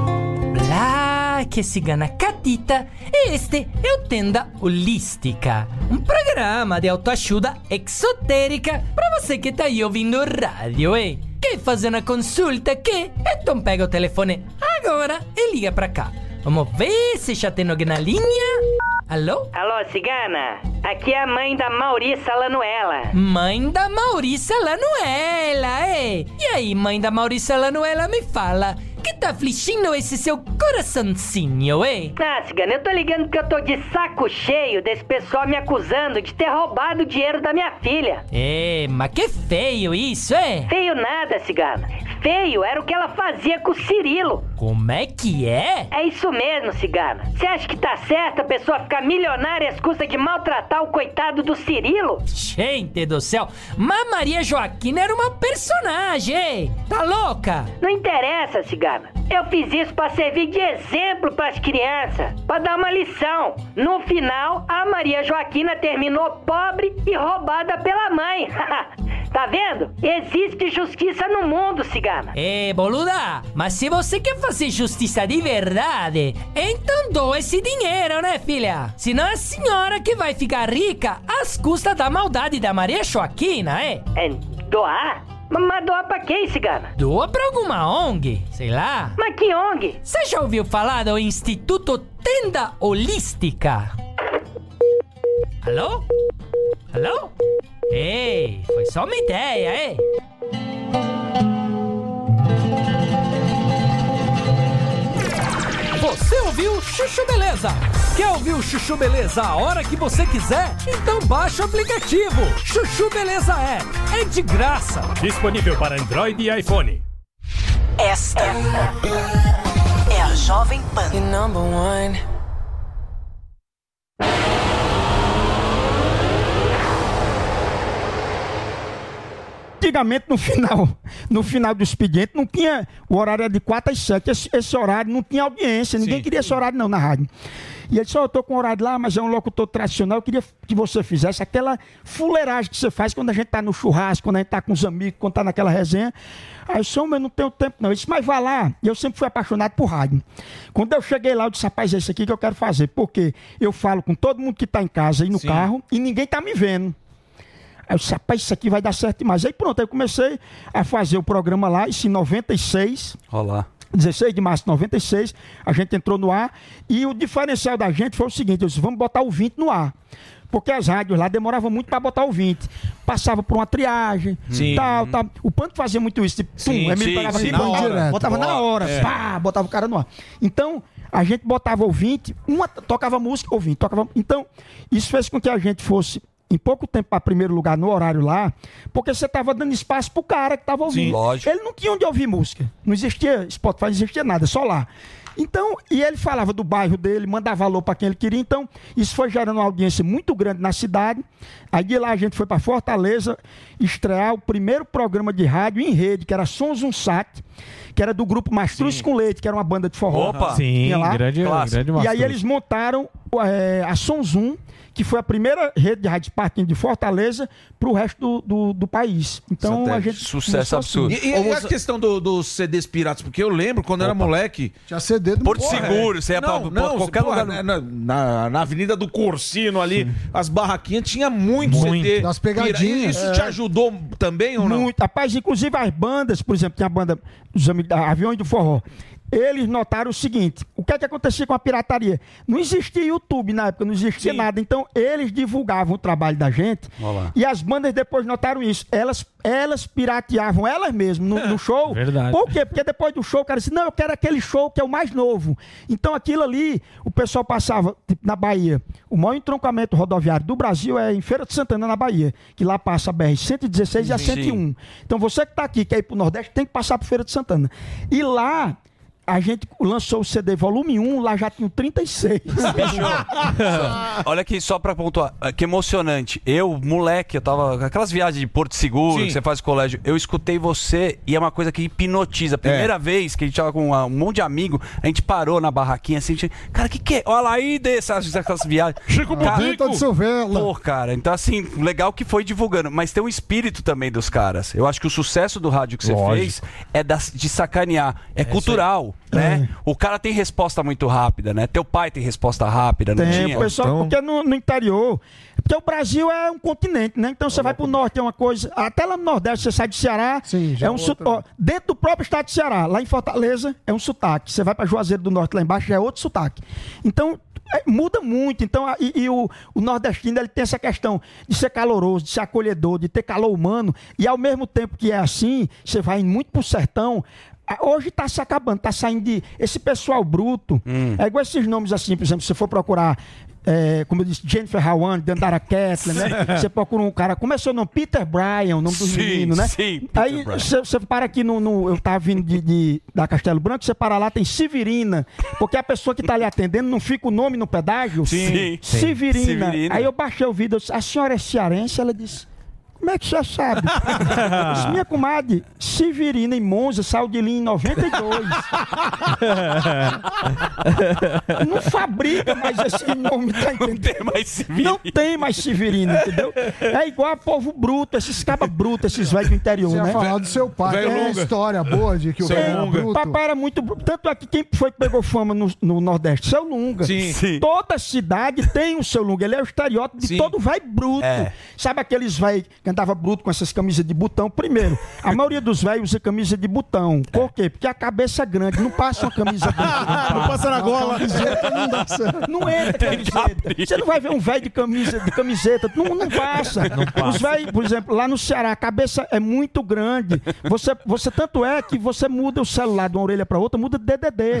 Olá, que Cigana Catita. Este é o Tenda Holística, um programa de autoajuda exotérica para você que tá aí ouvindo rádio, hein? Quer fazer uma consulta aqui? Então pega o telefone agora e liga pra cá. Vamos ver se já tem alguém na linha. Alô?
Alô, Cigana? Aqui é a mãe da Maurícia Lanuela.
Mãe da Maurícia Lanuela, é? E aí, mãe da Maurícia Lanuela, me fala, que tá afligindo esse seu coraçãozinho, é?
Ah, Cigana, eu tô ligando porque eu tô de saco cheio desse pessoal me acusando de ter roubado o dinheiro da minha filha.
É, mas que feio isso, é?
Feio nada, Cigana. Feio era o que ela fazia com o Cirilo.
Como é que é?
É isso mesmo, Cigana. Você acha que tá certo a pessoa ficar milionária às custas de maltratar o coitado do Cirilo?
Gente do céu, mas Maria Joaquina era uma personagem, hein? Tá louca?
Não interessa, Cigana. Eu fiz isso pra servir de exemplo pras crianças, pra dar uma lição. No final, a Maria Joaquina terminou pobre e roubada pela mãe. Tá vendo? Existe justiça no mundo, Cigana.
É, boluda, mas se você quer fazer justiça de verdade, então doa esse dinheiro, né, filha? Senão é a senhora que vai ficar rica às custas da maldade da Maria Joaquina, é?
É, doar? Mas doar pra quem, Cigana?
Doa pra alguma ONG, sei lá.
Mas que ONG?
Você já ouviu falar do Instituto Tenda Holística? Alô? Alô? Ei, foi só uma ideia, é?
Você ouviu Chuchu Beleza? Quer ouvir o Chuchu Beleza a hora que você quiser? Então baixa o aplicativo Chuchu Beleza App. É de graça. Disponível para Android e iPhone.
Esta é a Jovem Pan.
Number one.
Antigamente, no final do expediente, não tinha. O horário era de 4 às 7. Esse horário não tinha audiência. Ninguém queria esse horário, não, na rádio. E ele disse: eu tô com o horário lá, mas é um locutor tradicional. Eu queria que você fizesse aquela fuleiragem que você faz quando a gente tá no churrasco, quando a gente tá com os amigos, quando tá naquela resenha. Aí eu disse: eu não tenho tempo, não. Ele disse: mas vá lá. E eu sempre fui apaixonado por rádio. Quando eu cheguei lá, eu disse: rapaz, é isso aqui que eu quero fazer. Porque eu falo com todo mundo que tá em casa e no carro e ninguém tá me vendo. Aí eu disse: rapaz, isso aqui vai dar certo demais. Aí pronto, aí eu comecei a fazer o programa lá, isso em 96.
Olá.
16 de março de 96, a gente entrou no ar. E o diferencial da gente foi o seguinte: eu disse: vamos botar o 20 no ar. Porque as rádios lá demoravam muito para botar o 20. Passava por uma triagem, tal. O Pânico fazia muito isso. Tipo, Emílio pegava aqui, botava na hora, pá, botava o cara no ar. Então, a gente botava o 20, tocava música, ou 20, tocava. Então, isso fez com que a gente fosse em pouco tempo para primeiro lugar no horário lá, porque você estava dando espaço pro cara que estava ouvindo.
Sim, lógico.
Ele não tinha onde ouvir música. Não existia Spotify, não existia nada, só lá. Então, e ele falava do bairro dele, mandava valor para quem ele queria. Então, isso foi gerando uma audiência muito grande na cidade. Aí de lá a gente foi para Fortaleza estrear o primeiro programa de rádio em rede, que era Sons Sat, que era do grupo Mastruz com Leite, que era uma banda de forró.
Opa! Sim, grande
Mastruz. E aí eles montaram a Sons que foi a primeira rede de rádio partindo de Fortaleza para o resto do país. Então a gente...
Sucesso absurdo.
E a questão dos CDs piratas? Porque eu lembro, quando eu era moleque...
Tinha CD do
Porto Seguro, você ia pra qualquer lugar.
Na Avenida do Cursino ali, as barraquinhas, tinha muito CD.
Das pegadinhas.
Isso te ajudou também ou não?
Muito. Rapaz, inclusive as bandas, por exemplo, tem a banda dos Aviões do Forró. Eles notaram o seguinte: o que é que acontecia com a pirataria? Não existia YouTube na época, não existia nada. Então, eles divulgavam o trabalho da gente.
Olá.
E as bandas depois notaram isso. Elas pirateavam elas mesmas no show.
Verdade.
Por quê? Porque depois do show o cara disse: não, eu quero aquele show que é o mais novo. Então, aquilo ali, o pessoal passava, tipo, na Bahia. O maior entroncamento rodoviário do Brasil é em Feira de Santana, na Bahia. Que lá passa a BR-116 e a 101. Então, você que está aqui, quer ir para o Nordeste, tem que passar por Feira de Santana. E lá... a gente lançou o CD volume 1, lá já tinha 36.
Olha aqui, só pra pontuar, que emocionante. Eu, moleque, eu tava... aquelas viagens de Porto Seguro, que você faz colégio, eu escutei você e é uma coisa que hipnotiza. Primeira vez que a gente tava com um monte de amigo, a gente parou na barraquinha assim, cara, que é? Olha lá aí dessas viagens.
Chico Bubico de Silvela.
Pô, cara, então assim, legal que foi divulgando, mas tem um espírito também dos caras. Eu acho que o sucesso do rádio que você fez é de sacanear, é cultural. Né? O cara tem resposta muito rápida, né? Teu pai tem resposta rápida, não tinha?
Pessoal, porque no interior, porque o Brasil é um continente, né? Então você vai pro norte, é uma coisa, até lá no Nordeste, você sai do Ceará, é um sotaque, dentro do próprio estado de Ceará, lá em Fortaleza, é um sotaque. Você vai pra Juazeiro do Norte, lá embaixo, já é outro sotaque. Então, muda muito. Então, o nordestino, ele tem essa questão de ser caloroso, de ser acolhedor, de ter calor humano, e ao mesmo tempo que é assim, você vai muito pro sertão. Hoje está se acabando, está saindo de... esse pessoal bruto, é igual esses nomes assim, por exemplo, se você for procurar, como eu disse, Jennifer Howard, Dandara Kathleen, né? Você procura um cara, como é seu nome? Peter Bryan, o nome dos meninos, né?
Sim,
aí você para aqui eu estava vindo da Castelo Branco, você para lá, tem Severina, porque a pessoa que está ali atendendo não fica o nome no pedágio?
Sim.
Severina. Aí eu baixei o vídeo, eu disse: a senhora é cearense? Ela disse: como é que você sabe? Disse: minha comadre, Severina em Monza, saiu de linha em 92. Não fabrica mais esse nome, tá entendendo?
Não tem mais Severina.
Não tem mais Severina, entendeu? É igual a povo bruto, esses cabas brutos, esses velhos do interior,
você
né?
ia falar do seu pai, é uma história boa de que o velho era bruto.
Papai era muito bruto. Tanto é que quem foi que pegou fama no Nordeste? Seu Lunga.
Sim.
Toda cidade tem o seu Lunga. Ele é o estereótipo de todo velho bruto. Sabe aqueles velhos que andava bruto com essas camisas de botão? Primeiro, a maioria dos velhos usa camisa de botão. Por quê? Porque a cabeça é grande, não passa uma camisa dentro.
Não passa na gola.
Não dá certo. Não entra camiseta. Você não vai ver um velho de camiseta. Não passa. Os velhos, por exemplo, lá no Ceará, a cabeça é muito grande. Você tanto é que você muda o celular de uma orelha para outra, muda DDD.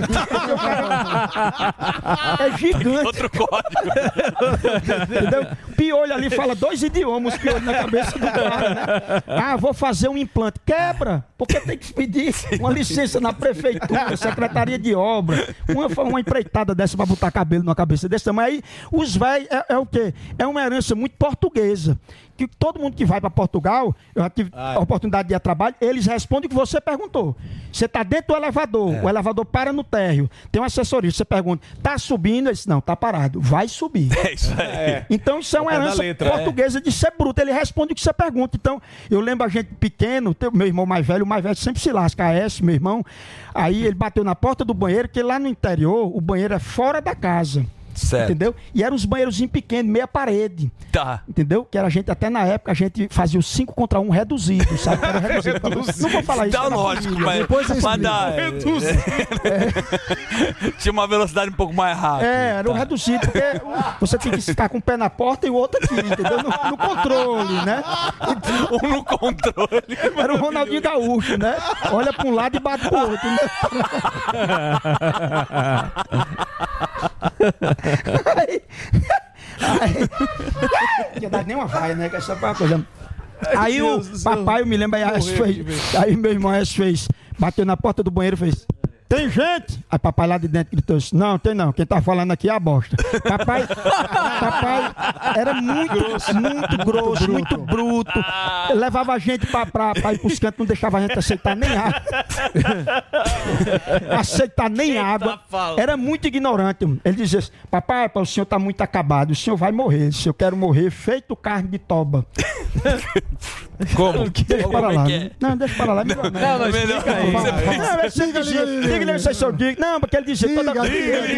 É gigante.
Outro código.
Entendeu? Piolho ali fala 2 idiomas, piolho na cabeça. do cara, né? Ah, vou fazer um implante. Quebra, porque tem que pedir uma licença na prefeitura, secretaria de obra, uma empreitada dessa pra botar cabelo numa cabeça desse tamanho. Aí os velhos é o quê? É uma herança muito portuguesa. Que todo mundo que vai para Portugal, eu já tive a oportunidade de ir a trabalho, eles respondem o que você perguntou. Você está dentro do elevador, o elevador para no térreo, tem um assessorista, você pergunta, tá subindo? Ele disse, não, tá parado, vai subir.
É isso aí.
Então isso é uma herança portuguesa de ser bruto, ele responde o que você pergunta. Então, eu lembro a gente pequeno, meu irmão mais velho, sempre se lasca, meu irmão, aí ele bateu na porta do banheiro, que lá no interior, o banheiro é fora da casa.
Certo.
Entendeu? E eram uns banheirozinhos pequenos, meia parede.
Tá.
Entendeu? Que era a gente, até na época, a gente fazia o 5 contra 1 reduzido, sabe? Era reduzido. Não vou falar isso.
Dá lógico, mas depois dá. Reduzido. Tinha uma velocidade um pouco mais rápida.
Era o reduzido, porque você tinha que ficar com o pé na porta e o outro aqui, entendeu? No controle, né?
Ou no controle.
Era o Ronaldinho Gaúcho, né? Olha para um lado e bate pro outro, né? Aí tinha dado nem uma vaia, né? Que essa foi uma coisa. Aí o papai, eu me lembro, aí meu irmão fez, bateu na porta do banheiro e fez: tem gente? Aí papai lá de dentro gritou assim: não, tem não, quem tá falando aqui é a bosta. Papai era muito grosso, muito bruto. Levava a gente pra ir pros cantos, não deixava a gente aceitar nem água. Era muito ignorante. Ele dizia assim: papai, o senhor tá muito acabado, o senhor vai morrer. Se eu quero morrer feito carne de toba.
Como?
Deixa para lá. Não, deixa para lá. Não, explica aí. Diga, se eu digo. Não, porque ele dizia toda vida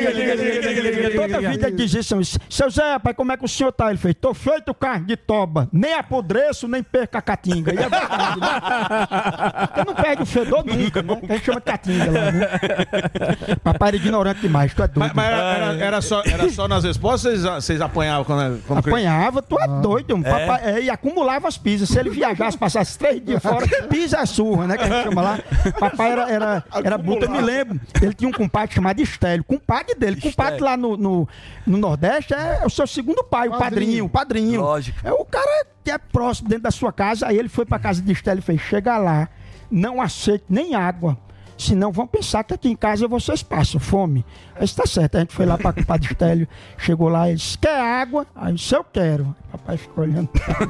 ele dizia assim: seu Zé, pai, como é que o senhor tá? Ele fez: tô feito carne de toba, nem apodreço, nem perca a catinga. E é verdade, né? Porque não perde o fedor nunca, né? A gente chama de catinga lá, né? Papai era ignorante demais, tu é doido.
Mas era só nas respostas ou vocês apanhavam quando
apanhava, tu é doido. Papai, e acumulava as pisas. Se ele viajasse, passasse 3 dias fora, pisa é surra, né? Que a gente chama lá. Papai era bruto, eu me lembro. Ele tinha um compadre chamado Estélio, compadre dele. Compadre lá no Nordeste é o seu segundo pai, o padrinho.
Lógico.
É o cara que é próximo dentro da sua casa. Aí ele foi pra casa de Estélio e fez: chega lá, não aceite nem água. Senão vão pensar que aqui em casa vocês passam fome. Aí está certo, a gente foi lá para o Padre Estélio, chegou lá e disse: quer água? Aí disse: eu quero. Aí, papai ficou olhando.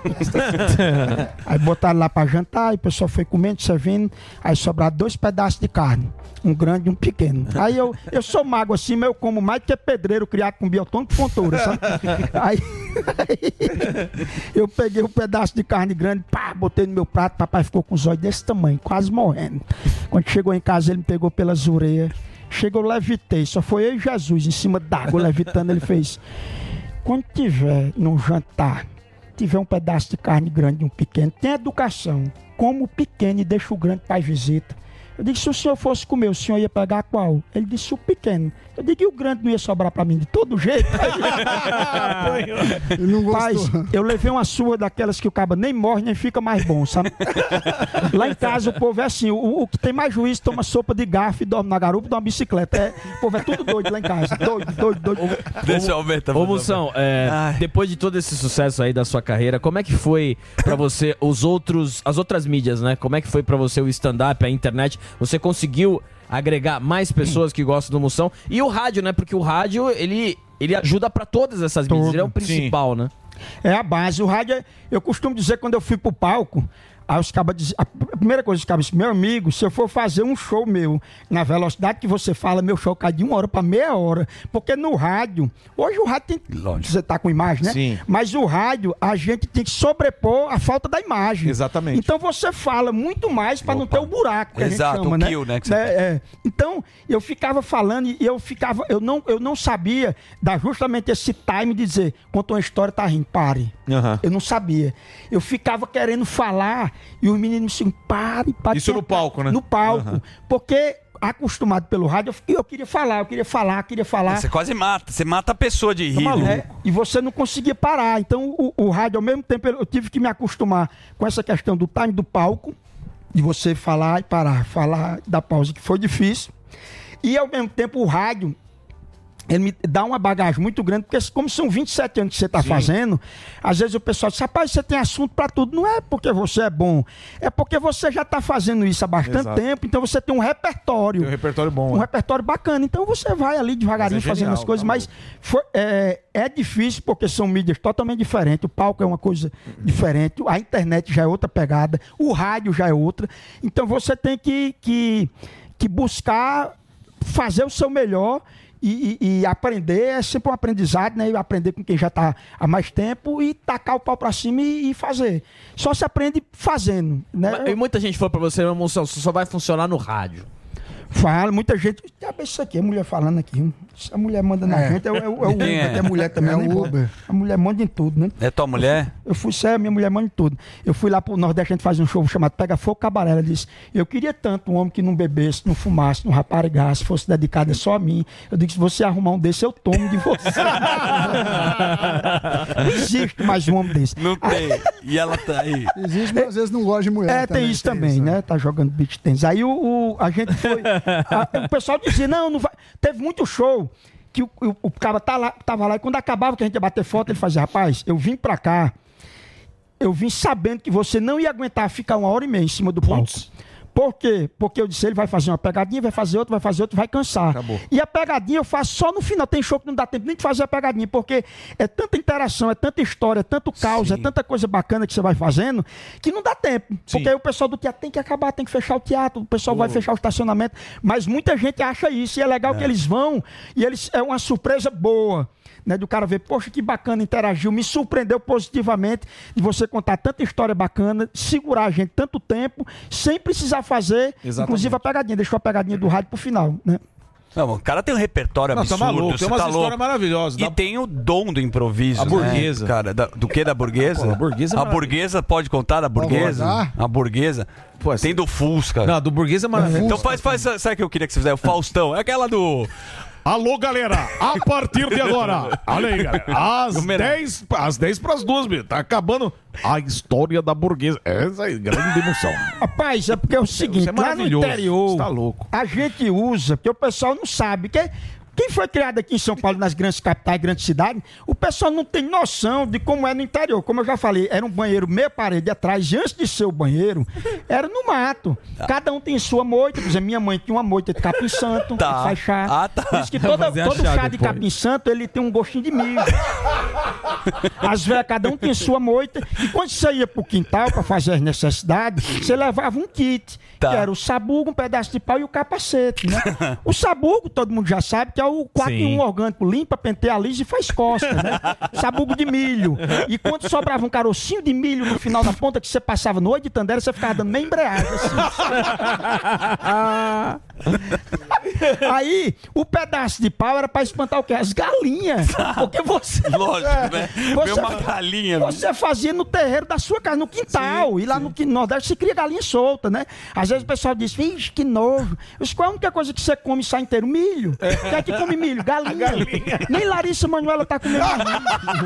Aí botaram lá para jantar, e o pessoal foi comendo, servindo. Aí sobraram 2 pedaços de carne, um grande e um pequeno. Aí eu sou mago assim, mas eu como mais que pedreiro criado com biotônico e fontura, sabe? Aí eu peguei um pedaço de carne grande, botei no meu prato. Papai ficou com os olhos desse tamanho, quase morrendo. Quando chegou em casa, ele me pegou pelas orelhas. Chegou, eu levitei. Só foi eu e Jesus em cima d'água levitando. Ele fez: quando tiver num jantar, tiver um pedaço de carne grande e um pequeno, tem educação. Como o pequeno e deixa o grande para visita. Eu disse: se o senhor fosse comer, o senhor ia pegar qual? Ele disse: o pequeno. Eu digo: e o grande não ia sobrar pra mim de todo jeito? Mas eu levei uma surra daquelas que o cabo nem morre, nem fica mais bom, sabe? Lá em casa o povo é assim: o que tem mais juízo toma sopa de garfo e dorme na garupa de uma bicicleta. O povo é tudo doido lá em casa. Doido.
Deixa eu aumentar.
Ô, Moção, depois de todo esse sucesso aí da sua carreira, como é que foi pra você as outras mídias, né? Como é que foi pra você o stand-up, a internet? Você conseguiu agregar mais pessoas que gostam do Moção? E o rádio, né? Porque o rádio, ele ajuda pra todas essas mídias. Ele é o principal, né?
É a base. O rádio, eu costumo dizer, quando eu fui pro palco, aí os cabas diziam, a primeira coisa que os cabas disseram: meu amigo, se eu for fazer um show meu na velocidade que você fala, meu show cai de 1 hora para meia hora. Porque no rádio, hoje o rádio tem. Lógico. Você tá com imagem, né? Sim. Mas o rádio, a gente tem que sobrepor a falta da imagem.
Exatamente.
Então você fala muito mais para não ter o buraco que
Exato,
a gente chama,
o kill, né?
Então, eu ficava falando e eu não sabia dar justamente esse time de dizer: conta uma história, tá rindo, pare. Eu não sabia. Eu ficava querendo falar e os meninos me diziam: pare.
Isso no palco, né?
No palco. Porque, acostumado pelo rádio, eu queria falar.
Você quase mata. Você mata a pessoa de rir.
E você não conseguia parar. Então, o rádio, ao mesmo tempo, eu tive que me acostumar com essa questão do time do palco, de você falar e parar, falar da pausa, que foi difícil. E, ao mesmo tempo, o rádio, ele me dá uma bagagem muito grande, porque como são 27 anos que você está fazendo, às vezes o pessoal diz, rapaz, você tem assunto para tudo. Não é porque você é bom, é porque você já está fazendo isso há bastante tempo, então você tem um repertório.
Tem um repertório bom.
Um repertório bacana. Então você vai ali devagarinho fazendo as coisas, mas é difícil porque são mídias totalmente diferentes. O palco é uma coisa diferente, a internet já é outra pegada, o rádio já é outra. Então você tem que buscar fazer o seu melhor. E aprender é sempre um aprendizado, né? Aprender com quem já está há mais tempo e tacar o pau para cima e fazer. Só se aprende fazendo, né?
E muita gente falou para você, meu irmão, só vai funcionar no rádio.
Fala, muita gente. Isso aqui, a mulher falando aqui. Se a mulher manda na gente, é o Uber, que é mulher também.
É o Uber.
A mulher manda em tudo, né?
É tua mulher?
Eu fui minha mulher manda em tudo. Eu fui lá pro Nordeste, a gente faz um show chamado Pega Fogo Cabaré. Ela disse, eu queria tanto um homem que não bebesse, não fumasse, não raparigasse, fosse dedicado só a mim. Eu digo, se você arrumar um desse, eu tomo de você. Não existe mais um homem desse.
Não tem. E ela tá aí.
Existe, mas às vezes não gosta de mulher.
Tem isso também, né? Tá jogando beach tennis. Aí a gente foi... o pessoal dizia, não vai... Teve muito show que o cara tava lá e quando acabava que a gente ia bater foto, ele fazia, rapaz, eu vim pra cá, eu vim sabendo que você não ia aguentar ficar 1h30 em cima do palco. Por quê? Porque eu disse, ele vai fazer uma pegadinha, vai fazer outra, vai cansar.
Acabou.
E a pegadinha eu faço só no final. Tem show que não dá tempo nem de fazer a pegadinha, porque é tanta interação, é tanta história, é tanto caos, é tanta coisa bacana que você vai fazendo, que não dá tempo. Porque aí o pessoal do teatro tem que acabar, tem que fechar o teatro, o pessoal vai fechar o estacionamento. Mas muita gente acha isso, e é legal que eles vão, e é uma surpresa boa. Né, do cara ver, poxa, que bacana, interagiu, me surpreendeu positivamente de você contar tanta história bacana, segurar a gente tanto tempo, sem precisar fazer, inclusive a pegadinha, deixou a pegadinha do rádio pro final, né?
Não, o cara tem um repertório absurdo.
Tá maluco, tem umas histórias maravilhosas.
E tem o dom do improviso.
A burguesa.
Né, cara, do que da burguesa?
A burguesa
a burguesa pode contar da burguesa? A burguesa.
Pô,
tem do Fusca.
Não, do burguesa é maravilhoso.
Então faz, sabe o que eu queria que você fizesse? O Faustão. É aquela do...
Alô, galera, a partir de agora, olha aí, galera, às 10 para as 2, tá acabando a história da burguesa. Essa aí, grande emoção.
Rapaz, é porque é o seguinte, lá no interior,
tá louco.
A gente usa, porque o pessoal não sabe, quem foi criado aqui em São Paulo, nas grandes capitais, grandes cidades, o pessoal não tem noção de como é no interior. Como eu já falei, era um banheiro meia parede atrás, e antes de ser o banheiro, era no mato. Cada um tem sua moita, por exemplo, minha mãe tinha uma moita de capim santo, que faz chá. Por isso que todo chá de capim santo, ele tem um gostinho de milho. As velhas, cada um tem sua moita, e quando você ia pro quintal para fazer as necessidades, você levava um kit, que era o sabugo, um pedaço de pau e o capacete, né? O sabugo, todo mundo já sabe, que é o 4 em 1 orgânico, limpa, penteia, alisa e faz costa, né? Sabugo de milho. E quando sobrava um carocinho de milho no final da ponta que você passava no olho de Tandera, você ficava dando meio embreagem, assim. Aí, o pedaço de pau era pra espantar o quê? As galinhas. Porque você...
Lógico, né? Veio uma galinha.
Você fazia no terreiro da sua casa, no quintal. E lá no Nordeste se cria galinha solta, né? Às vezes o pessoal diz, vixe, que nojo. Eu disse, qual é a única coisa que você come e sai inteiro? Milho. Quem é que come milho? Galinha. Nem Larissa Manoela tá comendo milho.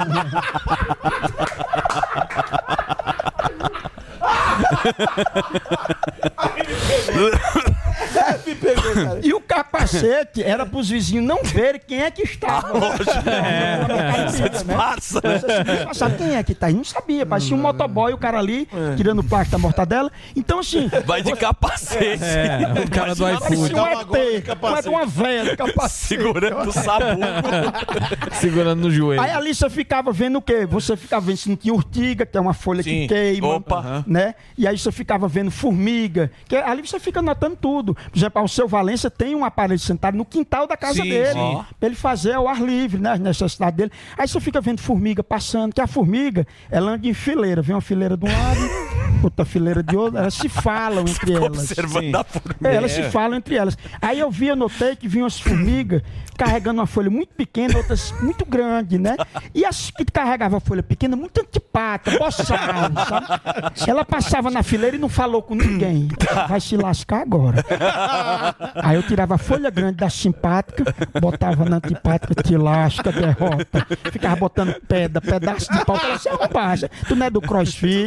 Me pegou, cara. E o capacete era pros vizinhos não verem quem é que estava.
Você disfarça, né?
Você sabe quem é que tá aí? Não sabia. Parecia um motoboy, o cara ali, tirando o plástico da mortadela. Então, assim...
Vai de capacete.
O cara do iFood.
Uma velha de capacete.
Segurando o sabugo.
Segurando no joelho.
Aí ali você ficava vendo o quê? Você ficava vendo se não tinha urtiga, que é uma folha que queima.
Opa.
Né? E aí você ficava vendo formiga. Que ali você fica notando tudo. Por exemplo, o seu Valência tem um aparelho sentado no quintal da casa dele. Pra ele fazer ao ar livre, né? As necessidades dele. Aí você fica vendo formiga passando. Que a formiga, ela anda em fileira. Vem uma fileira de um lado, outra fileira de outro. Elas se falam entre elas.
Observando a formiga.
Elas se falam entre elas. Aí eu notei que vinham as formigas carregando uma folha muito pequena, outras muito grande, né? E as que carregavam a folha pequena, muito antipata, boçal, sabe? Ela passava na fileira e não falou com ninguém. Vai se lascar agora. Aí eu tirava a folha grande da simpática, botava na antipática, tilástica, derrota. Ficava botando pedra, pedaço de pau. Falei assim, rapaz, tu não é do crossfit?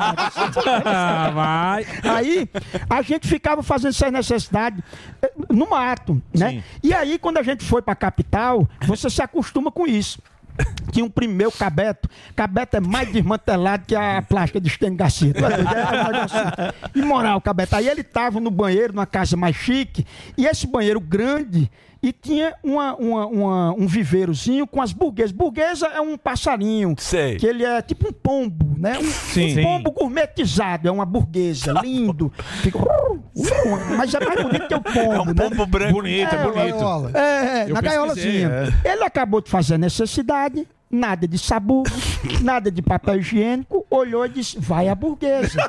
Vai.
Aí a gente ficava fazendo essas necessidades no mato, né?
Sim.
E aí quando a gente foi pra capital, você se acostuma com isso. Tinha um primeiro cabeto é mais desmantelado que a plástica de Estênio Garcia. Imoral o cabeto. Aí ele tava no banheiro, numa casa mais chique, e esse banheiro grande, e tinha um viveirozinho com as burguesas. Burguesa é um passarinho.
Sei.
Que ele é tipo um pombo, né? Um pombo gourmetizado, é uma burguesa, lindo. Fica... mas é mais bonito que o pombo,
é um pombo, né?
Branco. Bonito, é bonito.
Na gaiolazinha. Ele acabou de fazer a necessidade, nada de sabugo, nada de papel higiênico, olhou e disse, vai a burguesa.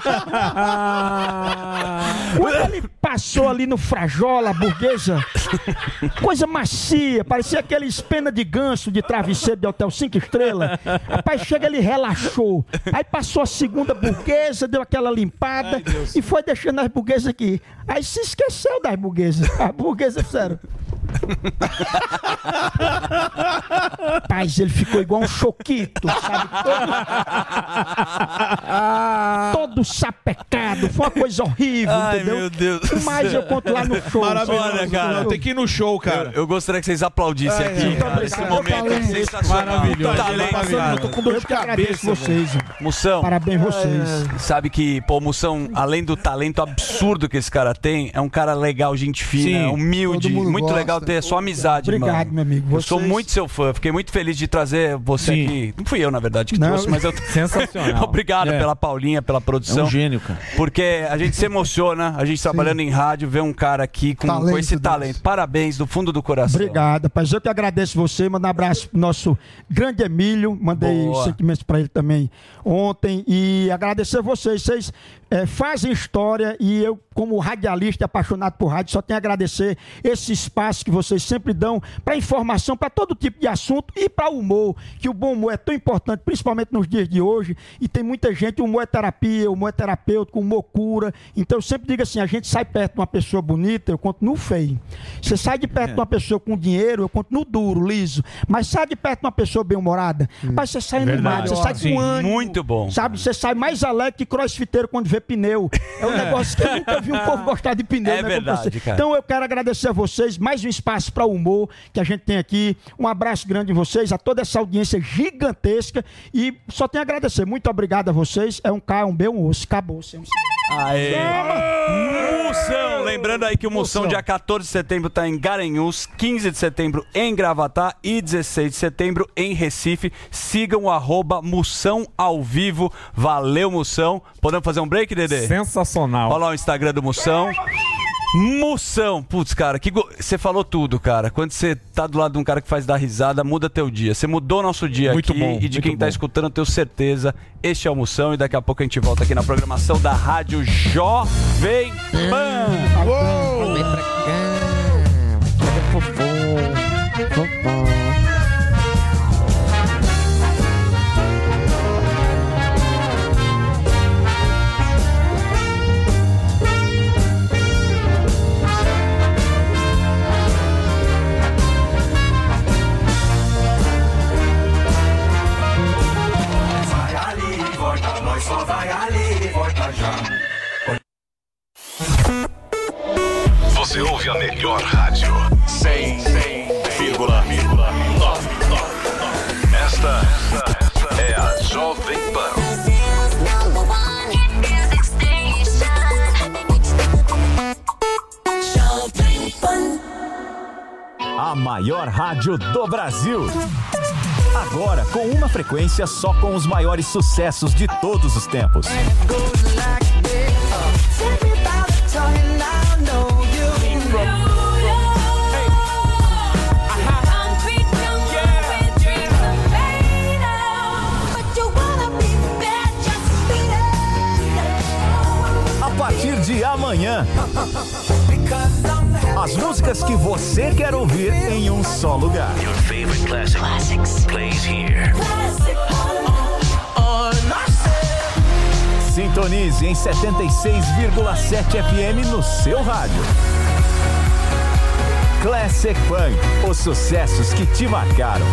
Quando ele passou ali no frajola, a burguesa, coisa macia, parecia aqueles pena de ganso de travesseiro de hotel 5 estrelas. Rapaz, chega, ele relaxou. Aí passou a segunda burguesa, deu aquela limpada e foi deixando as burguesas aqui. Aí se esqueceu das burguesas. As burguesas fizeram... Rapaz, ele ficou igual um choquito, sabe? Todo sapecado. Foi uma coisa horrível, entendeu?
Meu Deus.
Mas eu conto lá no show.
Maravilhoso, cara. Tem que ir no show, cara.
Eu gostaria que vocês aplaudissem aqui, cara. Esse momento é sensacional.
Maravilhoso.
Eu tô com dor de cabeça, vocês.
Mussão.
Parabéns vocês.
Sabe que, pô, Mussão, além do talento absurdo que esse cara tem, é um cara legal, gente fina, humilde, muito
gosta.
legal ter sua amizade,
Obrigado,
mano.
meu amigo.
Eu sou muito seu fã. Fiquei muito feliz de trazer você aqui. Não fui eu, na verdade, que trouxe, mas eu...
Sensacional.
Obrigado pela Paulinha, pela produção.
É um gênio, cara.
Porque a gente se emociona, a gente trabalhando em rádio, ver um cara aqui com esse talento. Parabéns, do fundo do coração.
Obrigado, rapaz. Eu que agradeço você. Mando um abraço pro nosso grande Emílio. Mandei os sentimentos pra ele também ontem. E agradecer vocês. Vocês fazem história e eu, como radialista apaixonado por rádio, só tenho a agradecer esse espaço que vocês sempre dão para informação, para todo tipo de assunto e para humor, que o bom humor é tão importante, principalmente nos dias de hoje, e tem muita gente, o humor é terapia, o humor é terapêutico, o humor cura. Então eu sempre digo assim, a gente sai perto de uma pessoa bonita, eu continuo feio. Você sai de perto de uma pessoa com dinheiro, eu continuo duro, liso, mas sai de perto de uma pessoa bem-humorada, mas você sai animado, você sai com ânimo.
Muito bom.
Sabe, você sai mais alegre que crossfiteiro quando vê pneu. É um negócio que eu nunca vi um povo gostar de pneu.
É verdade, cara.
Então eu quero agradecer a vocês, mais um espaço para o humor que a gente tem aqui. Um abraço grande em vocês, a toda essa audiência gigantesca, e só tenho a agradecer. Muito obrigado a vocês. É um K, um B, um osso. Acabou.
Aê! Mussão! Lembrando aí que o Mussão, dia 14 de setembro, tá em Garanhuns, 15 de setembro em Gravatá e 16 de setembro em Recife. Sigam o @Mussão ao vivo. Valeu, Mussão. Podemos fazer um break, Dedê?
Sensacional.
Olha lá o Instagram do Mussão. Mussão, putz, cara, você falou tudo, cara. Quando você tá do lado de um cara que faz dar risada, muda teu dia. Você mudou nosso dia
muito
aqui,
bom,
e de quem tá escutando, eu tenho certeza. Este é o Mussão, e daqui a pouco a gente volta aqui na programação da Rádio Jovem Pan.
Vem pra cá. Cadê fofo?
Só vai ali e volta já.
Você ouve a melhor rádio. 100,9. Esta é a Jovem Pan.
A maior rádio do Brasil. Agora, com uma frequência só com os maiores sucessos de todos os tempos. A partir de amanhã, as músicas que você quer ouvir em um só lugar.
Your favorite classics plays here.
Sintonize em 76,7 FM no seu rádio. Classic Funk, os sucessos que te marcaram.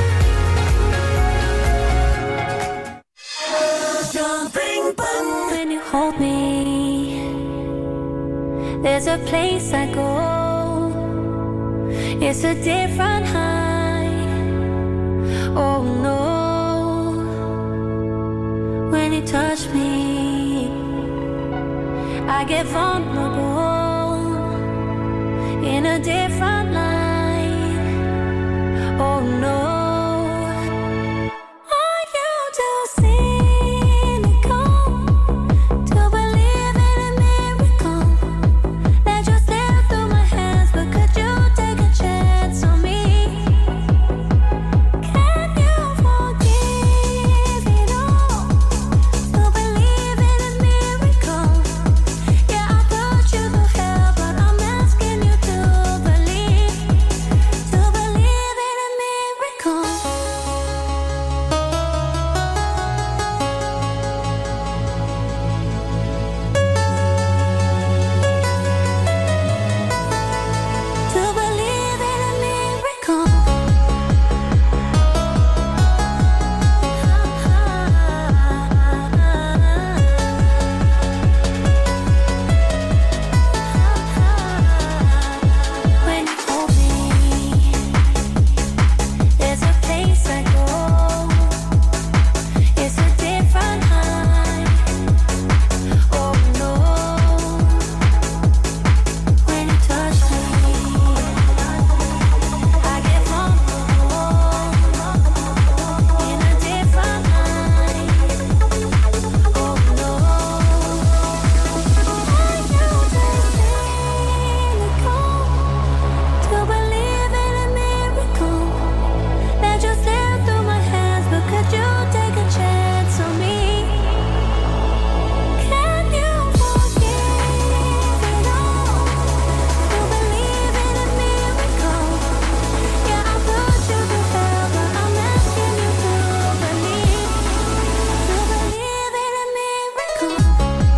When you hold me, there's a place I go. It's a different high. Oh no. When you touch me, I get vulnerable in a different light.